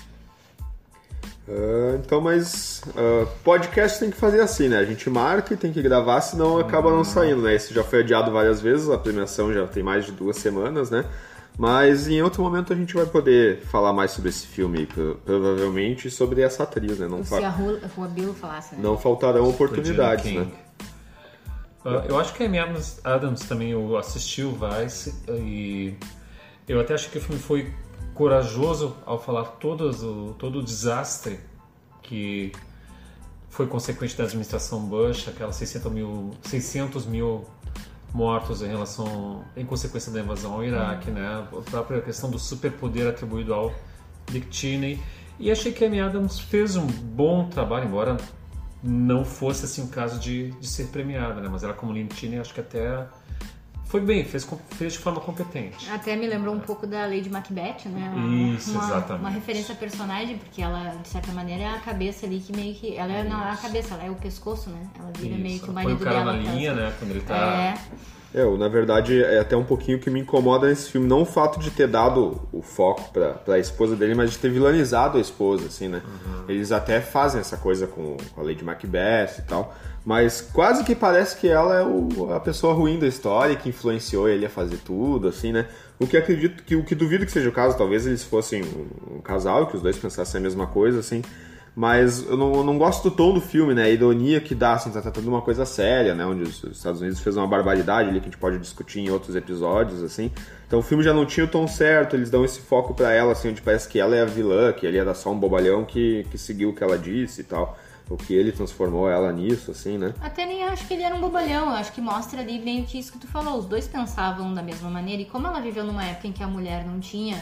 S1: Uh, então, mas uh, podcast tem que fazer assim, né? A gente marca e tem que gravar, senão acaba não saindo, né? Esse já foi adiado várias vezes, a premiação já tem mais de duas semanas, né? Mas em outro momento a gente vai poder falar mais sobre esse filme, provavelmente, sobre essa atriz, né? Não
S2: Se fa- a Rua, Rua Bill falasse, né?
S1: Não faltarão oportunidades, né?
S3: Uh, eu acho que a Amy Adams, Adams também eu assisti o Vice e eu até acho que o filme foi corajoso ao falar todos o, todo o desastre que foi consequente da administração Bush, aquelas seiscentos mil, seiscentos mil mortos em relação, em consequência da invasão ao Iraque, né? A própria questão do superpoder atribuído ao Dick Cheney. E achei que a Amy Adams fez um bom trabalho, embora não fosse assim o caso de, de ser premiada, né? Mas ela, como Lynn Cheney, acho que até foi bem, fez, fez de forma competente.
S2: Até me lembrou um pouco da Lady Macbeth, né?
S3: Isso,
S2: uma,
S3: exatamente.
S2: Uma referência à personagem, porque ela, de certa maneira, é a cabeça ali que meio que... Ela não é a cabeça, ela é o pescoço, né? Ela vira
S3: Isso.
S2: meio que o marido
S3: Põe o cara
S2: dela.
S3: na linha, né? Quando ele tá...
S2: É...
S1: É, na verdade, é até um pouquinho que me incomoda nesse filme, não o fato de ter dado o foco pra, pra esposa dele, mas de ter vilanizado a esposa, assim, né? Uhum. Eles até fazem essa coisa com, com a Lady Macbeth e tal, mas quase que parece que ela é o, a pessoa ruim da história, que influenciou ele a fazer tudo, assim, né? O que acredito, que o que duvido que seja o caso, talvez eles fossem um, um casal, que os dois pensassem a mesma coisa, assim. Mas eu não, eu não gosto do tom do filme, né? A ironia que dá, assim, tá tratando uma coisa séria, né? Onde os Estados Unidos fez uma barbaridade ali que a gente pode discutir em outros episódios, assim. Então o filme já não tinha o tom certo, eles dão esse foco pra ela, assim, onde parece que ela é a vilã, que ele era só um bobalhão que, que seguiu o que ela disse e tal. O que ele transformou ela nisso, assim, né?
S2: Até nem acho que ele era um bobalhão, eu acho que mostra ali meio que isso que tu falou. Os dois pensavam da mesma maneira, e como ela viveu numa época em que a mulher não tinha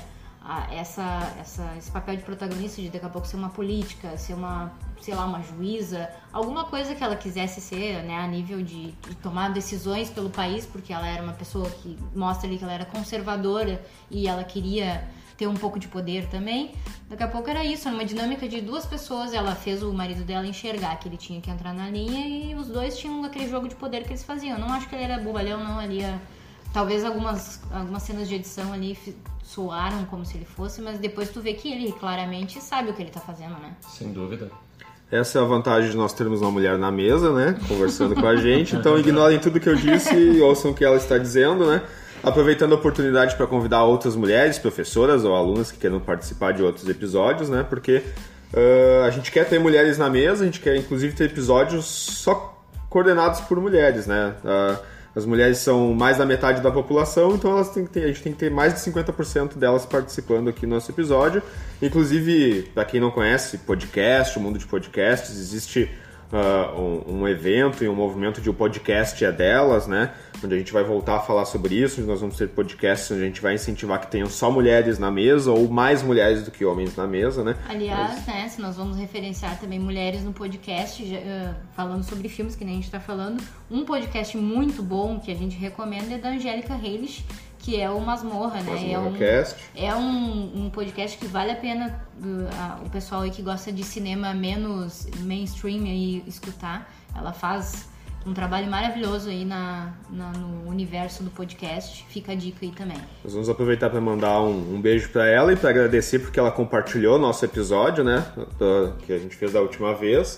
S2: a, essa, essa, esse papel de protagonista, de daqui a pouco ser uma política, ser uma, sei lá, uma juíza, alguma coisa que ela quisesse ser, né, a nível de, de tomar decisões pelo país, porque ela era uma pessoa que mostra ali que ela era conservadora e ela queria ter um pouco de poder também. Daqui a pouco era isso, era uma dinâmica de duas pessoas. Ela fez o marido dela enxergar que ele tinha que entrar na linha e os dois tinham aquele jogo de poder que eles faziam. Eu não acho que ele era bobalhão, não. Ali, talvez algumas, algumas cenas de edição ali soaram como se ele fosse, mas depois tu vê que ele claramente sabe o que ele tá fazendo, né?
S3: Sem dúvida.
S1: Essa é a vantagem de nós termos uma mulher na mesa, né? Conversando com a gente. Então ignorem tudo que eu disse e ouçam o que ela está dizendo, né? Aproveitando a oportunidade para convidar outras mulheres, professoras ou alunas que queiram participar de outros episódios, né? Porque uh, a gente quer ter mulheres na mesa, a gente quer inclusive ter episódios só coordenados por mulheres, né? Uh, as mulheres são mais da metade da população, então elas têm que ter, a gente tem que ter mais de cinquenta por cento delas participando aqui no nosso episódio. Inclusive, para quem não conhece podcast, o mundo de podcasts, existe Uh, um, um evento e um movimento de o podcast é delas, né? Onde a gente vai voltar a falar sobre isso, onde nós vamos ter podcasts onde a gente vai incentivar que tenham só mulheres na mesa ou mais mulheres do que homens na mesa, né?
S2: Aliás,
S1: Mas...
S2: né, se nós vamos referenciar também mulheres no podcast, uh, falando sobre filmes, que nem a gente tá falando, um podcast muito bom que a gente recomenda é da Angélica Reis, que é o Masmorra, né? É, um, é um, um podcast que vale a pena uh, o pessoal aí que gosta de cinema menos mainstream aí escutar. Ela faz um trabalho maravilhoso aí na, na, no universo do podcast. Fica a dica aí também.
S1: Nós vamos aproveitar para mandar um, um beijo para ela e para agradecer porque ela compartilhou nosso episódio, né? Que a gente fez da última vez.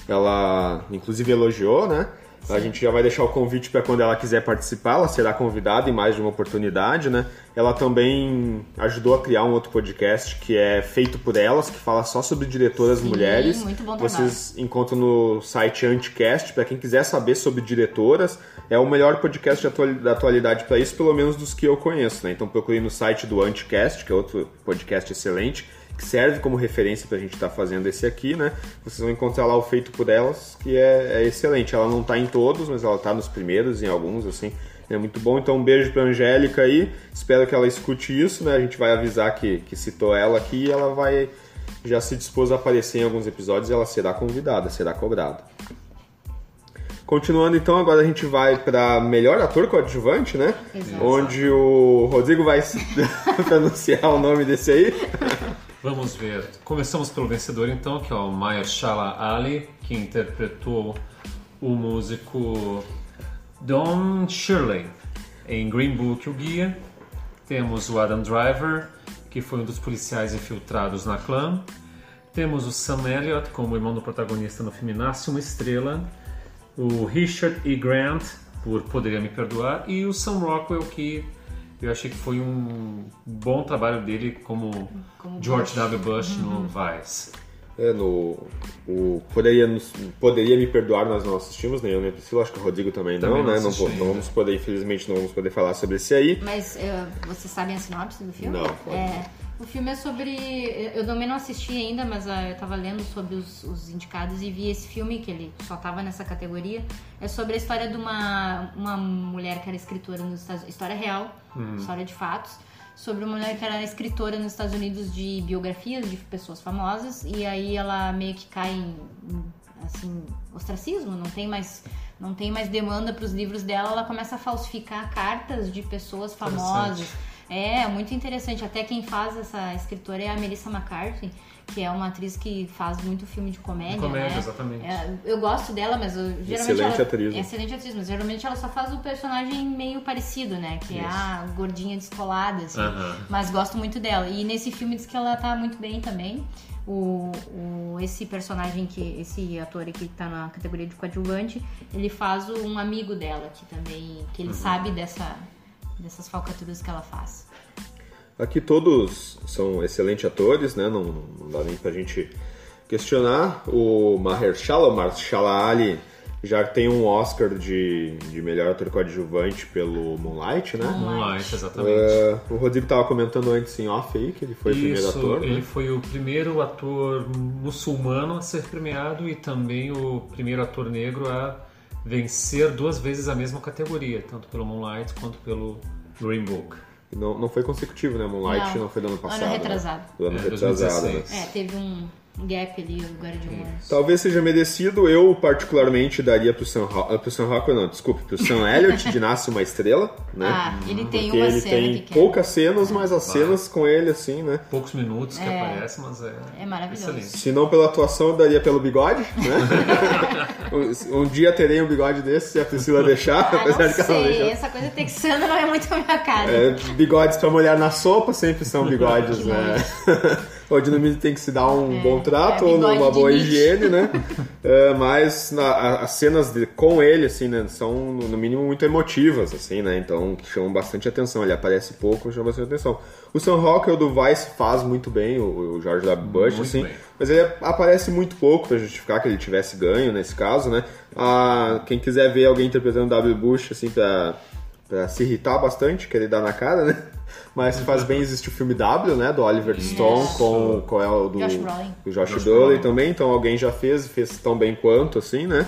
S1: Ela, inclusive, elogiou, né? Sim. A gente já vai deixar o convite para quando ela quiser participar, ela será convidada em mais de uma oportunidade, né? Ela também ajudou a criar um outro podcast que é feito por elas, que fala só sobre diretoras
S2: Sim,
S1: mulheres.
S2: Muito bom
S1: Vocês encontram no site Anticast, para quem quiser saber sobre diretoras. É o melhor podcast da atualidade para isso, pelo menos dos que eu conheço, né? Então procure no site do Anticast, que é outro podcast excelente, que serve como referência pra gente estar tá fazendo esse aqui, né? Vocês vão encontrar lá o Feito por Elas, que é, é excelente. Ela não tá em todos, mas ela tá nos primeiros, em alguns, assim. É muito bom. Então um beijo pra Angélica aí. Espero que ela escute isso, né? A gente vai avisar que, que citou ela aqui e ela vai... Já se dispôs a aparecer em alguns episódios e ela será convidada, será cobrada. Continuando então, agora a gente vai para melhor ator coadjuvante, né?
S2: Exato.
S1: Onde o Rodrigo vai pronunciar o nome desse aí.
S3: Vamos ver. Começamos pelo vencedor então, que é o Mahershala Ali, que interpretou o músico Don Shirley em Green Book, o Guia. Temos o Adam Driver, que foi um dos policiais infiltrados na clã. Temos o Sam Elliott como irmão do protagonista no filme Nasce uma Estrela. O Richard E. Grant, por Poderia Me Perdoar. E o Sam Rockwell, que eu achei que foi um bom trabalho dele como, como George W. Bush no Vice.
S1: É, no o Poderia, Poderia Me Perdoar nós não assistimos, nem eu nem a Priscila, acho que o Rodrigo também, também não, não né? Não, não vamos poder, infelizmente, não vamos poder falar sobre esse aí.
S2: Mas uh, vocês sabem a sinopse do filme?
S1: Não.
S2: É, o filme é sobre... Eu também não assisti ainda, mas uh, eu tava lendo sobre os, os indicados e vi esse filme, que ele só tava nessa categoria. É sobre a história de uma, uma mulher que era escritora nos Estados Unidos. História real, uhum. História de fatos. Sobre uma mulher que era escritora nos Estados Unidos de biografias de pessoas famosas. E aí ela meio que cai em, assim, ostracismo, não tem mais... Não tem mais demanda para os livros dela, ela começa a falsificar cartas de pessoas famosas. É, muito interessante. Até quem faz essa escritora é a Melissa McCarthy, que é uma atriz que faz muito filme de comédia, de comédia, né?
S3: Exatamente.
S2: É, eu gosto dela, mas eu, geralmente
S1: excelente
S2: ela,
S1: atriz.
S2: É excelente atriz, mas geralmente ela só faz o personagem meio parecido, né? Que Isso. é a gordinha descolada, assim. Uh-huh. Mas gosto muito dela. E nesse filme diz que ela tá muito bem também. O, o, esse personagem, que esse ator que tá na categoria de coadjuvante, ele faz um amigo dela, que também, que ele uhum. sabe dessa, dessas falcatruas que ela faz.
S1: Aqui todos são excelentes atores, né? Não, não dá nem pra gente questionar. O Mahershala, Mahershala Ali, já tem um Oscar de, de melhor ator coadjuvante pelo Moonlight, né?
S3: Moonlight, exatamente.
S1: Uh, o Rodrigo estava comentando antes em off aí que ele foi
S3: Isso,
S1: o primeiro ator.
S3: Ele
S1: né?
S3: foi o primeiro ator muçulmano a ser premiado e também o primeiro ator negro a vencer duas vezes a mesma categoria, tanto pelo Moonlight quanto pelo Green Book.
S1: Não, não foi consecutivo, né? Moonlight não, não foi do ano passado.
S2: Ano retrasado.
S1: Né? Do ano
S3: é,
S1: retrasado, né?
S2: É, teve um gap ali agora de um ano.
S1: Talvez seja merecido. Eu, particularmente, daria pro Sam, Ho- pro Sam Rockwell, não, desculpe, pro Sam Elliott de Nasce Uma Estrela, né?
S2: Ah, ele tem
S1: Porque
S2: uma
S1: ele
S2: cena
S1: tem
S2: que
S1: poucas cenas, mas as cenas com ele, assim, né?
S3: Poucos minutos que
S2: É.
S3: aparece, mas é,
S2: É maravilhoso.
S3: excelente.
S1: Se não pela atuação, eu daria pelo bigode, né? um, um dia terei um bigode desse, se a Priscila deixar,
S2: Ah,
S1: apesar
S2: não
S1: de que ela não
S2: sei,
S1: deixar.
S2: essa coisa texana não é muito a minha cara.
S1: É, bigodes pra molhar na sopa sempre são bigodes,
S2: Que
S1: né? Onde no mínimo tem que se dar um
S2: É,
S1: bom trato
S2: é
S1: ou
S2: bigode
S1: uma
S2: de
S1: boa
S2: Nietzsche.
S1: higiene, né? É, mas na- a- as cenas de- com ele, assim, né, são no no mínimo muito emotivas, assim, né? Então que chamam bastante atenção. Ele aparece pouco, chama bastante atenção. O Sam Rockwell do Vice faz muito bem, o, o George W. Bush,
S3: Muito
S1: assim,
S3: bem.
S1: mas ele aparece muito pouco pra justificar que ele tivesse ganho nesse caso, né? Ah, quem quiser ver alguém interpretando W. Bush, assim, pra, pra se irritar bastante, querer dar na cara, né? Mas faz bem existe o filme W, né? Do Oliver Stone,
S2: Isso.
S1: com qual é o do
S2: Josh Brolin.
S1: o Josh,
S3: Josh
S1: Brolin
S3: Brolin.
S1: também, então alguém já fez e fez tão bem quanto, assim, né?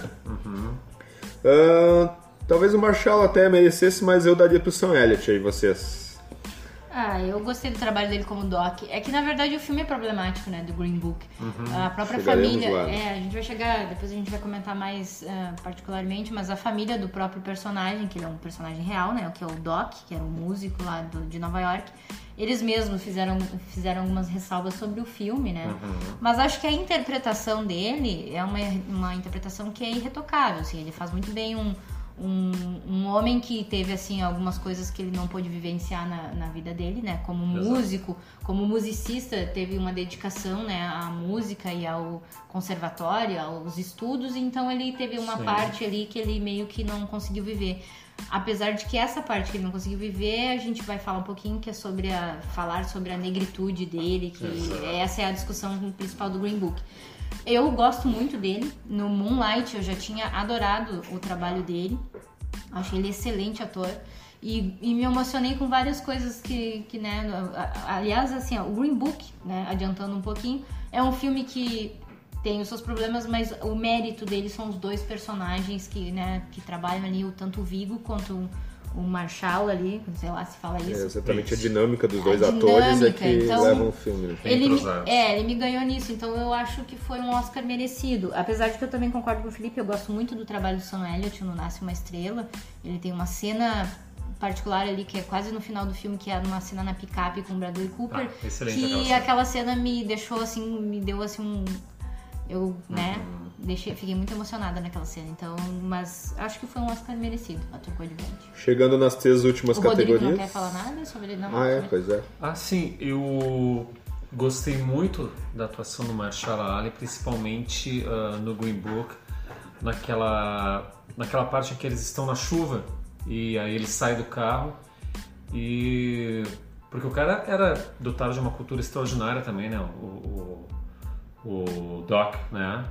S1: Ah, talvez o Marshall até merecesse, mas eu daria pro Sam Elliott aí, vocês.
S2: Ah, eu gostei do trabalho dele como Doc. É que na verdade o filme é problemático, né, do Green Book. A própria
S1: Chegaremos
S2: família,
S1: lá.
S2: é, a gente vai chegar, depois a gente vai comentar mais ah, particularmente, mas a família do próprio personagem, que ele é um personagem real, né, que é o Doc, que era um músico lá do- de Nova York. Eles mesmos fizeram, fizeram algumas ressalvas sobre o filme, né? Mas acho que a interpretação dele é uma, uma interpretação que é irretocável, assim, ele faz muito bem um Um, um homem que teve assim algumas coisas que ele não pôde vivenciar na, na vida dele, né? Como músico, como musicista, teve uma dedicação, né, à música e ao conservatório, aos estudos. Então ele teve uma
S3: Sim.
S2: parte ali que ele meio que não conseguiu viver. Apesar de que essa parte que ele não conseguiu viver, a gente vai falar um pouquinho que é sobre a falar sobre a negritude dele, que
S3: Exato.
S2: essa é a discussão principal do Green Book. Eu gosto muito dele. No Moonlight eu já tinha adorado o trabalho dele. Acho ele excelente ator. E, e me emocionei com várias coisas que, que né... a- Aliás, assim, ó, o Green Book, né, adiantando um pouquinho, é um filme que tem os seus problemas, mas o mérito dele são os dois personagens que, né, que trabalham ali, o tanto o Vigo quanto o, o Marshall ali, sei lá se fala
S1: É
S2: isso.
S1: exatamente a
S3: Isso.
S1: dinâmica dos
S2: A
S1: dois atores é
S2: dinâmica,
S1: que
S2: então-
S1: levam o filme, né?
S3: Bem
S2: Ele me,
S3: entrosados.
S2: é, ele me ganhou nisso, então eu acho que foi um Oscar merecido. Apesar de que eu também concordo com o Felipe, eu gosto muito do trabalho do Sam Elliott no Nasce Uma Estrela. Ele tem uma cena particular ali, que é quase no final do filme, que é uma cena na picape com o Bradley Cooper.
S3: Ah, excelente
S2: que
S3: aquela cena.
S2: aquela cena me deixou assim, me deu assim um... Eu, né,
S3: Uhum.
S2: deixei, fiquei muito emocionada naquela cena. Então, mas acho que foi um Oscar merecido, ator coadjuvante.
S1: Chegando nas três últimas
S2: O Rodrigo
S1: categorias.
S2: não quer falar nada sobre ele, não?
S1: Ah, é, pois é.
S3: Ah, sim, eu gostei muito da atuação do Marshall Ali, principalmente ah, no Green Book, naquela, naquela parte em que eles estão na chuva e aí ele sai do carro e... Porque o cara era dotado de uma cultura extraordinária também, né? O, o, o Doc, né?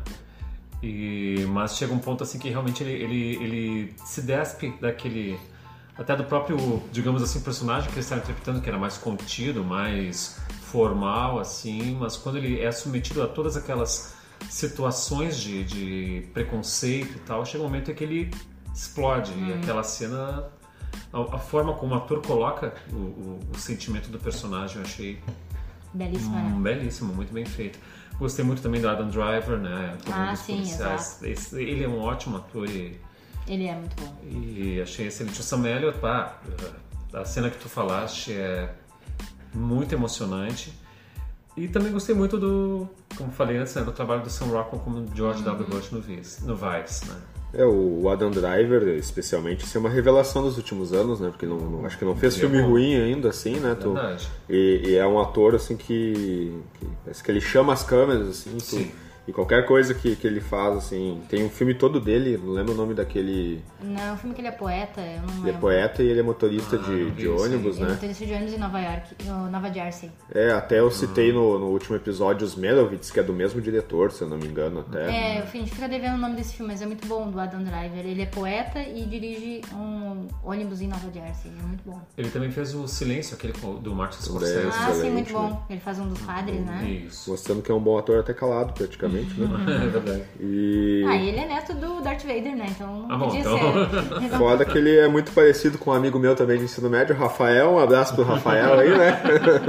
S3: E, mas chega um ponto assim que realmente ele, ele, ele se despe daquele... Até do próprio, digamos assim, personagem que ele estava interpretando, que era mais contido, mais formal, assim, mas quando ele é submetido a todas aquelas situações de, de preconceito e tal, chega um momento em que ele explode.
S2: Hum.
S3: E aquela cena, a, a forma como o ator coloca o, o, o sentimento do personagem, eu achei
S2: Belíssima,
S3: hum,
S2: né?
S3: belíssimo, muito bem feito. Gostei muito também do Adam Driver, né? como
S2: Ah,
S3: um dos
S2: sim,
S3: policiais. Esse- ele é um ótimo ator e...
S2: Ele é muito bom.
S3: E achei excelente. O Sam Elliott, pá, a cena que tu falaste é muito emocionante. E também gostei muito do, como falei antes, né, do trabalho do Sam Rockwell como George W. Bush no Vice, no Vice, né?
S1: É, o Adam Driver, especialmente, assim, é uma revelação dos últimos anos, né? Porque não, não- acho que não fez
S3: Ele é
S1: filme
S3: bom.
S1: ruim ainda, assim, né? Tu-
S3: Verdade.
S1: e, e é um ator, assim, que, que parece que ele chama as câmeras, assim, tu-
S3: Sim.
S1: e qualquer coisa que, que ele faz, assim... Tem um filme todo dele, não lembro o nome daquele...
S2: Não, o filme que ele é poeta, eu não lembro.
S1: Ele é poeta e ele é motorista
S3: Ah,
S1: de,
S3: não vi
S1: de
S3: isso aí.
S1: ônibus,
S2: Ele é
S1: né?
S2: motorista de ônibus em Nova York, no Nova Jersey.
S1: É, até eu citei no, no último episódio os Merovitz, que é do mesmo diretor, se eu não me engano, até.
S2: É, a gente fica devendo o nome desse filme, mas é muito bom, do Adam Driver. Ele é poeta e dirige um ônibus em Nova Jersey, é muito bom.
S3: Ele também fez o Silêncio, aquele com- do Martin
S1: Também.
S3: Scorsese.
S2: Ah, sim,
S1: excelente,
S2: muito
S1: né?
S2: bom. Ele faz um dos padres, né?
S3: Isso.
S1: Mostrando que é um bom ator até calado, praticamente. praticamente, né?
S3: É verdade.
S1: E...
S2: Ah, e ele é neto do Darth Vader, né? Então não
S3: Ah, bom,
S2: podia
S3: então...
S2: ser.
S1: Foda que ele é muito parecido com um amigo meu também de ensino médio, Rafael. Um abraço pro Rafael aí, né?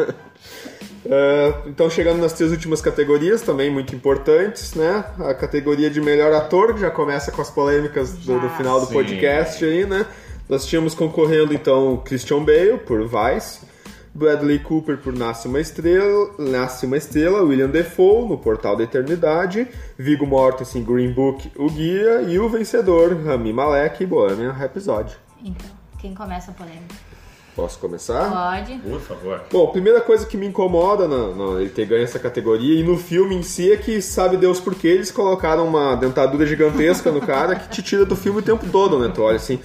S1: Uh, então, chegando nas três últimas categorias, também muito importantes, né? A categoria de melhor ator, que já começa com as polêmicas do, do final do
S3: Sim.
S1: podcast aí, né? Nós tínhamos concorrendo, então, Christian Bale, por Vice, Bradley Cooper, por Nasce uma Estrela, Nasce uma Estrela, William Dafoe, no Portal da Eternidade, Viggo Mortensen, Green Book, O Guia, e o vencedor, Rami Malek, Bohemian Rhapsody.
S2: Então, quem começa a polêmica?
S1: Posso começar?
S2: Pode.
S3: Por favor.
S1: Bom, a primeira coisa que me incomoda no, no, ele ter ganho essa categoria e no filme em si é que, sabe Deus por que eles colocaram uma dentadura gigantesca no cara que te tira do filme o tempo todo, né? Tu olha assim,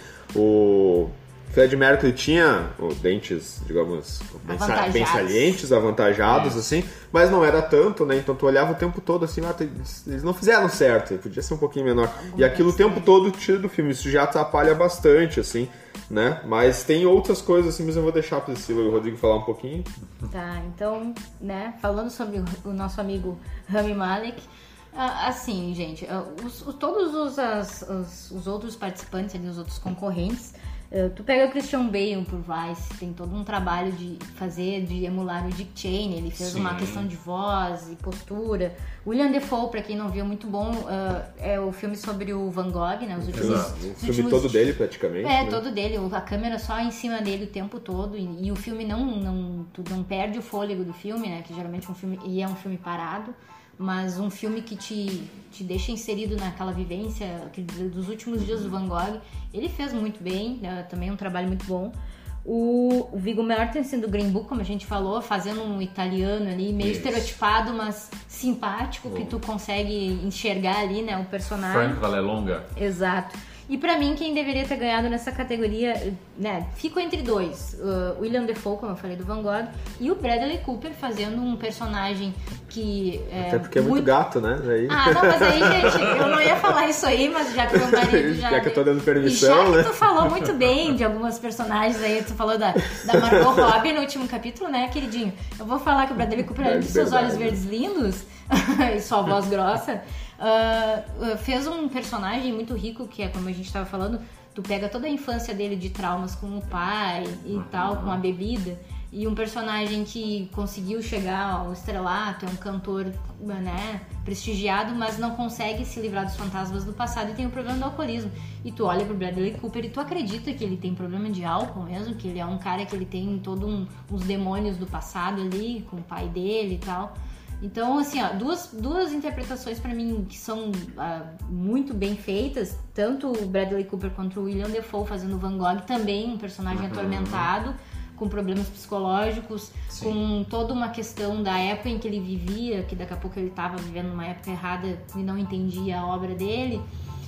S1: o Fred Mercury tinha oh, dentes, digamos, bem, sa- bem salientes, avantajados, é. assim, mas não era tanto, né? Então tu olhava o tempo todo assim, ah, eles não fizeram certo, podia ser um pouquinho menor. Algum e aquilo o tempo todo tira do filme, isso já atrapalha bastante, assim, né? Mas tem outras coisas assim, mas eu vou deixar a Priscila e o Rodrigo falar um pouquinho.
S2: Tá, então, né, falando sobre o nosso amigo Rami Malek, assim, gente, os, os, todos os, as, os, os outros participantes, ali, os outros concorrentes, Uh, tu pega o Christian Bale por Vice, tem todo um trabalho de fazer, de emular o Dick Cheney, ele fez Sim. uma questão de voz e postura. William Dafoe, pra quem não viu, muito bom, uh, é o filme sobre o Van Gogh, né? Os últimos,
S1: Exato. O filme
S2: últimos...
S1: todo dele, praticamente.
S2: É,
S1: né?
S2: todo dele, a câmera só em cima dele o tempo todo, e, e o filme não, não, tu não perde o fôlego do filme, né? Que geralmente é um filme, e é um filme parado, mas um filme que te, te deixa inserido naquela vivência dos últimos dias do Van Gogh. Ele fez muito bem, né? Também é um trabalho muito bom. O, o Viggo Mortensen do Green Book, como a gente falou, fazendo um italiano ali, meio Isso. estereotipado, mas simpático, oh. que tu consegue enxergar ali, né, o personagem.
S3: Frank Vallelonga.
S2: Exato. E pra mim, quem deveria ter ganhado nessa categoria, né, ficou entre dois. Uh, William Dafoe, como eu falei, do Van Gogh, e o Bradley Cooper fazendo um personagem que... É,
S1: Até porque é muito, muito gato, né? Aí...
S2: Ah, não, mas aí, gente, eu não ia falar isso aí, mas já que meu marido já...
S1: já que eu tô dando permissão,
S2: já
S1: né?
S2: que tu falou muito bem de algumas personagens aí, tu falou da, da Margot Robbie no último capítulo, né, queridinho? Eu vou falar que o Bradley Cooper, além de seus olhos verdes lindos e sua voz grossa... Uh, fez um personagem muito rico, que é como a gente estava falando, tu pega toda a infância dele de traumas com o pai e uhum. tal, com a bebida, e um personagem que conseguiu chegar ao estrelato, é um cantor, né, prestigiado, mas não consegue se livrar dos fantasmas do passado e tem o problema do alcoolismo. E tu olha pro Bradley Cooper e tu acredita que ele tem problema de álcool mesmo, que ele é um cara que ele tem todos um, uns demônios do passado ali, com o pai dele e tal. Então, assim, ó, duas, duas interpretações pra mim que são uh, muito bem feitas, tanto o Bradley Cooper quanto o William Dafoe fazendo o Van Gogh, também um personagem uhum. atormentado, com problemas psicológicos, Sim. com toda uma questão da época em que ele vivia, que daqui a pouco ele estava vivendo numa época errada e não entendia a obra dele.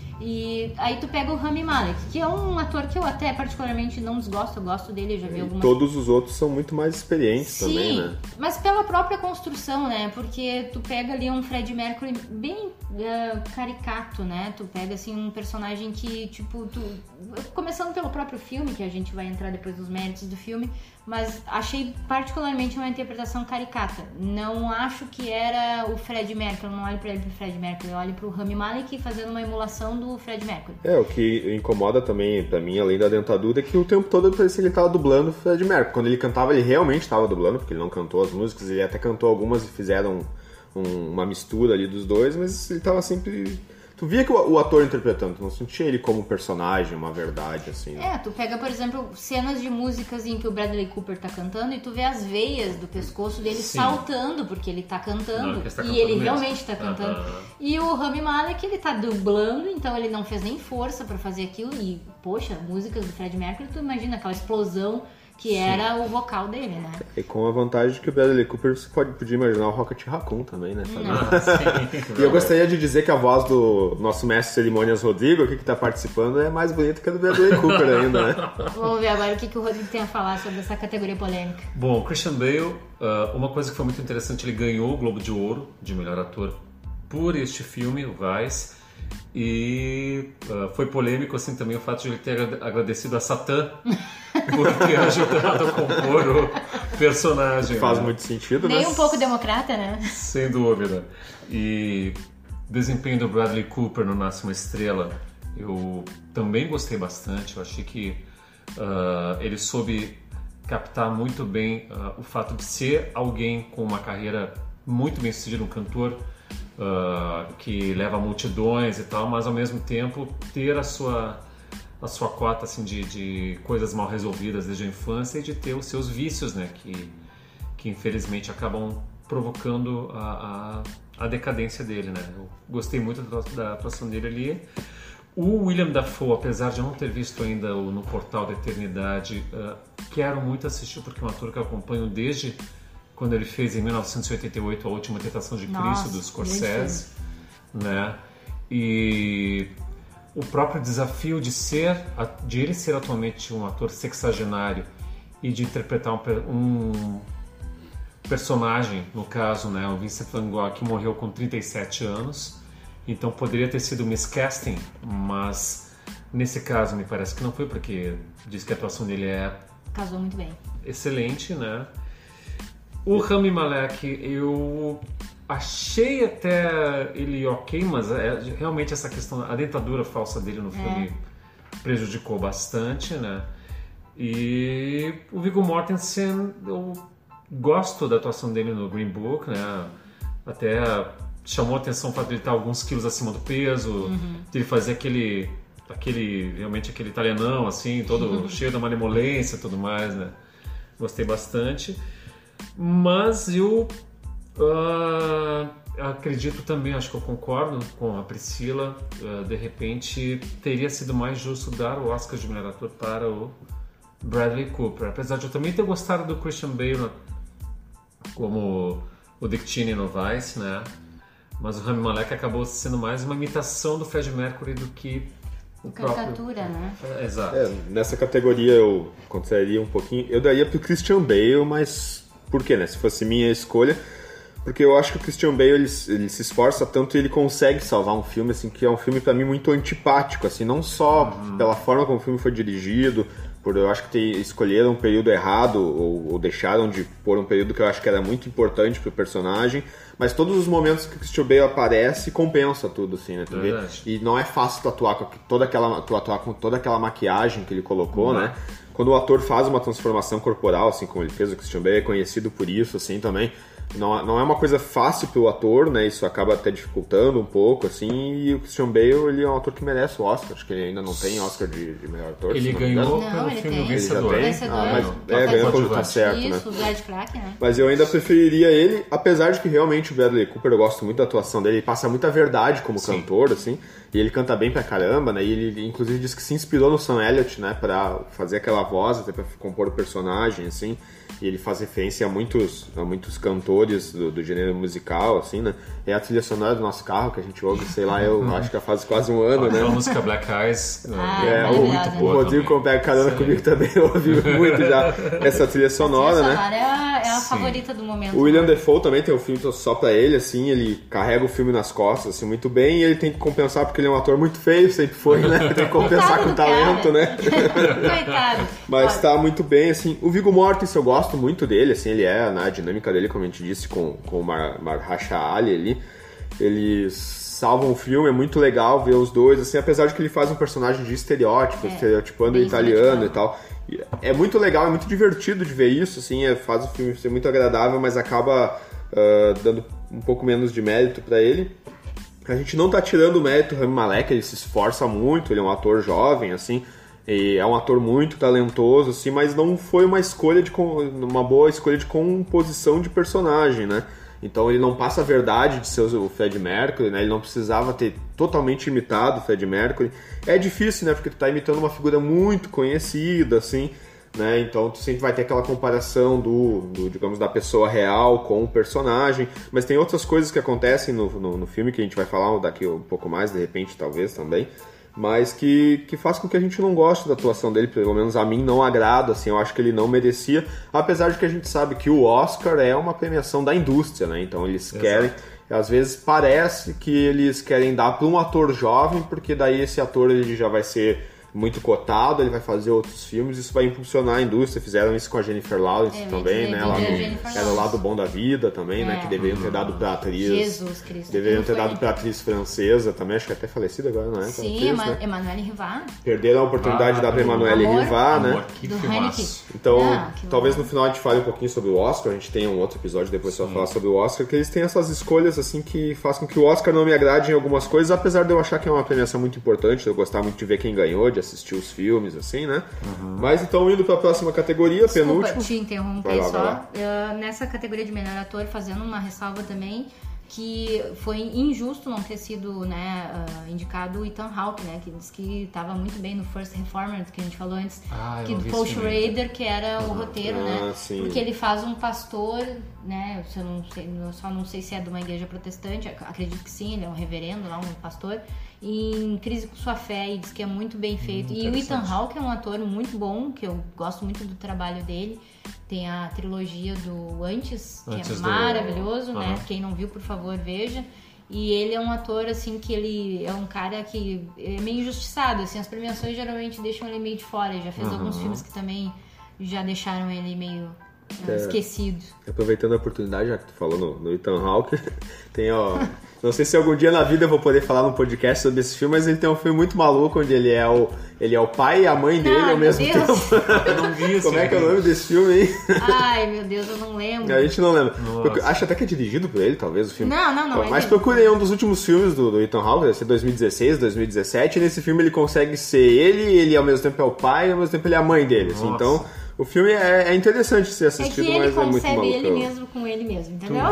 S2: E aí tu pega o Rami Malek, que é um ator que eu até particularmente não desgosto, eu gosto dele, eu já vi
S1: e
S2: algumas...
S1: todos os outros são muito mais experientes
S2: Sim,
S1: também, né?
S2: Mas pela própria construção, né? Porque tu pega ali um Fred Mercury bem uh, caricato, né? Tu pega, assim, um personagem que, tipo, tu... começando pelo próprio filme, que a gente vai entrar depois nos méritos do filme, mas achei particularmente uma interpretação caricata. Não acho que era o Fred Mercury, eu não olho pra ele pro Fred Mercury, eu olho pro Rami Malek fazendo uma emulação do Fred Mercury.
S1: É, o que incomoda também pra mim, além da dentadura, é que o tempo todo parecia que ele tava dublando o Fred Mercury. Quando ele cantava, ele realmente tava dublando, porque ele não cantou as músicas, ele até cantou algumas e fizeram um, uma mistura ali dos dois, mas ele tava sempre... Tu via que o, o ator interpretando, tu não sentia ele como personagem, uma verdade, assim. Né?
S2: É, tu pega, por exemplo, cenas de músicas em que o Bradley Cooper tá cantando e tu vê as veias do pescoço dele Sim. saltando, porque ele tá cantando. Não, ele tá e ele mesmo. realmente tá cantando. Uhum. E o Rami Malek, ele tá dublando, então ele não fez nem força pra fazer aquilo. E, poxa, músicas do Fred Mercury, tu imagina aquela explosão que Sim. era o vocal dele, né?
S1: E com a vantagem de que o Bradley Cooper, você pode, podia imaginar o Rocket Raccoon também, né? E eu gostaria de dizer que a voz do nosso mestre de cerimônias, Rodrigo, aqui que tá participando, é mais bonita que a do Bradley Cooper ainda, né?
S2: Vamos ver agora o que, que o Rodrigo tem a falar sobre essa categoria polêmica.
S3: Bom, Christian Bale, uma coisa que foi muito interessante, ele ganhou o Globo de Ouro de melhor ator por este filme, o Vice. E uh, foi polêmico assim também o fato de ele ter agradecido a Satã por ter ajudado a compor o personagem.
S1: Faz
S3: né?
S1: muito sentido,
S2: Nem
S1: né?
S2: um pouco democrata, né?
S3: Sem dúvida. E desempenho do Bradley Cooper no Nasce uma Estrela, eu também gostei bastante. Eu achei que uh, ele soube captar muito bem uh, o fato de ser alguém com uma carreira muito bem sucedida, um cantor uh, que leva multidões e tal, mas ao mesmo tempo ter a sua, a sua cota assim, de, de coisas mal resolvidas desde a infância e de ter os seus vícios, né, que, que infelizmente acabam provocando a, a, a decadência dele, né. Eu gostei muito da, da atuação dele ali. O William Dafoe, apesar de eu não ter visto ainda o No Portal da Eternidade, uh, quero muito assistir porque é um ator que eu acompanho desde quando ele fez em mil novecentos e oitenta e oito A Última Tentação de Cristo,
S2: Nossa,
S3: do Scorsese, né? E o próprio desafio de ser, de ele ser atualmente um ator sexagenário e de interpretar um, um personagem, no caso, né, o Vincent Van Gogh, que morreu com trinta e sete anos. Então poderia ter sido miscasting, mas nesse caso me parece que não foi, porque diz que a atuação dele é
S2: casou muito bem,
S3: excelente, né? O Rami Malek, eu achei até ele ok, mas é, realmente essa questão, a dentadura falsa dele no filme é. prejudicou bastante, né? E o Viggo Mortensen, eu gosto da atuação dele no Green Book, né? Até chamou a atenção o fato de ele estar alguns quilos acima do peso, uhum. de ele fazer aquele, aquele, realmente aquele italianão, assim, todo uhum. cheio da malemolência e tudo mais, né? Gostei bastante. Mas eu uh, acredito também, acho que eu concordo com a Priscila, uh, de repente teria sido mais justo dar o Oscar de melhor ator para o Bradley Cooper. Apesar de eu também ter gostado do Christian Bale como o Dick Cheney no Vice, né? Mas o Rami Malek acabou sendo mais uma imitação do Freddie Mercury do que o
S2: caricatura,
S3: próprio...
S2: né?
S3: É, exato.
S1: É, nessa categoria eu consideraria um pouquinho... Eu daria pro Christian Bale, mas... Por quê, né? Se fosse minha escolha... Porque eu acho que o Christian Bale, ele, ele se esforça tanto e ele consegue salvar um filme, assim, que é um filme pra mim muito antipático, assim, não só uhum. pela forma como o filme foi dirigido, por eu acho que te, escolheram um período errado ou, ou deixaram de pôr um período que eu acho que era muito importante pro personagem, mas todos os momentos que o Christian Bale aparece compensa tudo, assim, né? E não é fácil tu atuar com toda aquela, tu atuar com toda aquela maquiagem que ele colocou, uhum. né? Quando o ator faz uma transformação corporal, assim como ele fez, o Christian Bale é conhecido por isso, assim, também. Não, não é uma coisa fácil pro ator, né? Isso acaba até dificultando um pouco, assim. E o Christian Bale, ele é um ator que merece o Oscar. Acho que ele ainda não tem Oscar de, de melhor ator.
S3: Ele ganhou
S2: não,
S3: pelo
S2: ele
S3: filme
S2: tem.
S3: Vencedor.
S1: Ele já tem? Ah, mas, é, ganhou quando tá certo,
S2: isso,
S1: né?
S2: Isso, o Brad Crack, né?
S1: Mas eu ainda preferiria ele, apesar de que realmente o Bradley Cooper, eu gosto muito da atuação dele. Ele passa muita verdade como Sim. cantor, assim. E ele canta bem pra caramba, né? E ele, inclusive, disse que se inspirou no Sam Elliott, né? Pra fazer aquela voz, até pra compor o personagem, assim. E ele faz referência a muitos, a muitos cantores do, do gênero musical, assim, né? É a trilha sonora do nosso carro, que a gente ouve, sei lá, eu acho que já faz quase um ano, né?
S3: A música Black Eyes.
S2: Ah,
S1: é, o, muito, o Rodrigo, quando pega carona comigo, também ouve muito já essa trilha sonora,
S2: a trilha
S1: né?
S2: sonora é a, é a favorita do momento.
S1: O William
S2: né?
S1: Dafoe também tem um filme só pra ele, assim, ele carrega o filme nas costas, assim, muito bem, e ele tem que compensar porque ele é um ator muito feio, sempre foi, né? Tem que compensar com talento, né?
S2: Coitado.
S1: Mas
S2: Pode.
S1: tá muito bem, assim. O Viggo Mortensen, eu gosto muito dele, assim, ele é, né, a dinâmica dele, como a gente disse, com, com o Mar, Mahershala Ali ali. Eles salvam o filme, é muito legal ver os dois, assim, apesar de que ele faz um personagem de estereótipo, é, estereotipando o italiano e tal. É muito legal, é muito divertido de ver isso, assim, é, faz o filme ser muito agradável, mas acaba uh, dando um pouco menos de mérito pra ele. A gente não tá tirando o mérito do Rami Malek, ele se esforça muito, ele é um ator jovem, assim, e é um ator muito talentoso, assim, mas não foi uma escolha de uma boa escolha de composição de personagem, né? Então ele não passa a verdade de ser o Freddie Mercury, né? Ele não precisava ter totalmente imitado o Freddie Mercury. É difícil, né? Porque tu tá imitando uma figura muito conhecida, assim, né? Então tu sempre vai ter aquela comparação do, do, digamos, da pessoa real com o personagem. Mas tem outras coisas que acontecem no, no, no filme que a gente vai falar daqui um pouco mais, de repente, talvez, também. Mas que, que faz com que a gente não goste da atuação dele, pelo menos a mim não agrada, assim, eu acho que ele não merecia, apesar de que a gente sabe que o Oscar é uma premiação da indústria, né? Então eles Exato. querem, às vezes parece que eles querem dar para um ator jovem, porque daí esse ator ele já vai ser muito cotado, ele vai fazer outros filmes, isso vai impulsionar a indústria. Fizeram isso com a Jennifer Lawrence
S2: é,
S1: também,
S2: dizer,
S1: né? Lá
S2: no,
S1: era o Lado Bom da Vida também,
S2: é.
S1: né? Que deveriam ter dado pra atriz.
S2: Jesus Cristo.
S1: Deveriam ter dado pra atriz francesa também, acho que até falecida agora, não é?
S2: Sim,
S1: atriz,
S2: Ema-
S1: né?
S2: Emmanuelle Rivar.
S1: Perderam a oportunidade
S3: Ah,
S1: de dar pra
S3: do
S1: Emmanuelle
S2: Amor.
S1: Rivar, né?
S3: Amor, que
S2: Do
S3: filmaço.
S2: Haneke.
S1: Então,
S2: Não, que
S1: talvez
S2: louco.
S1: no final a gente fale um pouquinho sobre o Oscar, a gente tem um outro episódio depois só falar sobre o Oscar, que eles têm essas escolhas assim que fazem com que o Oscar não me agrade em algumas coisas, apesar de eu achar que é uma premiação muito importante, de eu gostar muito de ver quem ganhou, de assistir os filmes, assim, né? Uhum. Mas então, indo para a próxima categoria,
S2: Desculpa
S1: penúltimo.
S2: te interromper
S1: Vai lá, vai
S2: só.
S1: lá.
S2: Uh, nessa categoria de melhor ator, fazendo uma ressalva também, que foi injusto não ter sido, né, uh, indicado o Ethan Hawke, né, que disse que estava muito bem no First Reformer, que a gente falou antes,
S3: Ah, eu
S2: que
S3: não
S2: do
S3: vi
S2: Paul
S3: esse filme.
S2: Schrader, que era o roteiro,
S1: Ah,
S2: né,
S1: sim.
S2: porque ele faz um pastor, né, eu não sei, eu só não sei se é de uma igreja protestante, ac- acredito que sim, ele é um reverendo lá, um pastor, em crise com sua fé, e diz que é muito bem feito.
S3: Hum,
S2: e o Ethan
S3: interessante.
S2: Hawke é um ator muito bom, que eu gosto muito do trabalho dele. Tem a trilogia do Antes, que
S3: Antes
S2: é
S3: do-
S2: maravilhoso, né?
S3: Aham.
S2: Quem não viu, por favor, veja. E ele é um ator, assim, que ele é um cara que é meio injustiçado, assim, as premiações geralmente deixam ele meio de fora. Ele já fez
S3: Aham.
S2: alguns filmes que também já deixaram ele meio uh,
S1: É.
S2: esquecido.
S1: Aproveitando a oportunidade, já que tu falou no, no Ethan Hawke, tem, ó... Não sei se algum dia na vida eu vou poder falar num podcast sobre esse filme, mas ele tem um filme muito maluco, onde ele é o, ele é o pai e a mãe dele
S2: Ai,
S1: ao
S2: meu
S1: mesmo
S2: Deus.
S1: tempo.
S3: Eu não vi esse
S1: Como é que é o
S3: filme.
S1: nome desse filme, hein?
S2: Ai, meu Deus, eu não lembro.
S1: A gente não lembra.
S3: Nossa.
S1: Procura- Acho até que é dirigido por ele, talvez, o filme.
S2: Não, não, não, é
S1: Mas
S2: dele.
S1: procurem um dos últimos filmes do, do Ethan Hawke, deve ser dois mil e dezesseis, dois mil e dezessete, e nesse filme ele consegue ser ele, ele ao mesmo tempo é o pai, e ao mesmo tempo ele é a mãe dele. assim.
S3: Nossa.
S1: Então, o filme é, é interessante ser
S2: É
S1: assistido,
S2: que ele
S1: mas é muito
S2: concebe
S1: maluco.
S2: ele mesmo com ele mesmo, entendeu?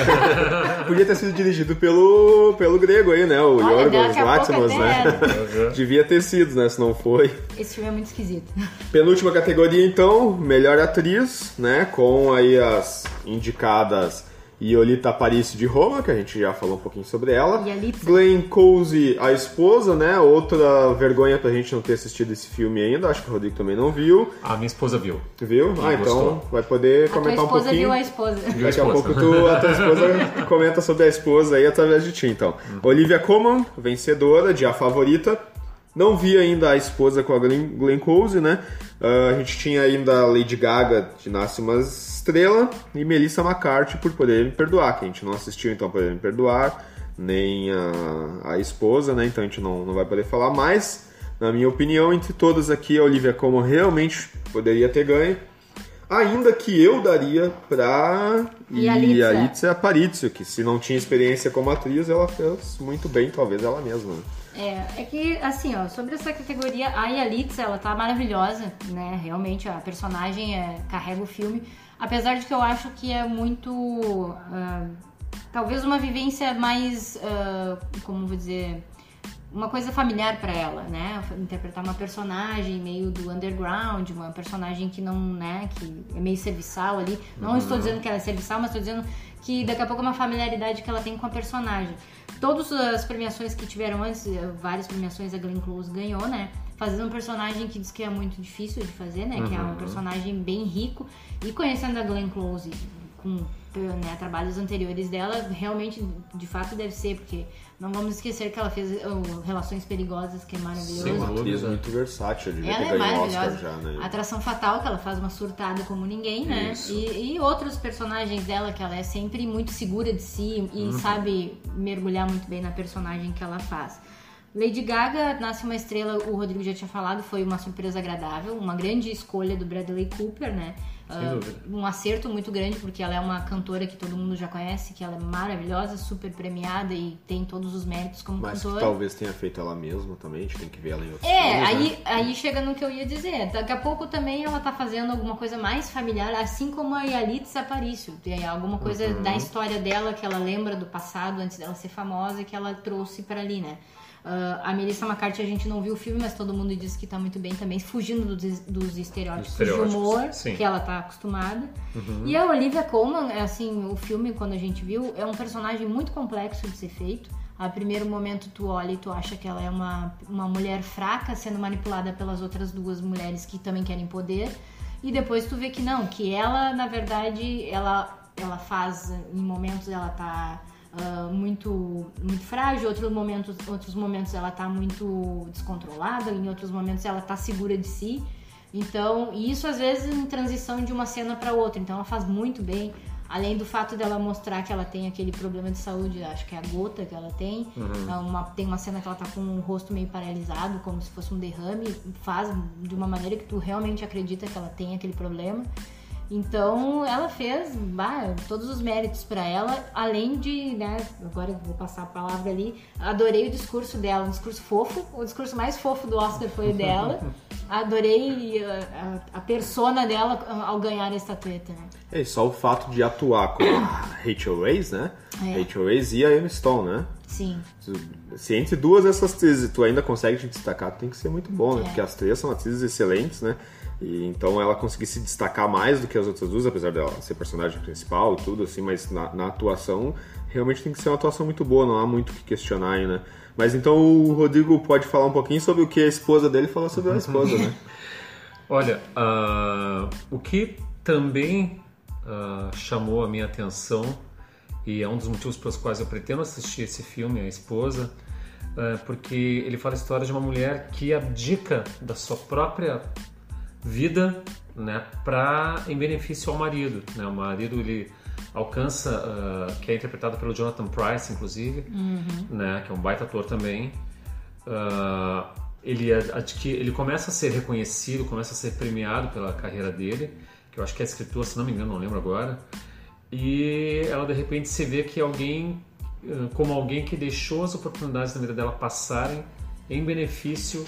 S1: Podia ter sido dirigido pelo, pelo grego aí, né? O
S2: Olha,
S1: Yorgos
S2: daqui a pouco
S1: Lanthimos,
S2: até
S1: né?
S2: era.
S1: Devia ter sido, né? Se não foi.
S2: Esse filme é muito esquisito.
S1: Penúltima categoria, então, melhor atriz, né? Com aí as indicadas Iolita Aparicio de Roma, que a gente já falou um pouquinho sobre ela.
S2: Yalitza.
S1: Glenn Close, a esposa, né? Outra vergonha pra gente não ter assistido esse filme ainda. Acho que o Rodrigo também não viu.
S3: A minha esposa viu.
S1: Viu? Ah, então
S3: gostou.
S1: vai poder
S2: A tua
S1: comentar um
S2: esposa
S1: pouquinho.
S2: viu a esposa.
S3: Viu a
S1: Daqui a
S3: esposa.
S1: pouco tu, a tua esposa comenta sobre a esposa aí através de ti, então. Olivia Colman, vencedora de A Favorita. Não vi ainda a esposa com a Glenn, Glenn Close, né? Uh, a gente tinha ainda a Lady Gaga de Nasce Uma Estrela e Melissa McCarthy por Poder Me Perdoar, que a gente não assistiu, então Poder Me Perdoar, nem a, a esposa, né? Então a gente não, não vai poder falar, mas, na minha opinião, entre todas aqui, a Olivia Colman realmente poderia ter ganho. Ainda que eu daria pra
S2: Yalitza.
S1: Yalitza Aparicio, que se não tinha experiência como atriz, ela fez muito bem, talvez ela mesma. né?
S2: É, é que, assim, ó, sobre essa categoria, a Yalitza, ela tá maravilhosa, né? Realmente, a personagem é, carrega o filme. Apesar de que eu acho que é muito... ah, talvez uma vivência mais, ah, como vou dizer... uma coisa familiar pra ela, né? Interpretar uma personagem meio do underground, uma personagem que não, né, que é meio serviçal ali. Não
S1: Uhum.
S2: estou dizendo que ela é serviçal, mas estou dizendo que daqui a pouco é uma familiaridade que ela tem com a personagem. Todas as premiações que tiveram antes, várias premiações a Glenn Close ganhou, né? Fazendo um personagem que diz que é muito difícil de fazer, né?
S1: Uhum.
S2: Que é um personagem bem rico. E conhecendo a Glenn Close com, né, trabalhos anteriores dela, realmente, de fato, deve ser, porque não vamos esquecer que ela fez uh, Relações Perigosas, que é maravilhoso.
S3: Sem
S1: Uma atriz
S3: dúvida.
S1: muito versátil, devia
S2: Ela
S1: ter
S2: é
S1: ganho o
S2: maravilhosa.
S1: Oscar já, né?
S2: Atração Fatal, que ela faz uma surtada como ninguém, né?
S1: Isso.
S2: E, e outros personagens dela, que ela é sempre muito segura de si e
S1: Uhum.
S2: sabe mergulhar muito bem na personagem que ela faz. Lady Gaga, Nasce Uma Estrela, o Rodrigo já tinha falado, foi uma surpresa agradável, uma grande escolha do Bradley Cooper, né?
S3: Sem
S2: Uh,
S3: dúvida.
S2: um acerto muito grande, porque ela é uma cantora que todo mundo já conhece, que ela é maravilhosa, super premiada e tem todos os méritos como
S1: Mas que
S2: cantora.
S1: talvez tenha feito ela mesma também, a gente tem que ver ela em outros
S2: É,
S1: filmes, né?
S2: aí, aí chega no que eu ia dizer. Daqui a pouco também ela tá fazendo alguma coisa mais familiar, assim como a Yalitza Aparicio. Tem alguma coisa
S1: Uhum.
S2: da história dela que ela lembra do passado, antes dela ser famosa, que ela trouxe pra ali, né? Uh, a Melissa McCarthy, a gente não viu o filme, mas todo mundo diz que tá muito bem também, fugindo dos, dos estereótipos,
S3: Estereótipos,
S2: de humor
S3: sim.
S2: que ela tá acostumada. E a Olivia Colman, assim, o filme, quando a gente viu, é um personagem muito complexo de ser feito. A primeiro momento tu olha e tu acha que ela é uma, uma mulher fraca sendo manipulada pelas outras duas mulheres que também querem poder. E depois tu vê que não, que ela, na verdade, ela, ela faz, em momentos ela tá uh, muito, muito frágil, outros momentos, outros momentos ela tá muito descontrolada, em outros momentos ela tá segura de si. Então, e isso às vezes em transição de uma cena para outra, então ela faz muito bem. Além do fato dela mostrar que ela tem aquele problema de saúde, acho que é a gota que ela tem. Uhum. Uma, tem uma cena que ela tá com o rosto meio paralisado, como se fosse um derrame. Faz de uma maneira que tu realmente acredita que ela tem aquele problema. Então, ela fez bah, todos os méritos pra ela, além de, né, agora eu vou passar a palavra ali, adorei o discurso dela, um discurso fofo, o discurso mais fofo do Oscar foi o dela. Adorei a, a, a persona dela ao ganhar a estatueta, né?
S1: É, só o fato de atuar com a Rachel Weisz, né? É. Rachel Weisz e a Emma Stone, né?
S2: Sim.
S1: Se entre duas dessas atrizes tu ainda consegue te destacar, tem que ser muito bom, né?
S2: É.
S1: Porque as três são atrizes excelentes, né? E então ela conseguir se destacar mais do que as outras duas, apesar dela ser personagem principal e tudo, assim, mas na, na atuação, realmente tem que ser uma atuação muito boa, não há muito o que questionar aí, né? Mas então o Rodrigo pode falar um pouquinho sobre o que a esposa dele falou sobre a esposa, né?
S3: Olha, uh, o que também uh, chamou a minha atenção, e é um dos motivos pelos quais eu pretendo assistir esse filme, A Esposa, uh, porque ele fala a história de uma mulher que abdica da sua própria vida, né, pra, em benefício ao marido, né? O marido, ele alcança, uh, que é interpretado pelo Jonathan Pryce, inclusive, uhum. né, que é um baita ator também. Uh, ele, ele começa a ser reconhecido, começa a ser premiado pela carreira dele, que eu acho que é escritor, se não me engano, não lembro agora. E ela de repente se vê que alguém, uh, como alguém que deixou as oportunidades na vida dela passarem em benefício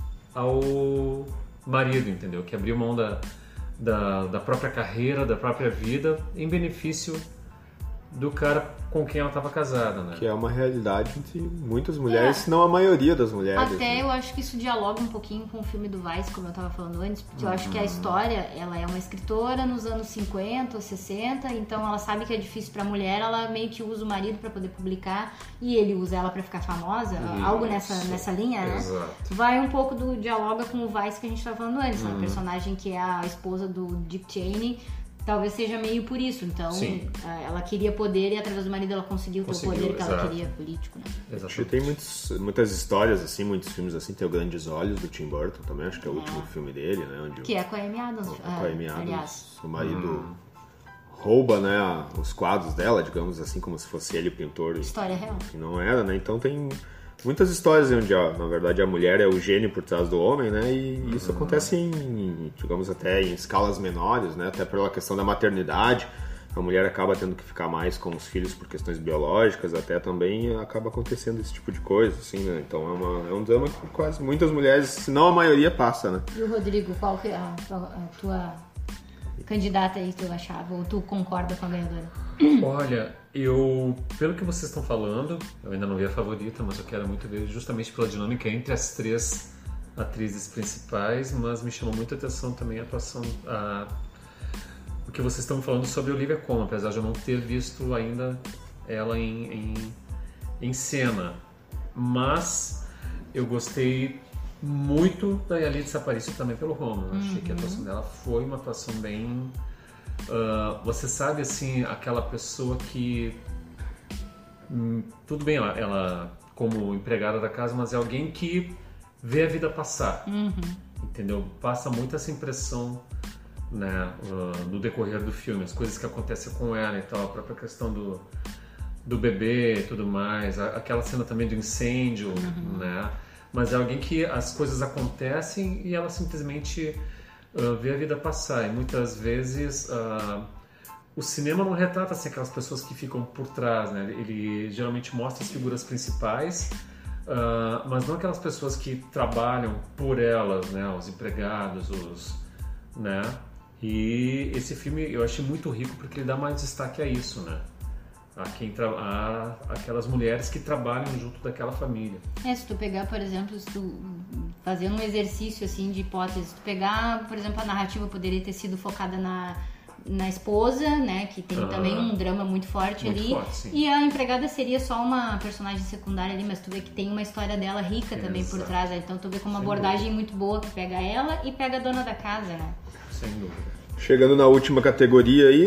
S3: ao marido, entendeu? Que abriu mão da, da, da própria carreira, da própria vida, em benefício do cara com quem ela estava casada, né?
S1: Que é uma realidade entre muitas mulheres, é. se não a maioria das mulheres.
S2: Até
S1: né?
S2: eu acho que isso dialoga um pouquinho com o filme do Vice, como eu estava falando antes, porque uhum. eu acho que a história, ela é uma escritora nos anos cinquenta ou sessenta, então ela sabe que é difícil pra mulher, ela meio que usa o marido para poder publicar, e ele usa ela para ficar famosa, isso. algo nessa, nessa linha, né?
S1: Exato.
S2: Vai um pouco do dialoga com o Vice que a gente estava falando antes,
S1: uhum.
S2: né? A personagem que é a esposa do Dick Cheney, talvez seja meio por isso, então Sim. ela queria poder e através do marido ela conseguiu, conseguiu ter o poder que exato. ela queria, político, né?
S1: Exatamente. Tem muitos, muitas histórias assim, muitos filmes assim, tem o Grandes Olhos do Tim Burton também, acho que é o é. último filme dele, né? Onde
S2: que o, é com a Amy Adams,
S1: com a Amy Adams,
S2: aliás.
S1: O marido hum. rouba, né, os quadros dela, digamos assim, como se fosse ele o pintor.
S2: História real.
S1: E não era, né? Então tem muitas histórias onde, a, na verdade, a mulher é o gênio por trás do homem, né? E isso uhum. acontece em, digamos, até em escalas menores, né? Até pela questão da maternidade. A mulher acaba tendo que ficar mais com os filhos por questões biológicas, até também acaba acontecendo esse tipo de coisa, assim, né? Então é, uma, é um drama que quase muitas mulheres, se não a maioria, passa, né?
S2: E o Rodrigo, qual que é a, a tua candidata aí, tu achava? Ou tu concorda com a ganhadora?
S3: Olha, eu, pelo que vocês estão falando, eu ainda não vi a favorita, mas eu quero muito ver justamente pela dinâmica entre as três atrizes principais, mas me chamou muita atenção também a atuação, a, o que vocês estão falando sobre Olivia Colman, apesar de eu não ter visto ainda ela em, em, em cena, mas eu gostei muito da Yalitza Aparicio também pelo Roma. Uhum. Achei que a atuação dela foi uma atuação bem... Uh, você sabe, assim, aquela pessoa que... Hum, tudo bem, ela, ela como empregada da casa, mas é alguém que vê a vida passar. Uhum. Entendeu? Passa muito essa impressão, né, uh, no decorrer do filme. As coisas que acontecem com ela e tal. A própria questão do, do bebê e tudo mais. A, aquela cena também do incêndio, uhum. né? Mas é alguém que as coisas acontecem e ela simplesmente uh, vê a vida passar. E muitas vezes uh, o cinema não retrata assim, aquelas pessoas que ficam por trás, né? Ele geralmente mostra as figuras principais, uh, mas não aquelas pessoas que trabalham por elas, né? Os empregados, os, né? E esse filme eu achei muito rico porque ele dá mais destaque a isso, né? A quem tra... a... aquelas mulheres que trabalham junto daquela família.
S2: É, se tu pegar, por exemplo, se tu fazer um exercício assim de hipótese, se tu pegar, por exemplo, a narrativa poderia ter sido focada na, na esposa, né, que tem ah, também um drama muito forte muito ali, forte, sim. E a empregada seria só uma personagem secundária ali, mas tu vê que tem uma história dela rica também Exato. Por trás, então tu vê com uma Sem abordagem dúvida. Muito boa que pega ela e pega a dona da casa, né?
S3: Sem dúvida.
S1: Chegando na última categoria aí,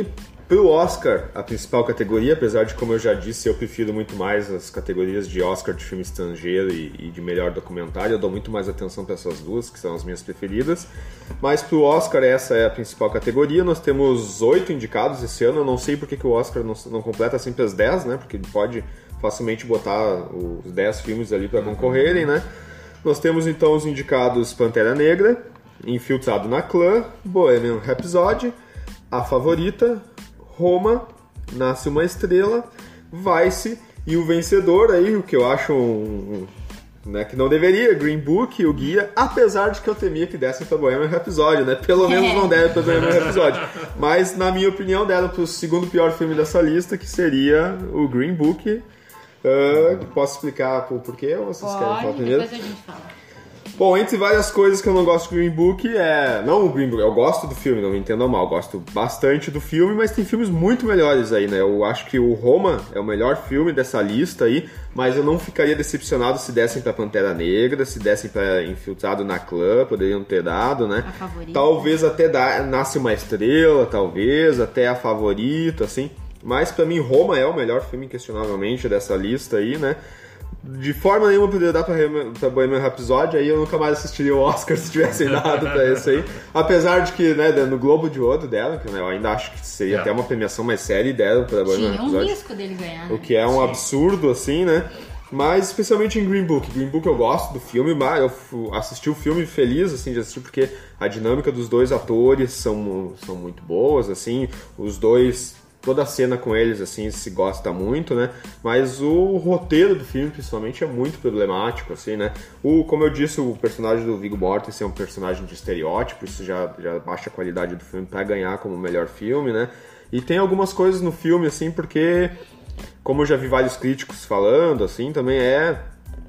S1: Pro Oscar, a principal categoria, apesar de, como eu já disse, eu prefiro muito mais as categorias de Oscar de filme estrangeiro e, e de melhor documentário, eu dou muito mais atenção para essas duas, que são as minhas preferidas. Mas pro Oscar, essa é a principal categoria. Nós temos oito indicados esse ano, eu não sei porque que o Oscar não, não completa sempre as dez, né? Porque ele pode facilmente botar os dez filmes ali para concorrerem, né? Nós temos então os indicados Pantera Negra, Infiltrado na Clã, Bohemian Rhapsody, A Favorita, Roma, Nasce uma Estrela, Vice e o vencedor aí, o que eu acho um, um, né, que não deveria, Green Book, o Guia, apesar de que eu temia que dessem para Bohemian Rhapsody, né? Pelo menos não deram para Bohemian Rhapsody. Mas, na minha opinião, deram para o segundo pior filme dessa lista, que seria o Green Book. Uh, posso explicar o porquê ou vocês
S2: Pode,
S1: querem falar primeiro?
S2: Depois a gente fala.
S1: Bom, entre várias coisas que eu não gosto do Green Book, é... Não o Green Book, eu gosto do filme, não me entendam mal, eu gosto bastante do filme, mas tem filmes muito melhores aí, né? Eu acho que o Roma é o melhor filme dessa lista aí, mas eu não ficaria decepcionado se dessem pra Pantera Negra, se dessem pra Infiltrado na Clã, poderiam ter dado, né?
S2: A Favorita.
S1: Talvez até dar... Nasce uma Estrela, talvez, até A Favorita, assim. Mas pra mim, Roma é o melhor filme, inquestionavelmente, dessa lista aí, né? De forma nenhuma poderia dar pra, pra Bohemian Rhapsody, aí eu nunca mais assistiria o Oscar se tivessem dado pra esse aí. Apesar de que, né, no Globo de Ouro dela, que né, eu ainda acho que seria yeah. até uma premiação mais séria, deram pra Bohemian
S2: Tinha
S1: Rhapsody.
S2: um risco dele ganhar, né?
S1: O que é um Sim. absurdo, assim, né? Mas especialmente em Green Book. Green Book eu gosto do filme, mas eu assisti o filme feliz, assim, de assistir, porque a dinâmica dos dois atores são, são muito boas, assim, os dois... Toda a cena com eles, assim, se gosta muito, né? Mas o roteiro do filme, principalmente, é muito problemático, assim, né? O, como eu disse, o personagem do Viggo Mortensen é um personagem de estereótipo, isso já, já baixa a qualidade do filme pra ganhar como melhor filme, né? E tem algumas coisas no filme, assim, porque, como eu já vi vários críticos falando, assim, também é...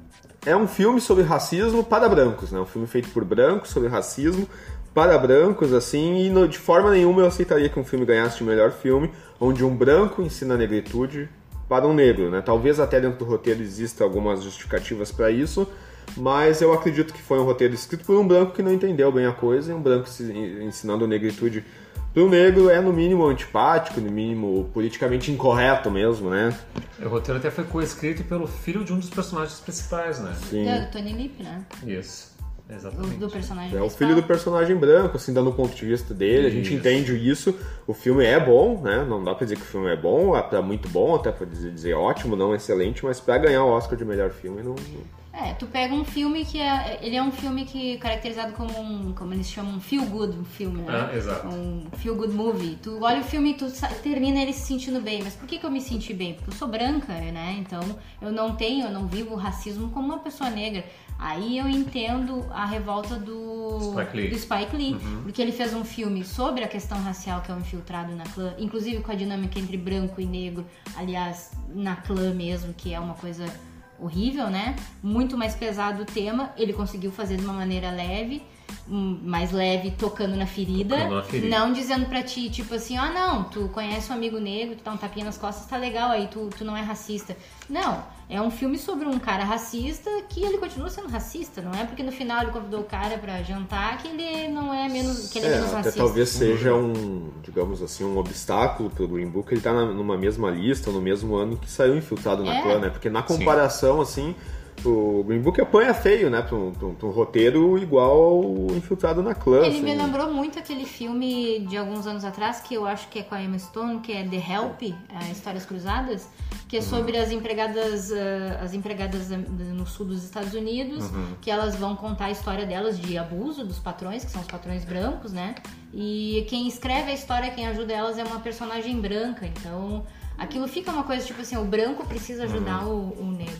S1: É um filme sobre racismo para brancos, né? Um filme feito por brancos, sobre racismo para brancos, assim, e no, de forma nenhuma eu aceitaria que um filme ganhasse de melhor filme, onde um branco ensina a negritude para um negro, né? Talvez até dentro do roteiro exista algumas justificativas para isso, mas eu acredito que foi um roteiro escrito por um branco que não entendeu bem a coisa, e um branco ensinando a negritude para um negro é no mínimo antipático, no mínimo politicamente incorreto mesmo, né?
S3: O roteiro até foi coescrito pelo filho de um dos personagens principais, né?
S1: Sim.
S2: É, do Tony Lip, né?
S3: Isso. Exatamente.
S2: Do personagem
S1: é
S2: principal.
S1: o filho do personagem branco, assim, dando o ponto de vista dele, a gente
S3: Isso.
S1: entende isso, o filme é bom, né, não dá pra dizer que o filme é bom, é muito bom, até pra dizer, dizer ótimo, não excelente, mas pra ganhar o Oscar de melhor filme, não...
S2: É, tu pega um filme que é, ele é um filme que é caracterizado como um, como eles chamam, um feel good um filme, né?
S3: Ah, exato.
S2: Um feel good movie. Tu olha o filme e tu termina ele se sentindo bem. Mas por que que eu me senti bem? Porque eu sou branca, né? Então eu não tenho, eu não vivo o racismo como uma pessoa negra. Aí eu entendo a revolta do
S3: Spike Lee,
S2: do Spike Lee
S3: uhum.
S2: porque ele fez um filme sobre a questão racial, que é o Infiltrado na Clã, inclusive com a dinâmica entre branco e negro, aliás, na clã mesmo, que é uma coisa horrível, né? Muito mais pesado o tema, ele conseguiu fazer de uma maneira leve, mais leve, tocando na ferida,
S3: tocando na ferida.
S2: Não dizendo pra ti, tipo assim, ah não, tu conhece um amigo negro, tu dá um tapinha nas costas, tá legal, aí tu, tu não é racista. Não, é um filme sobre um cara racista que ele continua sendo racista, não é porque no final ele convidou o cara pra jantar que ele não é menos, que ele é, é menos
S1: até
S2: racista.
S1: Talvez seja um, digamos assim, um obstáculo pro Green Book, ele tá na, numa mesma lista, no mesmo ano que saiu Infiltrado na
S2: É.
S1: Clã, né? Porque na comparação, Sim. assim, o Green Book apanha feio, né? Pra um, pra um, pra um roteiro igual ao Infiltrado na Clã.
S2: Ele
S1: assim.
S2: me lembrou muito aquele filme de alguns anos atrás, que eu acho que é com a Emma Stone, que é The Help, a Histórias Cruzadas, que é sobre uhum. as empregadas, uh, as empregadas no sul dos Estados Unidos, uhum. que elas vão contar a história delas de abuso dos patrões, que são os patrões brancos, né? E quem escreve a história, quem ajuda elas é uma personagem branca, então aquilo fica uma coisa tipo assim, o branco precisa ajudar uhum. o, o negro.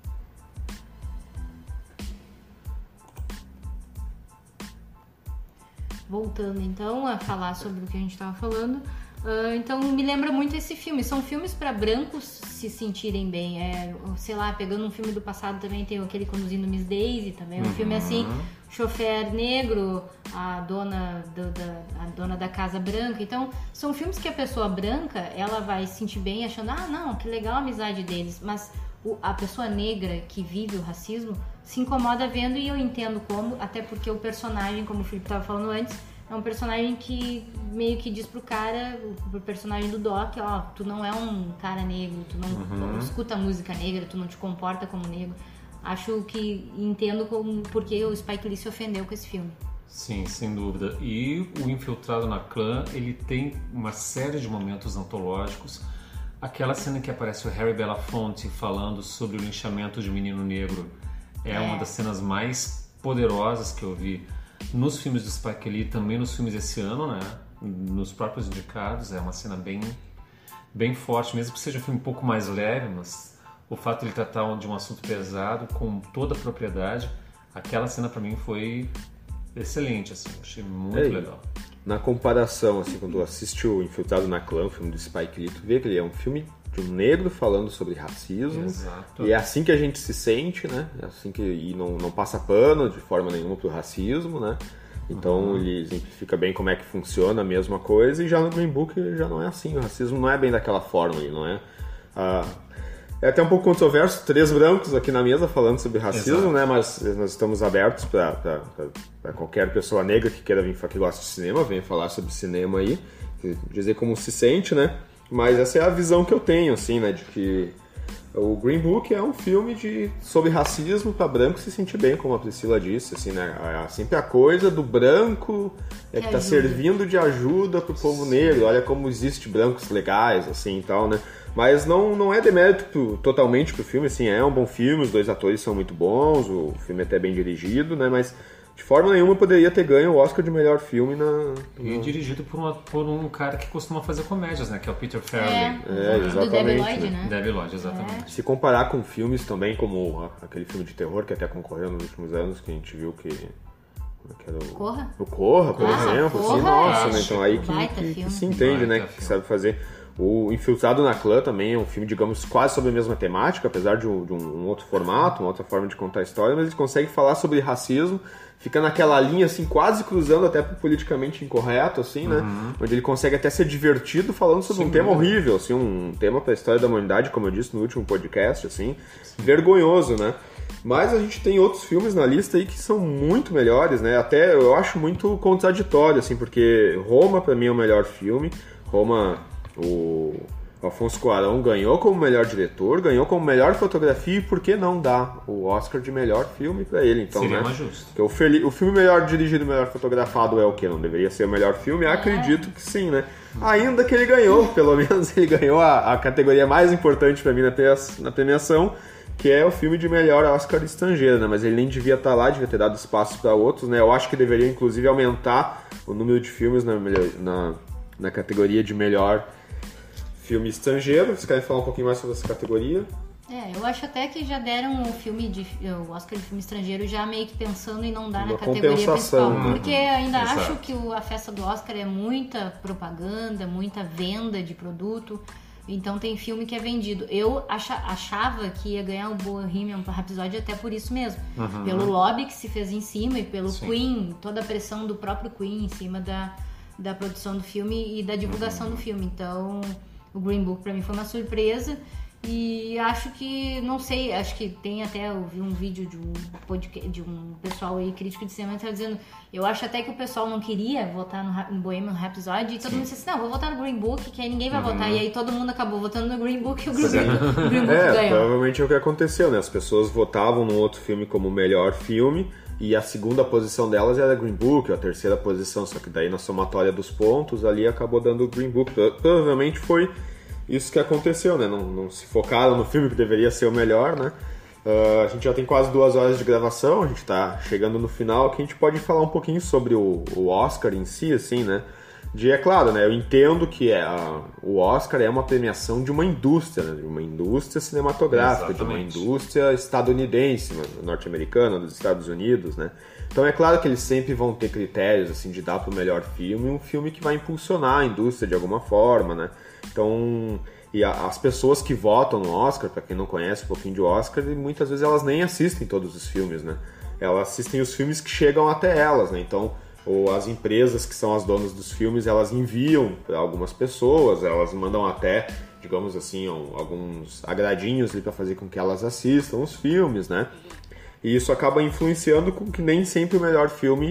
S2: Voltando então a falar sobre o que a gente estava falando, uh, então me lembra muito esse filme. São filmes para brancos se sentirem bem. É, sei lá, pegando um filme do passado também tem aquele Conduzindo Miss Daisy, também um uhum. filme assim, chofer negro, a dona do, da a dona da casa branca. Então são filmes que a pessoa branca ela vai se sentir bem achando, ah não, que legal a amizade deles, mas o, a pessoa negra que vive o racismo se incomoda vendo, e eu entendo como, até porque o personagem, como o Felipe estava falando antes, é um personagem que meio que diz pro cara, pro personagem do Doc, ó, tu não é um cara negro, tu não, uhum. não escuta música negra, tu não te comporta como negro. Acho que entendo como, porque o Spike Lee se ofendeu com esse filme.
S3: Sim, sem dúvida. E o Infiltrado na Clã, ele tem uma série de momentos antológicos. Aquela cena que aparece o Harry Belafonte falando sobre o linchamento de um menino negro é, é. uma das cenas mais poderosas que eu vi nos filmes do Spike Lee, também nos filmes desse ano, né? Nos próprios indicados. É uma cena bem, bem forte, mesmo que seja um filme um pouco mais leve, mas o fato de ele tratar de um assunto pesado com toda a propriedade, aquela cena pra mim foi excelente, assim, achei muito
S1: Ei,
S3: legal.
S1: Na comparação, assim, quando tu assiste o Infiltrado na Clã, o filme do Spike Lee, tu vê que ele é um filme de um negro falando sobre racismo.
S3: Exato.
S1: E é assim que a gente se sente, né? É assim que, e não, não passa pano de forma nenhuma pro racismo, né? Então uhum. ele exemplifica bem como é que funciona a mesma coisa, e já no Green Book já não é assim, o racismo não é bem daquela forma, ele não é... Ah, é até um pouco controverso, três brancos aqui na mesa falando sobre racismo, Exato. Né? Mas nós estamos abertos para qualquer pessoa negra que queira vir, que gosta de cinema, venha falar sobre cinema aí, dizer como se sente, né? Mas essa é a visão que eu tenho, assim, né? De que o Green Book é um filme de, sobre racismo para branco se sentir bem, como a Priscila disse, assim, né? É sempre a coisa do branco é que está servindo de ajuda pro povo negro. Olha como existe brancos legais, assim, e tal, né? Mas não, não é demérito pro, totalmente pro filme, assim, é um bom filme, os dois atores são muito bons, o filme é até bem dirigido, né? Mas de forma nenhuma poderia ter ganho o Oscar de melhor filme na...
S3: E
S1: na...
S3: dirigido por, uma, por um cara que costuma fazer comédias, né? Que é o Peter Farrelly.
S2: É,
S1: é exatamente.
S2: Do Debbie Lloyd, né?
S3: Debbie Lloyd, exatamente.
S1: É. Se comparar com filmes também, como aquele filme de terror que até concorreu nos últimos anos, que a gente viu que... que era o...
S2: Corra?
S1: O Corra, por
S2: ah,
S1: exemplo.
S2: Corra,
S1: assim, nossa,
S2: é.
S1: né? Então aí que, que, que se entende, né? Que sabe fazer... O Infiltrado na Clã também é um filme, digamos, quase sobre a mesma temática, apesar de um, de um outro formato, uma outra forma de contar a história, mas ele consegue falar sobre racismo, fica naquela linha, assim, quase cruzando até pro politicamente incorreto, assim, né? Uhum. Onde ele consegue até ser divertido falando sobre Sim, um tema horrível, assim, um tema pra história da humanidade, como eu disse no último podcast, assim, Sim. vergonhoso, né? Mas a gente tem outros filmes na lista aí que são muito melhores, né? Até eu acho muito contraditório, assim, porque Roma, pra mim, é o melhor filme. Roma... O Alfonso Cuarón ganhou como melhor diretor, ganhou como melhor fotografia, e por que não dar o Oscar de melhor filme pra ele? Então,
S3: Seria
S1: né?
S3: mais justo.
S1: Porque o, fel- o filme melhor dirigido e melhor fotografado é o quê? Não deveria ser o melhor filme?
S2: É.
S1: Acredito que sim, né? Ainda que ele ganhou, pelo menos ele ganhou a, a categoria mais importante pra mim na, pre- na premiação, que é o filme de melhor Oscar estrangeiro, né? Mas ele nem devia estar lá, devia ter dado espaço para outros, né? Eu acho que deveria, inclusive, aumentar o número de filmes na, na, na categoria de melhor filme estrangeiro. Vocês querem falar um pouquinho mais sobre essa categoria?
S2: É, eu acho até que já deram o filme de o Oscar de filme estrangeiro já meio que pensando em não dar
S1: Uma
S2: na categoria principal,
S1: né?
S2: porque ainda
S3: Exato.
S2: acho que o, a festa do Oscar é muita propaganda, muita venda de produto, então tem filme que é vendido. Eu acha, achava que ia ganhar o Bohemian Rhapsody até por isso mesmo,
S3: Uhum.
S2: pelo lobby que se fez em cima e pelo
S3: Sim.
S2: Queen, toda a pressão do próprio Queen em cima da, da produção do filme e da divulgação
S3: Uhum.
S2: do filme. Então o Green Book pra mim foi uma surpresa. E acho que, não sei, acho que tem até, eu vi um vídeo de um podcast, de um pessoal aí, crítico de cinema, que tá dizendo, eu acho até que o pessoal não queria votar no, no Bohemian Rhapsody, e todo Sim. mundo disse assim, não, vou votar no Green Book, que aí ninguém vai uhum. votar, e aí todo mundo acabou votando no Green Book e o Green, Book, o Green Book
S1: é,
S2: ganhou.
S1: Provavelmente é o que aconteceu, né? As pessoas votavam num outro filme como o melhor filme, e a segunda posição delas era Green Book, a terceira posição, só que daí na somatória dos pontos ali acabou dando o Green Book. Provavelmente foi isso que aconteceu, né? Não, não se focaram no filme que deveria ser o melhor, né? Uh, a gente já tem quase duas horas de gravação, a gente tá chegando no final, que a gente pode falar um pouquinho sobre o, o Oscar em si, assim, né? De, é claro, né? Eu entendo que é, a, o Oscar é uma premiação de uma indústria, né? De uma indústria cinematográfica, Exatamente. De uma indústria estadunidense, norte-americana, dos Estados Unidos, né? Então é claro que eles sempre vão ter critérios, assim, de dar pro melhor filme, um filme que vai impulsionar a indústria de alguma forma, né? Então, e a, as pessoas que votam no Oscar, para quem não conhece um pouquinho de Oscar, muitas vezes elas nem assistem todos os filmes, né? Elas assistem os filmes que chegam até elas, né? Então, ou as empresas que são as donas dos filmes, elas enviam para algumas pessoas, elas mandam até, digamos assim, um, alguns agradinhos para fazer com que elas assistam os filmes, né? E isso acaba influenciando com que nem sempre o melhor filme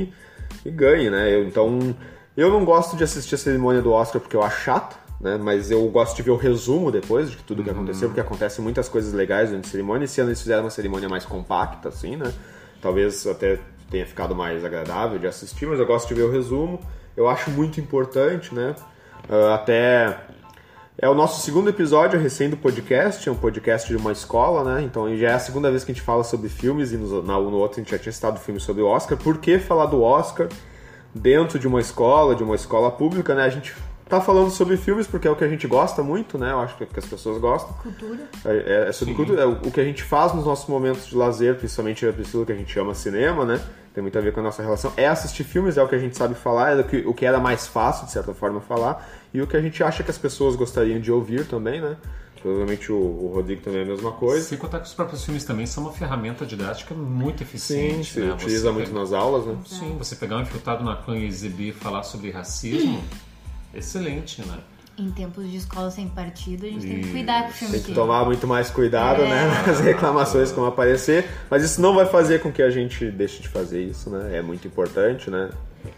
S1: e ganhe, né? Eu, então, eu não gosto de assistir a cerimônia do Oscar porque eu acho chato, né? Mas eu gosto de ver o resumo depois de tudo que aconteceu, porque acontecem muitas coisas legais durante a cerimônia. Esse ano eles fizeram uma cerimônia mais compacta, assim, né? Talvez até tenha ficado mais agradável de assistir, mas eu gosto de ver o resumo. Eu acho muito importante, né? Uh, até... É o nosso segundo episódio recém do podcast, é um podcast de uma escola, né? Então já é a segunda vez que a gente fala sobre filmes e no, no outro a gente já tinha citado filme sobre o Oscar. Por que falar do Oscar dentro de uma escola, de uma escola pública, né? A gente tá falando sobre filmes porque é o que a gente gosta muito, né? Eu acho que, que as pessoas gostam.
S2: Cultura.
S1: É, é sobre Sim. cultura, é o que a gente faz nos nossos momentos de lazer, principalmente a pessoa que a gente chama cinema, né? Tem muito a ver com a nossa relação. É assistir filmes, é o que a gente sabe falar, é o que, o que era mais fácil, de certa forma, falar. E o que a gente acha que as pessoas gostariam de ouvir também, né? Provavelmente o, o Rodrigo também é a mesma coisa.
S3: Sem contar que os próprios filmes também são uma ferramenta didática muito eficiente.
S1: Sim,
S3: né?
S1: se utiliza muito
S3: pega...
S1: nas aulas, né?
S3: Sim, você pegar um infiltrado na clã e exibir, falar sobre racismo, excelente, né?
S2: Em tempos de escola sem partido, a gente tem que cuidar com o filme.
S1: Tem que tomar muito mais cuidado, é. né? Nas reclamações que vão aparecer. Mas isso não vai fazer com que a gente deixe de fazer isso, né? É muito importante, né?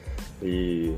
S1: E...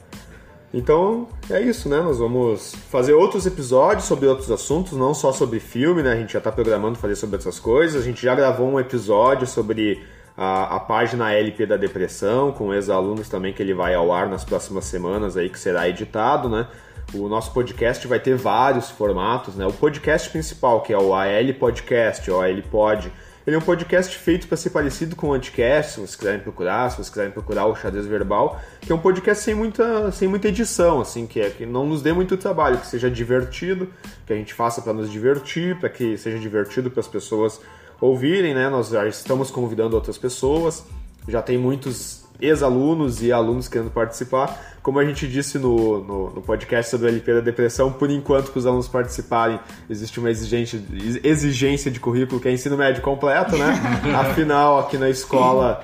S1: Então, é isso, né? Nós vamos fazer outros episódios sobre outros assuntos, não só sobre filme, né? A gente já tá programando fazer sobre essas coisas. A gente já gravou um episódio sobre a, a página L P da Depressão, com ex-alunos também, que ele vai ao ar nas próximas semanas aí, que será editado, né? O nosso podcast vai ter vários formatos, né? O podcast principal, que é o A L Podcast, ou A L Pod, ele é um podcast feito para ser parecido com o Anticast, se vocês quiserem procurar, se vocês quiserem procurar o Xadrez Verbal, que é um podcast sem muita, sem muita edição, assim, que, é, que não nos dê muito trabalho, que seja divertido, que a gente faça para nos divertir, para que seja divertido para as pessoas ouvirem, né? Nós já estamos convidando outras pessoas, já tem muitos ex-alunos e alunos querendo participar. Como a gente disse no, no, no podcast sobre a L P da Depressão, por enquanto que os alunos participarem, existe uma exigência, exigência de currículo que é ensino médio completo, né? Afinal, aqui na escola,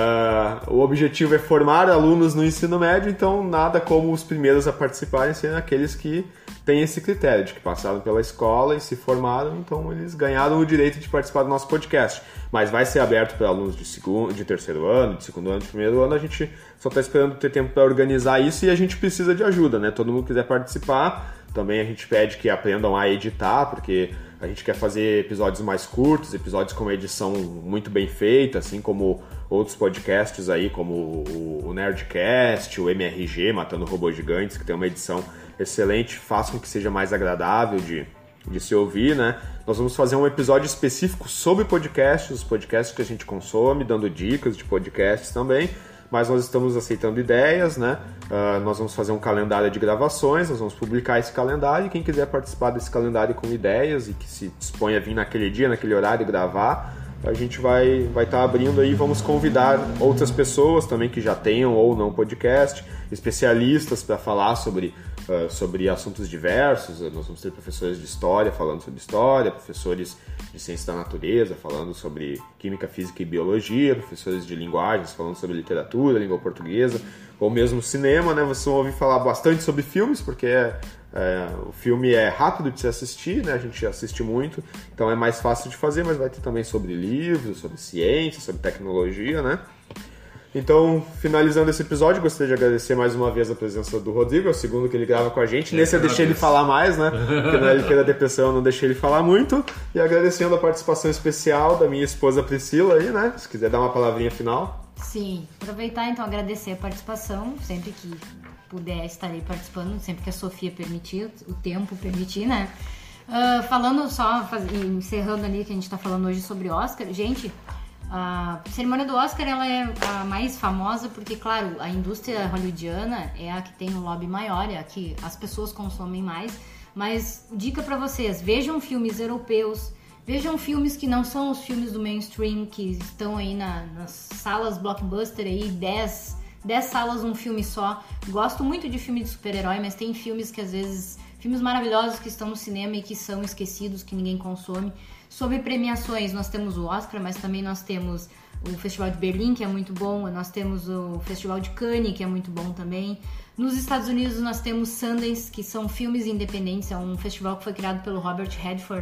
S1: uh, o objetivo é formar alunos no ensino médio, então nada como os primeiros a participarem serem aqueles que têm esse critério, de que passaram pela escola e se formaram, então eles ganharam o direito de participar do nosso podcast. Mas vai ser aberto para alunos de, segundo, de terceiro ano, de segundo ano, de primeiro ano. A gente só está esperando ter tempo para organizar isso e a gente precisa de ajuda, né? Todo mundo quiser participar, também a gente pede que aprendam a editar, porque a gente quer fazer episódios mais curtos, episódios com uma edição muito bem feita, assim como outros podcasts aí, como o Nerdcast, o M R G, Matando Robôs Gigantes, que tem uma edição excelente, faz com que seja mais agradável de, de se ouvir, né? Nós vamos fazer um episódio específico sobre podcasts, os podcasts que a gente consome, dando dicas de podcasts também, mas nós estamos aceitando ideias, né? Uh, nós vamos fazer um calendário de gravações, nós vamos publicar esse calendário e quem quiser participar desse calendário com ideias e que se dispõe a vir naquele dia, naquele horário e gravar, a gente vai vai estar tá abrindo aí, vamos convidar outras pessoas também que já tenham ou não podcast, especialistas para falar sobre Uh, sobre assuntos diversos. Nós vamos ter professores de história falando sobre história, professores de ciência da natureza falando sobre química, física e biologia, professores de linguagens falando sobre literatura, língua portuguesa, ou mesmo cinema, né? Vocês vão ouvir falar bastante sobre filmes, porque é, é, o filme é rápido de se assistir, né? A gente assiste muito, então é mais fácil de fazer, mas vai ter também sobre livros, sobre ciência, sobre tecnologia, né? Então, finalizando esse episódio, gostaria de agradecer mais uma vez a presença do Rodrigo, é o segundo que ele grava com a gente. Nesse eu deixei ele falar mais, né? Porque na L P da Depressão eu não deixei ele falar muito. E agradecendo a participação especial da minha esposa Priscila aí, né? Se quiser dar uma palavrinha final.
S2: Sim, aproveitar então, agradecer a participação, sempre que puder estarei participando, sempre que a Sofia permitir, o tempo permitir, né? Uh, falando só, faz... encerrando ali que a gente tá falando hoje sobre Oscar, gente... A cerimônia do Oscar ela é a mais famosa porque, claro, a indústria hollywoodiana é a que tem um lobby maior, é a que as pessoas consomem mais. Mas dica pra vocês, vejam filmes europeus, vejam filmes que não são os filmes do mainstream, que estão aí na, nas salas blockbuster, aí dez, dez salas um filme só. Gosto muito de filme de super-herói, mas tem filmes que às vezes... Filmes maravilhosos que estão no cinema e que são esquecidos, que ninguém consome. Sobre premiações, nós temos o Oscar, mas também nós temos o Festival de Berlim, que é muito bom. Nós temos o Festival de Cannes, que é muito bom também. Nos Estados Unidos nós temos Sundance, que são filmes independentes. É um festival que foi criado pelo Robert Redford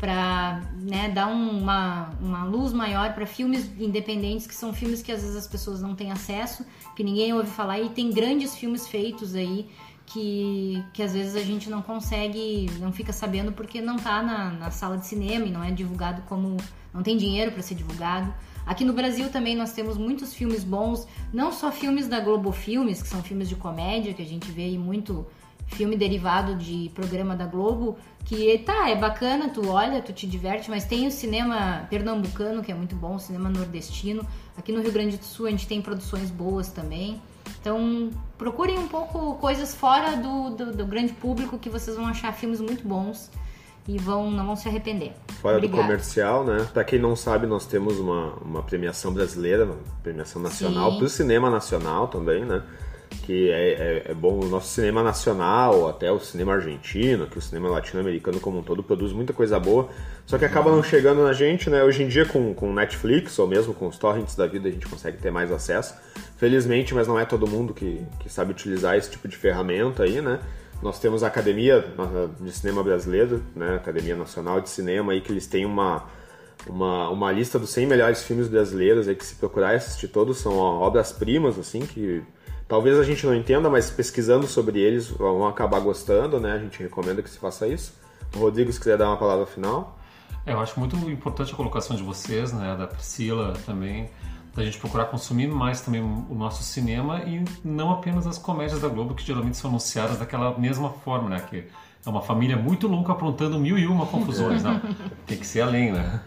S2: para, né, dar uma, uma luz maior para filmes independentes, que são filmes que às vezes as pessoas não têm acesso, que ninguém ouve falar, e tem grandes filmes feitos aí que, que às vezes a gente não consegue, não fica sabendo porque não tá na, na sala de cinema e não é divulgado como... não tem dinheiro para ser divulgado. Aqui no Brasil também nós temos muitos filmes bons, não só filmes da Globo Filmes, que são filmes de comédia, que a gente vê aí muito filme derivado de programa da Globo, que tá, é bacana, tu olha, tu te diverte, mas tem o cinema pernambucano, que é muito bom, o cinema nordestino. Aqui no Rio Grande do Sul a gente tem produções boas também. Então procurem um pouco coisas fora do, do, do grande público, que vocês vão achar filmes muito bons e vão, não vão se arrepender.
S1: Fora
S2: Obrigada.
S1: Do comercial, né? Pra quem não sabe, nós temos uma, uma premiação brasileira, uma premiação nacional, pro cinema nacional também, né? Que é, é, é bom, o nosso cinema nacional, até o cinema argentino, que o cinema latino-americano como um todo produz muita coisa boa, só que acaba não chegando na gente, né? Hoje em dia com, com Netflix, ou mesmo com os torrents da vida, a gente consegue ter mais acesso, felizmente, mas não é todo mundo que, que sabe utilizar esse tipo de ferramenta aí, né? Nós temos a Academia de Cinema Brasileiro, né? Academia Nacional de Cinema, aí, que eles têm uma, uma, uma lista dos cem melhores filmes brasileiros, aí, que se procurar assistir todos são obras-primas, assim, que talvez a gente não entenda, mas pesquisando sobre eles vão acabar gostando, né? A gente recomenda que se faça isso. O Rodrigo, se quiser dar uma palavra final.
S3: É, eu acho muito importante a colocação de vocês, né? Da Priscila também, da gente procurar consumir mais também o nosso cinema e não apenas as comédias da Globo, que geralmente são anunciadas daquela mesma forma, né? Que é uma família muito louca aprontando mil e uma confusões, né? Tem que ser além, né?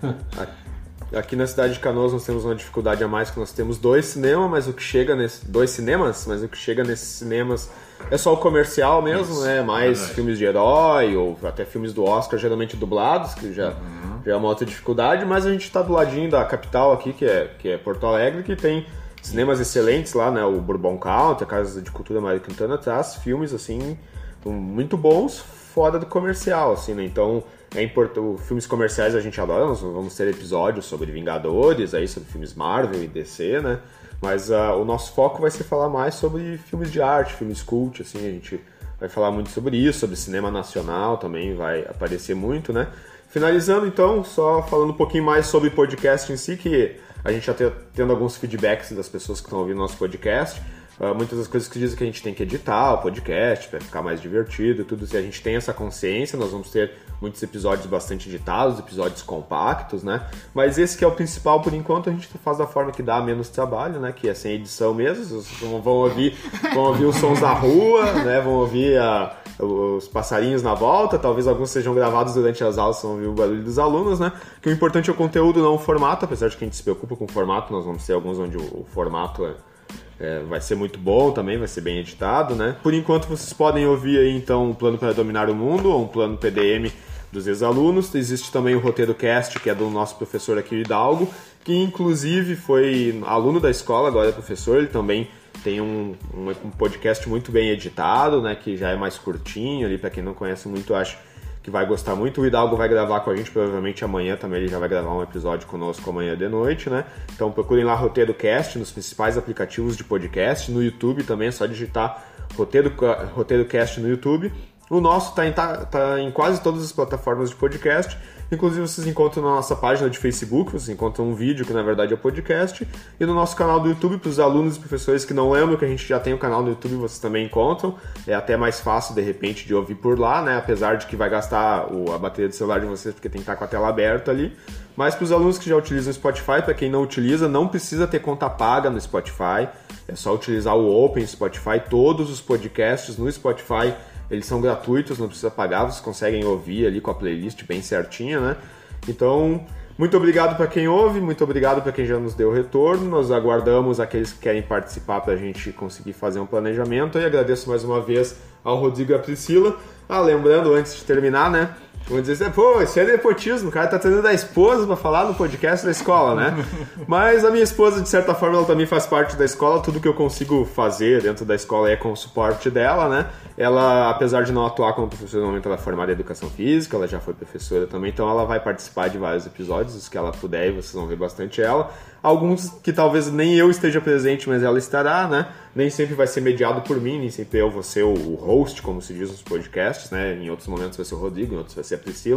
S1: Aqui na cidade de Canoas nós temos uma dificuldade a mais, que nós temos dois cinemas, mas o que chega nesse, dois cinemas, mas o que chega nesses cinemas é só o comercial mesmo, Isso, né? Mais é filmes de herói ou até filmes do Oscar, geralmente dublados, que já, uhum. já é uma outra dificuldade, mas a gente está do ladinho da capital aqui, que é, que é Porto Alegre, que tem cinemas excelentes lá, né? O Bourbon Country, a Casa de Cultura Mário Quintana, traz filmes assim muito bons fora do comercial, assim, né? Então é importante, filmes comerciais a gente adora, nós vamos ter episódios sobre Vingadores, aí sobre filmes Marvel e D C, né? Mas uh, o nosso foco vai ser falar mais sobre filmes de arte, filmes cult, assim, a gente vai falar muito sobre isso, sobre cinema nacional também vai aparecer muito, né? Finalizando então, só falando um pouquinho mais sobre o podcast em si, que a gente já está tendo alguns feedbacks das pessoas que estão ouvindo nosso podcast. Uh, muitas das coisas que dizem que a gente tem que editar o podcast para ficar mais divertido e tudo, se a gente tem essa consciência, nós vamos ter muitos episódios bastante editados, episódios compactos, né? Mas esse que é o principal, por enquanto, a gente faz da forma que dá menos trabalho, né? Que é sem edição mesmo, vocês vão ouvir, vão ouvir os sons da rua, né? Vão ouvir a, os passarinhos na volta, talvez alguns sejam gravados durante as aulas, vão ouvir o barulho dos alunos, né? Que o importante é o conteúdo, não o formato, apesar de que a gente se preocupa com o formato, nós vamos ter alguns onde o, o formato é É, vai ser muito bom também, vai ser bem editado, né? Por enquanto vocês podem ouvir aí então um plano para dominar o mundo, ou um plano P D M dos ex-alunos. Existe também o Roteiro Cast, que é do nosso professor aqui, Hidalgo, que inclusive foi aluno da escola, agora é professor. Ele também tem um, um, um podcast muito bem editado, né? Que já é mais curtinho ali, para quem não conhece muito, acho que vai gostar muito. O Hidalgo vai gravar com a gente, provavelmente amanhã também ele já vai gravar um episódio conosco amanhã de noite, né? Então procurem lá Roteiro Cast nos principais aplicativos de podcast, no YouTube também é só digitar Roteiro, Roteiro Cast no YouTube. O nosso está em, tá, tá em quase todas as plataformas de podcast, inclusive vocês encontram na nossa página de Facebook, vocês encontram um vídeo que na verdade é o podcast, e no nosso canal do YouTube, para os alunos e professores que não lembram que a gente já tem o canal no YouTube, vocês também encontram, é até mais fácil de repente de ouvir por lá, né? Apesar de que vai gastar o, a bateria do celular de vocês, porque tem que estar com a tela aberta ali. Mas para os alunos que já utilizam o Spotify, para quem não utiliza, não precisa ter conta paga no Spotify, é só utilizar o Open Spotify. Todos os podcasts no Spotify eles são gratuitos, não precisa pagar, vocês conseguem ouvir ali com a playlist bem certinha, né? Então, muito obrigado para quem ouve, muito obrigado para quem já nos deu retorno. Nós aguardamos aqueles que querem participar para a gente conseguir fazer um planejamento. E agradeço mais uma vez ao Rodrigo e à Priscila. Ah, lembrando, antes de terminar, né? Vou dizer, pô, isso é nepotismo, o cara tá trazendo a esposa pra falar no podcast da escola, né? Mas a minha esposa, de certa forma, ela também faz parte da escola, tudo que eu consigo fazer dentro da escola é com o suporte dela, né? Ela, apesar de não atuar como professora no momento, ela é formada em educação física, ela já foi professora também, então ela vai participar de vários episódios, os que ela puder, e vocês vão ver bastante ela. Alguns que talvez nem eu esteja presente, mas ela estará, né? Nem sempre vai ser mediado por mim, nem sempre eu vou ser o host, como se diz nos podcasts, né? Em outros momentos vai ser o Rodrigo, em outros vai ser a Priscila.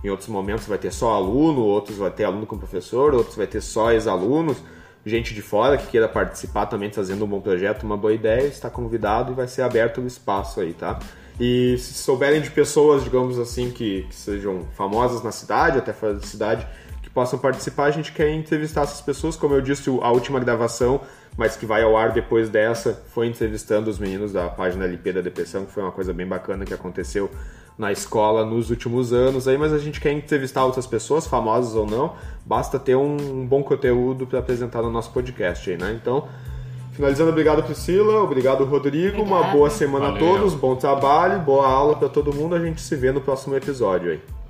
S1: em outros momentos vai ter só aluno, outros vai ter aluno com professor, outros vai ter só ex-alunos, gente de fora que queira participar também fazendo um bom projeto, uma boa ideia, está convidado e vai ser aberto o espaço aí, tá? E se souberem de pessoas, digamos assim, que, que sejam famosas na cidade, até fora da cidade, que possam participar, a gente quer entrevistar essas pessoas. Como eu disse, a última gravação, mas que vai ao ar depois dessa, foi entrevistando os meninos da página L P da Depressão, que foi uma coisa bem bacana que aconteceu na escola nos últimos anos aí, mas a gente quer entrevistar outras pessoas, famosas ou não, basta ter um bom conteúdo para apresentar no nosso podcast aí, né? Então, finalizando, obrigado Priscila, obrigado Rodrigo,
S2: Obrigada.
S1: Uma boa semana
S3: Valeu.
S1: a todos, bom trabalho, boa aula para todo mundo, a gente se vê no próximo episódio aí.